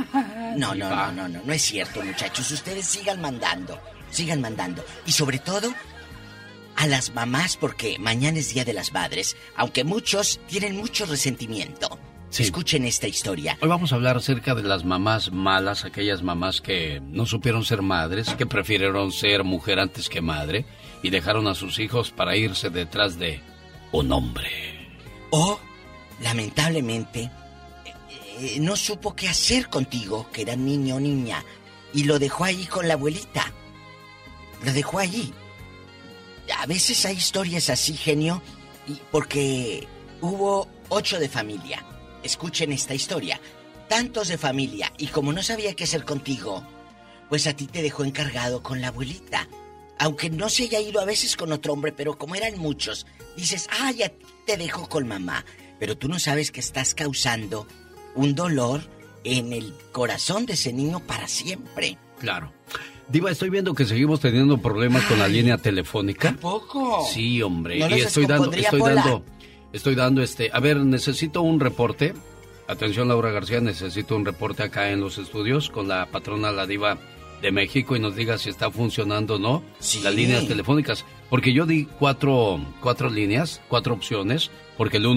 Speaker 22: No es cierto, muchachos. Ustedes sigan mandando. Y sobre todo a las mamás, porque mañana es Día de las Madres, aunque muchos tienen mucho resentimiento. Sí. Escuchen esta historia.
Speaker 2: Hoy vamos a hablar acerca de las mamás malas, aquellas mamás que no supieron ser madres, que prefirieron ser mujer antes que madre y dejaron a sus hijos para irse detrás de un hombre.
Speaker 22: O, lamentablemente, no supo qué hacer contigo, que era niño o niña, y lo dejó ahí con la abuelita. Lo dejó allí. A veces hay historias así, genio, porque hubo 8 de familia. Escuchen esta historia. Tantos de familia, y como no sabía qué hacer contigo, pues a ti te dejó encargado con la abuelita. Aunque no se haya ido a veces con otro hombre, pero como eran muchos, dices, ay, a ti te dejo con mamá. Pero tú no sabes que estás causando un dolor en el corazón de ese niño para siempre.
Speaker 2: Claro. Diva, estoy viendo que seguimos teniendo problemas con la línea telefónica.
Speaker 22: ¿Tampoco?
Speaker 2: Sí, hombre.
Speaker 22: ¿No
Speaker 2: y estoy dando, a ver, necesito un reporte. Atención, Laura García, necesito un reporte acá en los estudios con la patrona, la Diva de México, y nos diga si está funcionando o no las líneas telefónicas. Porque yo di cuatro líneas, 4 opciones, porque el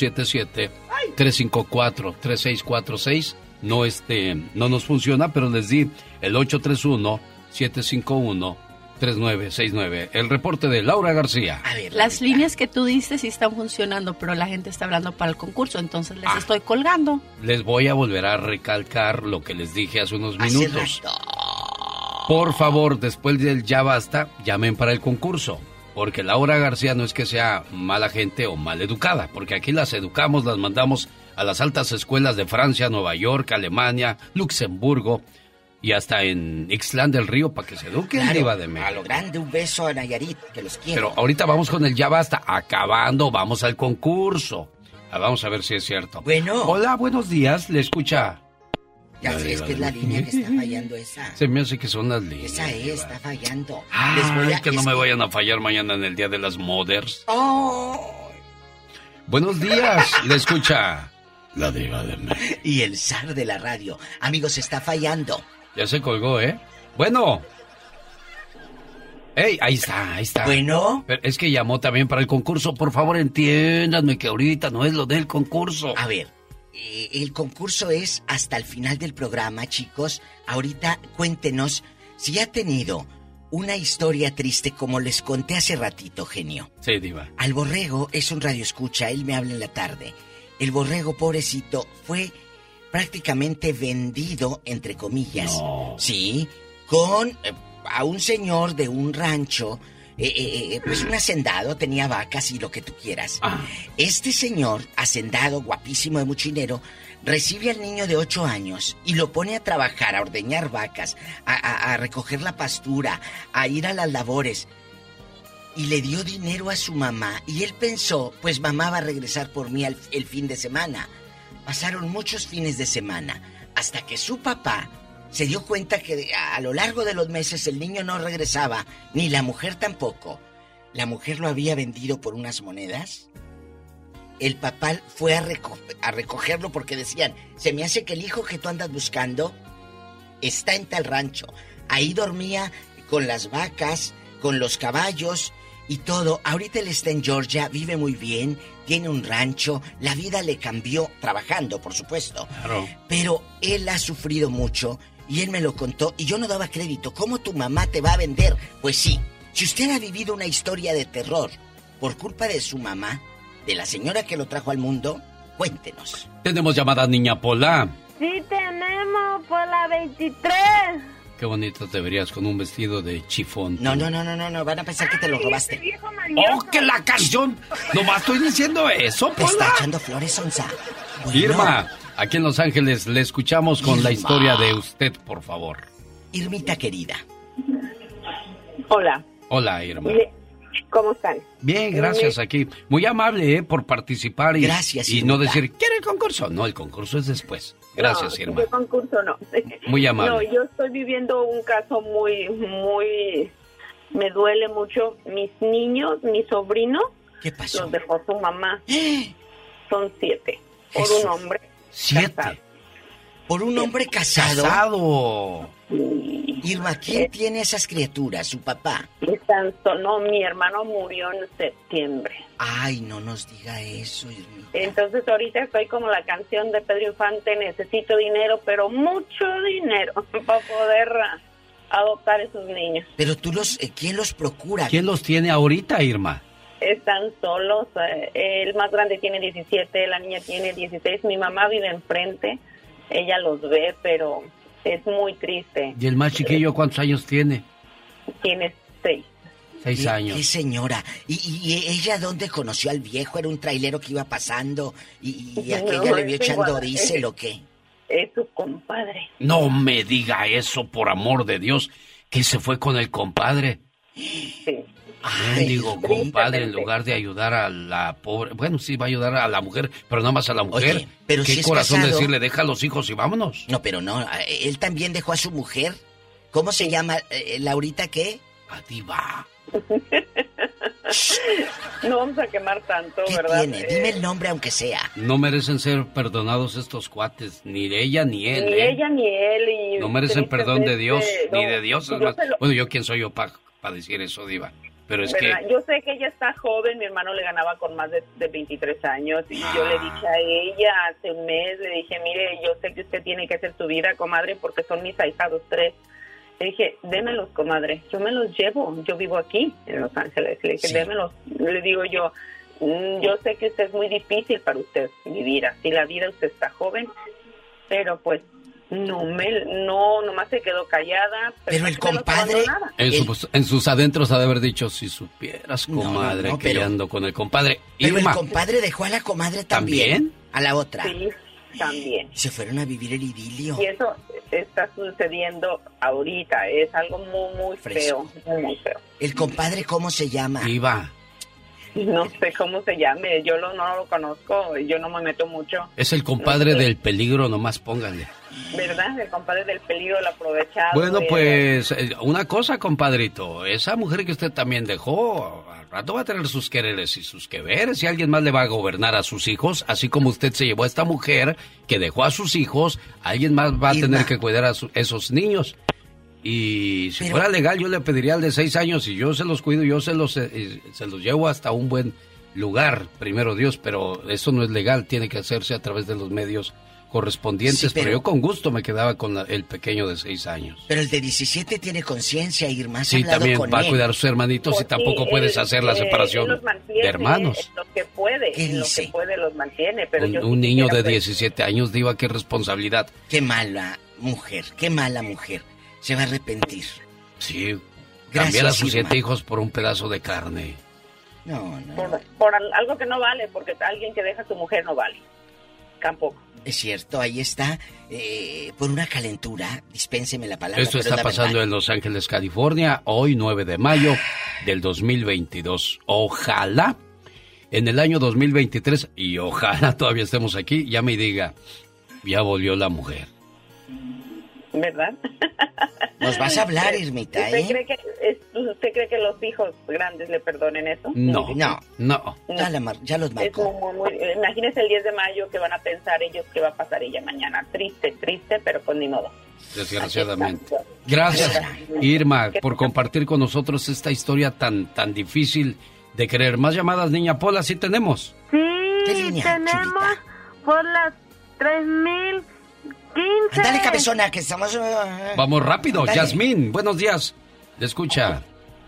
Speaker 2: 1877-354-3646 no nos funciona, pero les di el 831-751-3969. El reporte de Laura García.
Speaker 4: A ver, las líneas que tú diste sí están funcionando, pero la gente está hablando para el concurso, entonces les estoy colgando.
Speaker 2: Les voy a volver a recalcar lo que les dije hace unos minutos. Por favor, después del ya basta, llamen para el concurso. Porque Laura García no es que sea mala gente o mal educada, porque aquí las educamos, las mandamos a las altas escuelas de Francia, Nueva York, Alemania, Luxemburgo y hasta en Ixtlán del Río para que se eduquen,
Speaker 22: claro,
Speaker 2: Diva de México.
Speaker 22: A lo grande, un beso a Nayarit, que los quiero.
Speaker 2: Pero ahorita vamos con el ya basta. Acabando, vamos al concurso. Vamos a ver si es cierto.
Speaker 22: Bueno.
Speaker 2: Hola, buenos días, le escucha.
Speaker 22: Ya sé, es que es la línea que está fallando esa.
Speaker 2: Se me hace que son las líneas.
Speaker 22: Esa está fallando.
Speaker 2: Que no me vayan a fallar mañana en el Día de las Mothers.
Speaker 22: Oh.
Speaker 2: Buenos días, le escucha la Diva de México.
Speaker 22: Y el zar de la radio. Amigos, está fallando.
Speaker 2: Ya se colgó, ¿eh? Bueno. ¡Ey! Ahí está.
Speaker 22: Bueno.
Speaker 2: Pero es que llamó también para el concurso. Por favor, entiéndanme que ahorita no es lo del concurso.
Speaker 22: A ver, el concurso es hasta el final del programa, chicos. Ahorita cuéntenos si ha tenido una historia triste como les conté hace ratito, genio.
Speaker 2: Sí, Diva.
Speaker 22: Al borrego es un radioescucha, él me habla en la tarde. El borrego, pobrecito, fue prácticamente vendido, entre comillas.
Speaker 2: No.
Speaker 22: Sí, con a un señor de un rancho, pues un hacendado, tenía vacas y lo que tú quieras. Este señor, hacendado, guapísimo de mucho dinero, recibe al niño de 8 años y lo pone a trabajar, a ordeñar vacas, a recoger la pastura, a ir a las labores. Y le dio dinero a su mamá y él pensó, pues mamá va a regresar por mí el fin de semana. Pasaron muchos fines de semana hasta que su papá se dio cuenta que a lo largo de los meses el niño no regresaba, ni la mujer tampoco. La mujer lo había vendido por unas monedas. El papá fue a recogerlo porque decían, se me hace que el hijo que tú andas buscando está en tal rancho. Ahí dormía con las vacas, con los caballos y todo. Ahorita él está en Georgia, vive muy bien, tiene un rancho, la vida le cambió, trabajando, por supuesto.
Speaker 2: Claro.
Speaker 22: Pero él ha sufrido mucho y él me lo contó y yo no daba crédito. ¿Cómo tu mamá te va a vender? Pues sí, si usted ha vivido una historia de terror por culpa de su mamá, de la señora que lo trajo al mundo, cuéntenos.
Speaker 2: Tenemos llamada, niña Pola.
Speaker 5: Sí, tenemos por la 23.
Speaker 2: Qué bonito te verías con un vestido de chifón.
Speaker 22: No, van a pensar que te lo robaste.
Speaker 2: ¡Oh, que la canción! Nomás estoy diciendo eso,
Speaker 22: Te
Speaker 2: Pola.
Speaker 22: está echando flores, Onza. Bueno.
Speaker 2: Irma, aquí en Los Ángeles le escuchamos con la historia de usted, por favor.
Speaker 22: Irmita querida.
Speaker 7: Hola.
Speaker 2: Hola, Irma.
Speaker 7: ¿Cómo están?
Speaker 2: Bien, gracias, aquí. Muy amable, por participar y,
Speaker 22: gracias,
Speaker 2: y no decir, ¿quiere el concurso? No, el concurso es después. Gracias,
Speaker 7: no,
Speaker 2: Irma.
Speaker 7: El concurso no.
Speaker 2: Muy amable.
Speaker 7: No, yo estoy viviendo un caso muy... Me duele mucho. Mis niños, mi sobrino...
Speaker 22: ¿Qué pasó?
Speaker 7: Los dejó su mamá. Son 7. Por
Speaker 22: Jesús.
Speaker 7: un hombre
Speaker 22: 7.
Speaker 7: casado.
Speaker 22: ¿Por un hombre casado?
Speaker 2: ¡Casado!
Speaker 22: Irma, ¿quién tiene esas criaturas? ¿Su papá?
Speaker 7: No, mi hermano murió en septiembre.
Speaker 22: Ay, no nos diga eso, Irma.
Speaker 7: Entonces ahorita estoy como la canción de Pedro Infante, necesito dinero, pero mucho dinero para poder adoptar esos niños.
Speaker 22: Pero tú ¿quién los procura?
Speaker 2: ¿Quién los tiene ahorita, Irma?
Speaker 7: están solos. El más grande tiene 17, la niña tiene 16. Mi mamá vive enfrente, ella los ve, pero es muy triste.
Speaker 2: ¿Y el más chiquillo cuántos años tiene?
Speaker 7: Tiene 6.
Speaker 2: 6 años.
Speaker 22: ¿Qué señora? ¿Y ella dónde conoció al viejo? ¿Era un trailero que iba pasando y aquella le vio echando diésel o qué?
Speaker 7: Es su compadre.
Speaker 2: No me diga eso, por amor de Dios, que se fue con el compadre.
Speaker 7: Sí.
Speaker 2: Digo, compadre, en lugar de ayudar a la pobre... Bueno, sí, va a ayudar a la mujer, pero nada más a la mujer.
Speaker 22: Oye, pero
Speaker 2: ¿qué
Speaker 22: si es
Speaker 2: corazón
Speaker 22: casado?
Speaker 2: decirle, deja a los hijos y vámonos?
Speaker 22: No, pero no, él también dejó a su mujer. ¿Cómo se llama? ¿Laurita qué?
Speaker 2: A Diva.
Speaker 7: No vamos a quemar tanto,
Speaker 22: ¿Qué
Speaker 7: ¿verdad?
Speaker 22: tiene? Dime el nombre aunque sea.
Speaker 2: No merecen ser perdonados estos cuates, ni ella ni él,
Speaker 7: Ni ella ni él. Y
Speaker 2: no merecen perdón de Dios,
Speaker 7: no,
Speaker 2: ni de Dios. Es más. Bueno, yo quién soy yo para decir eso, Diva. Pero es
Speaker 7: ¿verdad?
Speaker 2: que...
Speaker 7: Yo sé que ella está joven, mi hermano le ganaba con más de 23 años y yo le dije a ella hace un mes, le dije, mire, yo sé que usted tiene que hacer su vida, comadre, porque son mis ahijados 3. Le dije, démelos, comadre, yo me los llevo, yo vivo aquí en Los Ángeles. Le dije, démelos. Le digo yo sé que usted es muy difícil para usted vivir así la vida, usted está joven, pero pues nomás se quedó callada.
Speaker 22: Pero el compadre...
Speaker 2: En sus adentros ha de haber dicho, si supieras, comadre, que yo ando con el compadre.
Speaker 22: Pero
Speaker 2: Irma.
Speaker 22: el compadre dejó a la comadre también. A la otra.
Speaker 7: Sí, también.
Speaker 22: Se fueron a vivir el idilio.
Speaker 7: Y eso está sucediendo ahorita, es algo muy feo, muy feo.
Speaker 22: ¿El compadre cómo se llama?
Speaker 2: Diva.
Speaker 7: No sé cómo se llame, yo no lo conozco, yo no me meto mucho.
Speaker 2: Es el compadre del peligro, nomás pónganle.
Speaker 7: ¿Verdad? El compadre del peligro, el aprovechado.
Speaker 2: Bueno, pues, una cosa, compadrito. Esa mujer que usted también dejó, al rato va a tener sus quereres y sus que veres. Y alguien más le va a gobernar a sus hijos. Así como usted se llevó a esta mujer que dejó a sus hijos, alguien más va a tener que cuidar a esos niños. Y si fuera legal, yo le pediría al de 6 años y yo se los cuido, yo se los llevo hasta un buen lugar, primero Dios. Pero eso no es legal, tiene que hacerse a través de los medios correspondientes, pero yo con gusto me quedaba con el pequeño de 6 años.
Speaker 22: Pero el de 17 tiene conciencia, Irma.
Speaker 2: Sí, también va a cuidar a sus hermanitos y tampoco puedes hacer la separación de hermanos.
Speaker 7: Lo que puede,
Speaker 22: ¿Qué dice?
Speaker 7: Lo que puede los mantiene. Pero
Speaker 2: Un niño de 17 años, Diva, qué responsabilidad.
Speaker 22: Qué mala mujer. Se va a arrepentir.
Speaker 2: Sí, cambiar a sus 7 hijos por un pedazo de carne.
Speaker 22: No.
Speaker 7: Por algo que no vale, porque alguien que deja a su mujer no vale. Tampoco.
Speaker 22: Es cierto, ahí está. Por una calentura, dispénseme la palabra.
Speaker 2: Esto está pasando en Los Ángeles, California, hoy 9 de mayo del 2022. Ojalá en el año 2023, y ojalá todavía estemos aquí, ya me diga, ya volvió la mujer.
Speaker 7: ¿Verdad?
Speaker 22: Nos vas a hablar, Irmita,
Speaker 7: ¿Usted cree que los hijos grandes le perdonen eso?
Speaker 2: No.
Speaker 22: Ya los marcó.
Speaker 7: Imagínese el 10 de mayo que van a pensar ellos que va a pasar ella mañana. Triste, pero pues ni modo.
Speaker 2: Desgraciadamente. Gracias, Irma, por compartir con nosotros esta historia tan difícil de creer. ¿Más llamadas, niña Pola? ¿Sí tenemos?
Speaker 5: Sí, tenemos por las 3015.
Speaker 22: Dale, cabezona, que estamos...
Speaker 2: Vamos rápido.
Speaker 22: Dale.
Speaker 2: Yasmín, buenos días. Le escucha.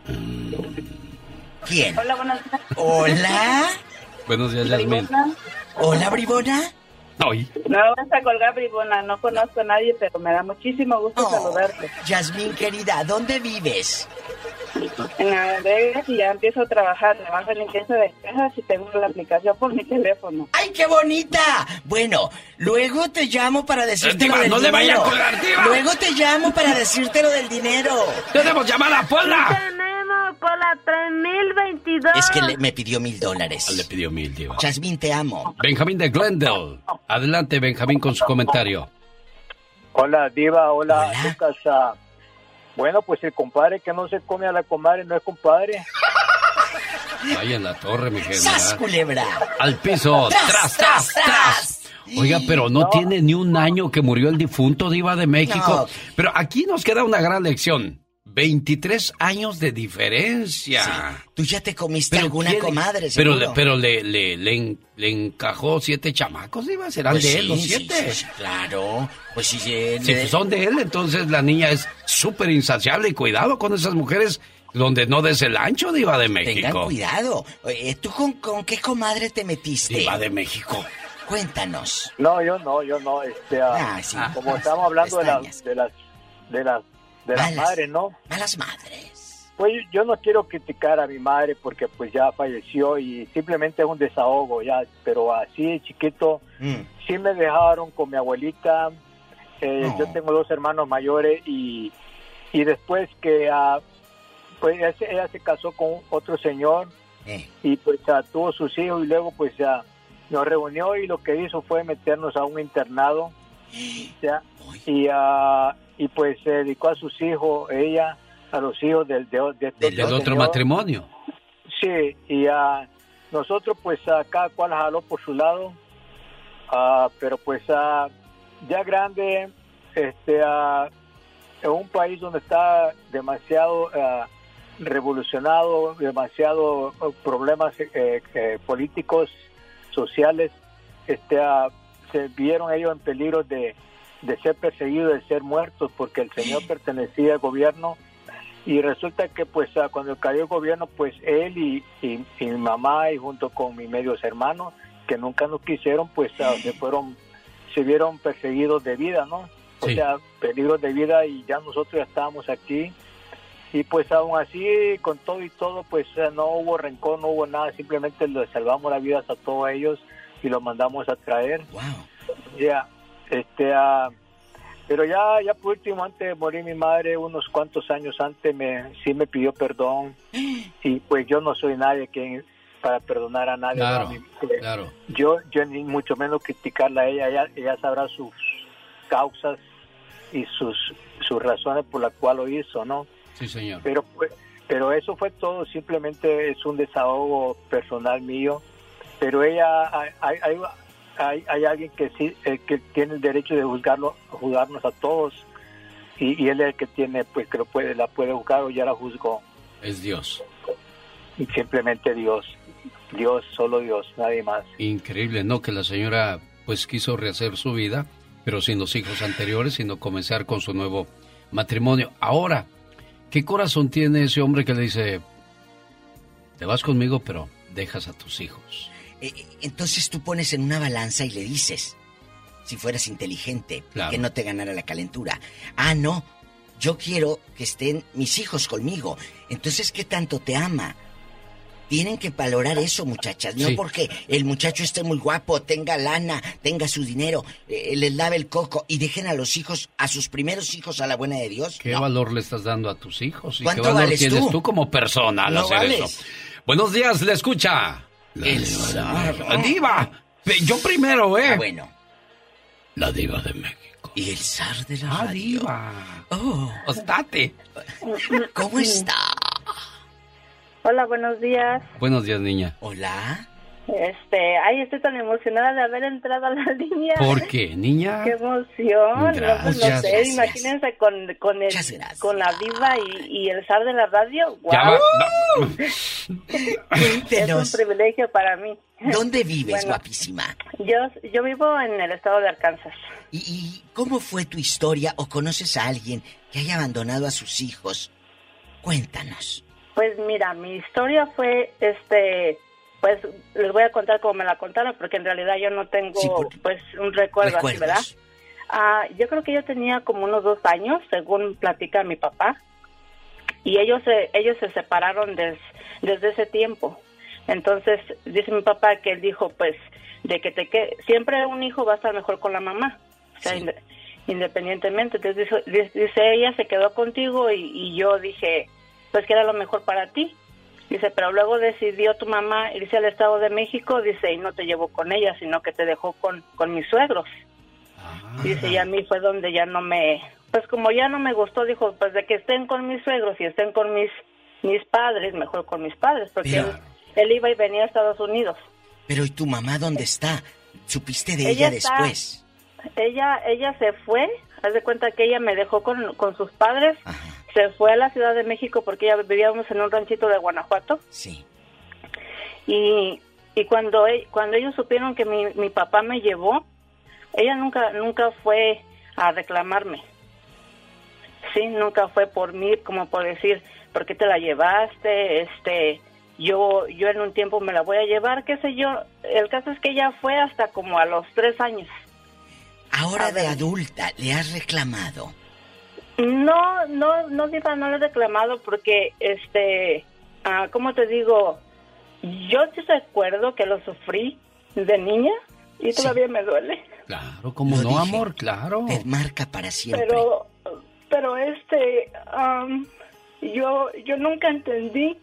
Speaker 22: ¿Quién?
Speaker 7: Hola, buenos días.
Speaker 22: Hola.
Speaker 2: Buenos días, Yasmín.
Speaker 22: Hola, Bribona.
Speaker 2: Ay.
Speaker 12: No vas a colgar, Bribona. No conozco a nadie, pero me da muchísimo gusto saludarte.
Speaker 22: Yasmín, querida, ¿dónde vives?
Speaker 12: En Las Vegas, y ya empiezo a trabajar. Me bajo limpieza de cajas y tengo la aplicación por mi teléfono.
Speaker 22: ¡Ay, qué bonita! Bueno, luego te llamo para decirte lo del
Speaker 2: no
Speaker 22: dinero.
Speaker 2: le vaya a colgar, Diva.
Speaker 22: Luego te llamo para decirte lo del dinero.
Speaker 2: ¡Tenemos llamada, Pola!
Speaker 5: Tenemos por la 3022.
Speaker 22: Es que me pidió $1,000.
Speaker 2: Le pidió 1,000, Diva.
Speaker 22: Yasmín, te amo.
Speaker 2: Benjamín de Glendale. Adelante, Benjamín, con su comentario.
Speaker 20: Hola, Diva. Hola. Lucas. Bueno, pues el compadre que no se come a la comadre no es compadre.
Speaker 2: Vaya en la torre, mi gente.
Speaker 22: ¡Sas, culebra!
Speaker 2: Al piso. ¡Tras! Oiga, pero no tiene ni un año que murió el difunto Diva de México.
Speaker 22: No.
Speaker 2: Pero aquí nos queda una gran lección. 23 años de diferencia.
Speaker 22: Sí. Tú ya te comiste alguna comadre,
Speaker 2: pero
Speaker 22: seguro.
Speaker 2: le encajó 7 chamacos, Diva. ¿Serán
Speaker 22: Pues
Speaker 2: de
Speaker 22: sí,
Speaker 2: él los 7?
Speaker 22: Sí, claro. Pues sí,
Speaker 2: Si son de él, entonces la niña es súper insaciable. Y cuidado con esas mujeres Donde no des el ancho, Diva de México.
Speaker 22: Tengan cuidado. ¿Tú con qué comadre te metiste?
Speaker 2: Diva de México.
Speaker 22: Cuéntanos.
Speaker 20: No, yo no.
Speaker 22: Sí.
Speaker 20: Como estamos hablando de las madres, ¿no?
Speaker 22: Malas madres.
Speaker 20: Pues yo no quiero criticar a mi madre porque pues ya falleció y simplemente es un desahogo ya, pero así de chiquito sí me dejaron con mi abuelita. Yo tengo 2 hermanos mayores y después que pues ella se casó con otro señor y pues tuvo sus hijos y luego pues nos reunió y lo que hizo fue meternos a un internado ¿ya? Y pues se dedicó a sus hijos, ella a los hijos del
Speaker 2: otro matrimonio.
Speaker 20: Sí, y nosotros pues cada cual jaló por su lado, pero pues ya grande, en un país donde está demasiado revolucionado, demasiado problemas políticos, sociales, se vieron ellos en peligro de ser perseguidos, de ser muertos, porque el señor pertenecía al gobierno. Y resulta que pues cuando cayó el gobierno, pues él y mi mamá y junto con mis medios hermanos que nunca nos quisieron, pues se vieron perseguidos de vida, ¿no? O sea, peligros de vida, y ya nosotros ya estábamos aquí y pues aún así con todo y todo pues no hubo rencor, no hubo nada, simplemente les salvamos las vidas a todos ellos y los mandamos a traer. Ya, pero ya por último, antes de morir mi madre, unos cuantos años antes, sí me pidió perdón y pues yo no soy nadie para perdonar a nadie.
Speaker 2: Claro,
Speaker 20: ¿no?
Speaker 2: claro.
Speaker 20: Yo ni mucho menos criticarla a ella sabrá sus causas y sus razones por las cuales lo hizo, ¿no?
Speaker 2: Sí, señor.
Speaker 20: Pero eso fue todo, simplemente es un desahogo personal mío, pero ella hay alguien que sí que tiene el derecho de juzgarnos a todos y él es el que tiene pues que la puede juzgar o ya la juzgó.
Speaker 2: Es Dios.
Speaker 20: Y simplemente Dios, solo Dios, nadie más.
Speaker 2: Increíble, ¿no? Que la señora pues quiso rehacer su vida, pero sin los hijos anteriores, sino comenzar con su nuevo matrimonio. Ahora, ¿qué corazón tiene ese hombre que le dice, te vas conmigo, pero dejas a tus hijos?
Speaker 22: Entonces tú pones en una balanza y le dices, si fueras inteligente, claro, que no te ganara la calentura. No, yo quiero que estén mis hijos conmigo. Entonces, ¿qué tanto te ama? Tienen que valorar eso, muchachas. No porque el muchacho esté muy guapo, tenga lana, tenga su dinero, les lave el coco y dejen a los hijos, a sus primeros hijos a la buena de Dios.
Speaker 2: ¿Qué valor le estás dando a tus hijos? ¿Y qué
Speaker 22: ¿Cuánto
Speaker 2: valor
Speaker 22: vales
Speaker 2: tienes
Speaker 22: tú?
Speaker 2: tú como persona al hacer eso? Buenos días, le escucha. Diva. Yo primero,
Speaker 22: bueno.
Speaker 2: La Diva de México.
Speaker 22: Y el zar de la radio.
Speaker 2: Diva. Ostate.
Speaker 22: ¿Cómo está?
Speaker 5: Hola, buenos días.
Speaker 2: Buenos días, niña.
Speaker 22: Hola.
Speaker 5: Estoy tan emocionada de haber entrado a la línea.
Speaker 2: ¿Por qué, niña?
Speaker 5: ¡Qué emoción!
Speaker 2: Gracias.
Speaker 5: No sé, imagínense con la Diva y el zar de la radio. ¡Wow! Es un privilegio para mí.
Speaker 22: ¿Dónde vives, guapísima?
Speaker 5: Yo vivo en el estado de Arkansas.
Speaker 22: ¿Y cómo fue tu historia o conoces a alguien que haya abandonado a sus hijos? Cuéntanos.
Speaker 5: Pues mira, mi historia fue, pues les voy a contar como me la contaron, porque en realidad yo no tengo, pues, un recuerdo así, ¿verdad? Yo creo que yo tenía como unos 2 años, según platica mi papá, y ellos se separaron desde ese tiempo. Entonces, dice mi papá que él dijo, pues, de que siempre un hijo va a estar mejor con la mamá, o sea, independientemente. Entonces, dice, ella se quedó contigo y yo dije, pues, que era lo mejor para ti. Dice, pero luego decidió tu mamá irse al Estado de México, dice, y no te llevó con ella, sino que te dejó con mis suegros. Dice, y a mí fue donde ya no pues como ya no me gustó, dijo, pues de que estén con mis suegros y estén con mis padres, mejor con mis padres, porque él iba y venía a Estados Unidos.
Speaker 22: Pero ¿y tu mamá dónde está? ¿Supiste de ella después?
Speaker 5: Ella se fue, haz de cuenta que ella me dejó con sus padres. Ajá. Se fue a la Ciudad de México porque ya vivíamos en un ranchito de Guanajuato.
Speaker 22: Sí.
Speaker 5: Y cuando ellos supieron que mi papá me llevó, ella nunca fue a reclamarme. Sí, nunca fue por mí, como por decir, ¿por qué te la llevaste? Yo en un tiempo me la voy a llevar, qué sé yo. El caso es que ella fue hasta como a los 3 años.
Speaker 22: Ahora de adulta, ¿le has reclamado?
Speaker 5: No, Diva, no le he reclamado porque, ¿cómo te digo? Yo sí recuerdo que lo sufrí de niña y todavía me duele.
Speaker 2: Claro, ¿cómo no, amor? Claro.
Speaker 22: Te marca para siempre.
Speaker 5: Pero yo nunca entendí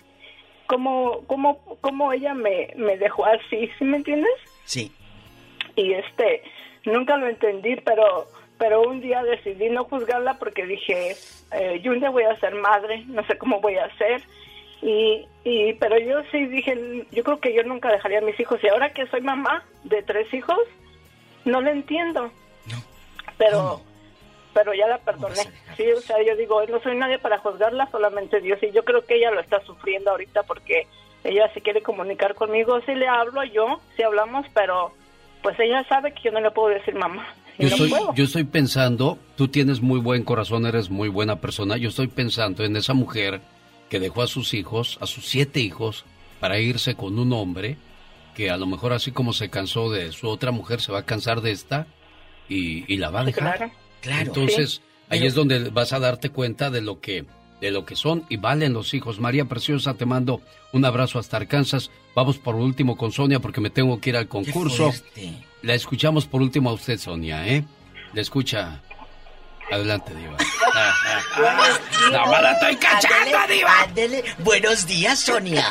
Speaker 5: cómo ella me dejó así, ¿sí me entiendes?
Speaker 22: Sí.
Speaker 5: Y nunca lo entendí, pero un día decidí no juzgarla porque dije, yo un día voy a ser madre, no sé cómo voy a hacer. Pero yo sí dije, yo creo que yo nunca dejaría a mis hijos. Y ahora que soy mamá de 3 hijos, no le entiendo.
Speaker 22: No.
Speaker 5: Pero ya la perdoné. Sí, o sea, yo digo, no soy nadie para juzgarla, solamente Dios. Y yo creo que ella lo está sufriendo ahorita porque ella se quiere comunicar conmigo. Sí le hablo yo, sí hablamos, pero pues ella sabe que yo no le puedo decir mamá.
Speaker 2: Yo estoy pensando, tú tienes muy buen corazón, eres muy buena persona. Yo estoy pensando en esa mujer que dejó a sus hijos, a sus 7 hijos, para irse con un hombre que a lo mejor así como se cansó de su otra mujer, se va a cansar de esta y la va a dejar.
Speaker 22: Claro.
Speaker 2: Entonces,
Speaker 22: sí,
Speaker 2: ahí es donde vas a darte cuenta de lo que son y valen los hijos. María Preciosa, te mando un abrazo hasta Arkansas. Vamos por último con Sonia porque me tengo que ir al concurso. La escuchamos por último a usted, Sonia, ¿eh? La escucha. Adelante, Diva.
Speaker 22: ¡La mala estoy cachando, Diva! Ándele. Buenos días, Sonia.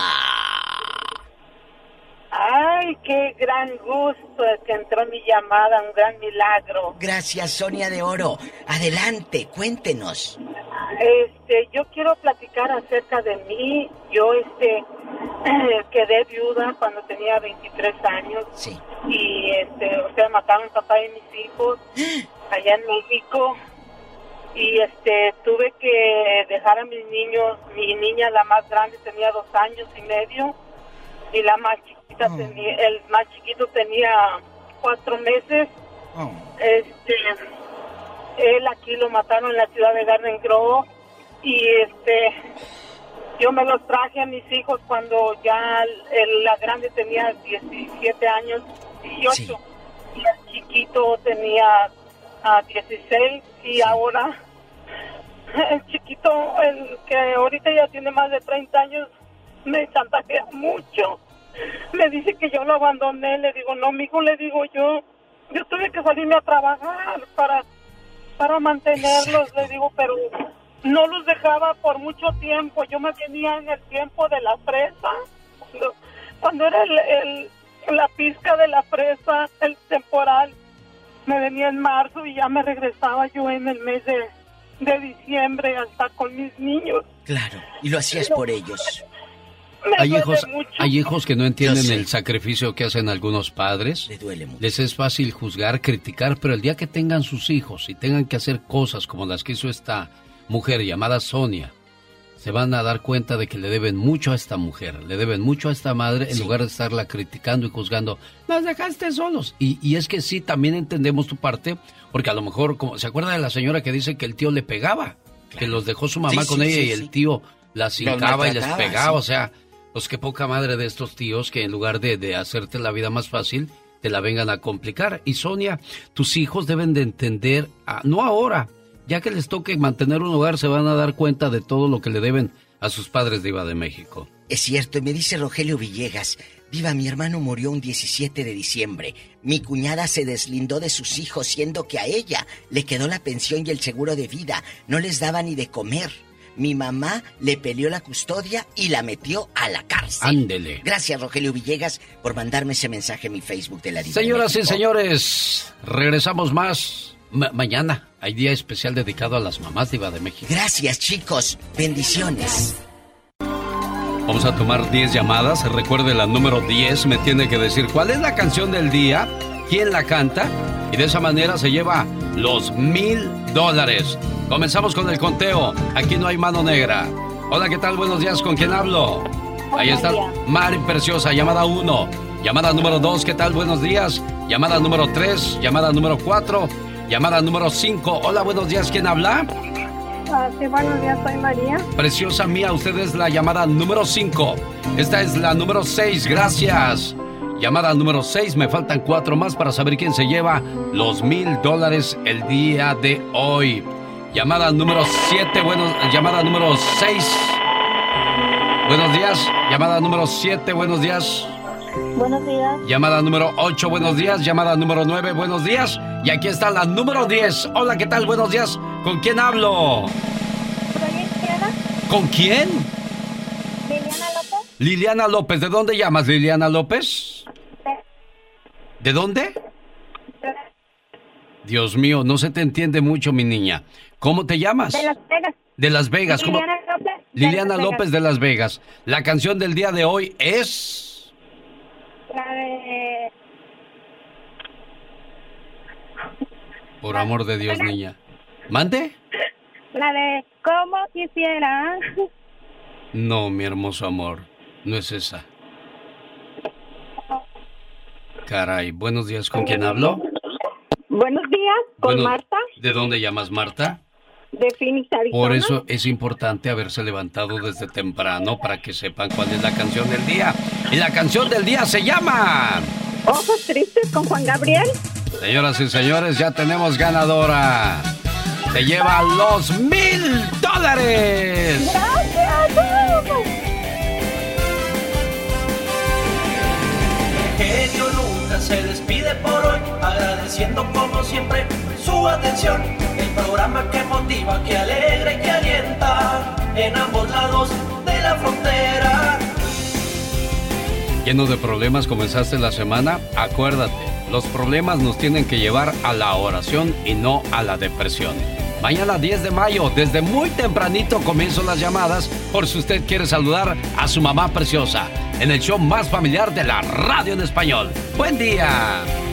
Speaker 10: Ay, qué gran gusto que entró mi llamada, un gran milagro.
Speaker 22: Gracias, Sonia de Oro. Adelante, cuéntenos.
Speaker 10: Yo quiero platicar acerca de mí. Yo, quedé viuda cuando tenía 23 años.
Speaker 22: Sí.
Speaker 10: Y, mataron a mi papá y mis hijos allá en México. Y, tuve que dejar a mis niños. Mi niña, la más grande, tenía 2 años y medio. Y la más chiquita el más chiquito tenía 4 meses. Él aquí lo mataron en la ciudad de Garden Grove y yo me los traje a mis hijos cuando ya la grande tenía 17 años, 18, sí. Y el chiquito tenía 16 y ahora el chiquito, el que ahorita ya tiene más de 30 años, me chantajea mucho. Me dice que yo lo abandoné. Le digo, no, mijo, le digo yo tuve que salirme a trabajar para mantenerlos. Exacto. Le digo, pero no los dejaba por mucho tiempo. Yo me venía en el tiempo de la fresa, cuando era la pizca de la fresa, el temporal. Me venía en marzo y ya me regresaba yo en el mes de diciembre hasta con mis niños.
Speaker 22: Claro, y lo hacías por ellos.
Speaker 2: Hay hijos que no entienden el sacrificio que hacen algunos padres.
Speaker 22: Le duele mucho.
Speaker 2: Les es fácil juzgar, criticar, pero el día que tengan sus hijos y tengan que hacer cosas como las que hizo esta mujer llamada Sonia, se van a dar cuenta de que le deben mucho a esta mujer, le deben mucho a esta madre, en lugar de estarla criticando y juzgando. Las dejaste solos. Y es que sí, también entendemos tu parte, porque a lo mejor, ¿se acuerda de la señora que dice que el tío le pegaba? Claro. Que los dejó su mamá con ella y el tío las hincaba y les pegaba, o sea... Pues qué poca madre de estos tíos que en lugar de hacerte la vida más fácil, te la vengan a complicar. Y Sonia, tus hijos deben de entender, no ahora, ya que les toque mantener un hogar, se van a dar cuenta de todo lo que le deben a sus padres, Diva de México.
Speaker 22: Es cierto, y me dice Rogelio Villegas, Diva, mi hermano murió un 17 de diciembre. Mi cuñada se deslindó de sus hijos, siendo que a ella le quedó la pensión y el seguro de vida. No les daba ni de comer. Mi mamá le peleó la custodia y la metió a la cárcel.
Speaker 2: Ándele.
Speaker 22: Gracias, Rogelio Villegas, por mandarme ese mensaje en mi Facebook de la Diva.
Speaker 2: Señoras y señores, regresamos más mañana. Hay día especial dedicado a las mamás, Diva de México.
Speaker 22: Gracias, chicos. Bendiciones.
Speaker 2: Vamos a tomar 10 llamadas. Recuerde, la número 10 me tiene que decir cuál es la canción del día, quién la canta, y de esa manera se lleva los $1,000. Comenzamos con el conteo. Aquí no hay mano negra. Hola, ¿qué tal? Buenos días. ¿Con quién hablo? Ahí está Mari Preciosa, llamada 1. Llamada número 2, ¿qué tal? Buenos días. Llamada número 3, llamada número 4, llamada número 5. Hola, buenos días. ¿Quién habla?
Speaker 15: Sí, buenos días, soy María.
Speaker 2: Preciosa mía, usted es la llamada número 5. Esta es la número 6, gracias. Llamada número 6, me faltan 4 más para saber quién se lleva los $1,000 el día de hoy. Llamada número 7, llamada número 6. Buenos días. Llamada número 7, buenos días.
Speaker 15: Buenos días.
Speaker 2: Llamada número 8, buenos días. Llamada número 9, buenos días. Y aquí está la número 10. Hola, ¿qué tal? Buenos días. ¿Con quién hablo?
Speaker 15: Soy Liliana.
Speaker 2: ¿Con quién?
Speaker 15: Liliana López.
Speaker 2: Liliana López. ¿De dónde llamas, Liliana López? ¿De dónde? Dios mío, no se te entiende mucho, mi niña. ¿Cómo te llamas?
Speaker 15: De Las Vegas.
Speaker 2: De Las Vegas. ¿Cómo?
Speaker 15: Liliana López.
Speaker 2: Liliana López de Las Vegas. La canción del día de hoy es...
Speaker 15: La de...
Speaker 2: Por amor de Dios, niña. ¿Mande?
Speaker 15: La de Como Quisiera.
Speaker 2: No, mi hermoso amor. No es esa. Caray, buenos días. ¿Con quién hablo?
Speaker 15: Buenos días, con Marta.
Speaker 2: ¿De dónde llamas, Marta?
Speaker 15: De Phoenix, Arizona.
Speaker 2: Por eso es importante haberse levantado desde temprano para que sepan cuál es la canción del día. Y la canción del día se llama...
Speaker 15: Ojos Tristes con Juan Gabriel.
Speaker 2: Señoras y señores, ya tenemos ganadora. Se lleva los $1,000.
Speaker 15: ¡Gracias!
Speaker 9: Genio Lucas se despide por hoy, agradeciendo como siempre su atención. El programa que motiva, que alegra y que alienta en ambos lados de la frontera.
Speaker 2: ¿Lleno de problemas comenzaste la semana? Acuérdate, los problemas nos tienen que llevar a la oración y no a la depresión. Mañana 10 de mayo, desde muy tempranito comienzo las llamadas por si usted quiere saludar a su mamá preciosa en el show más familiar de la radio en español. ¡Buen día!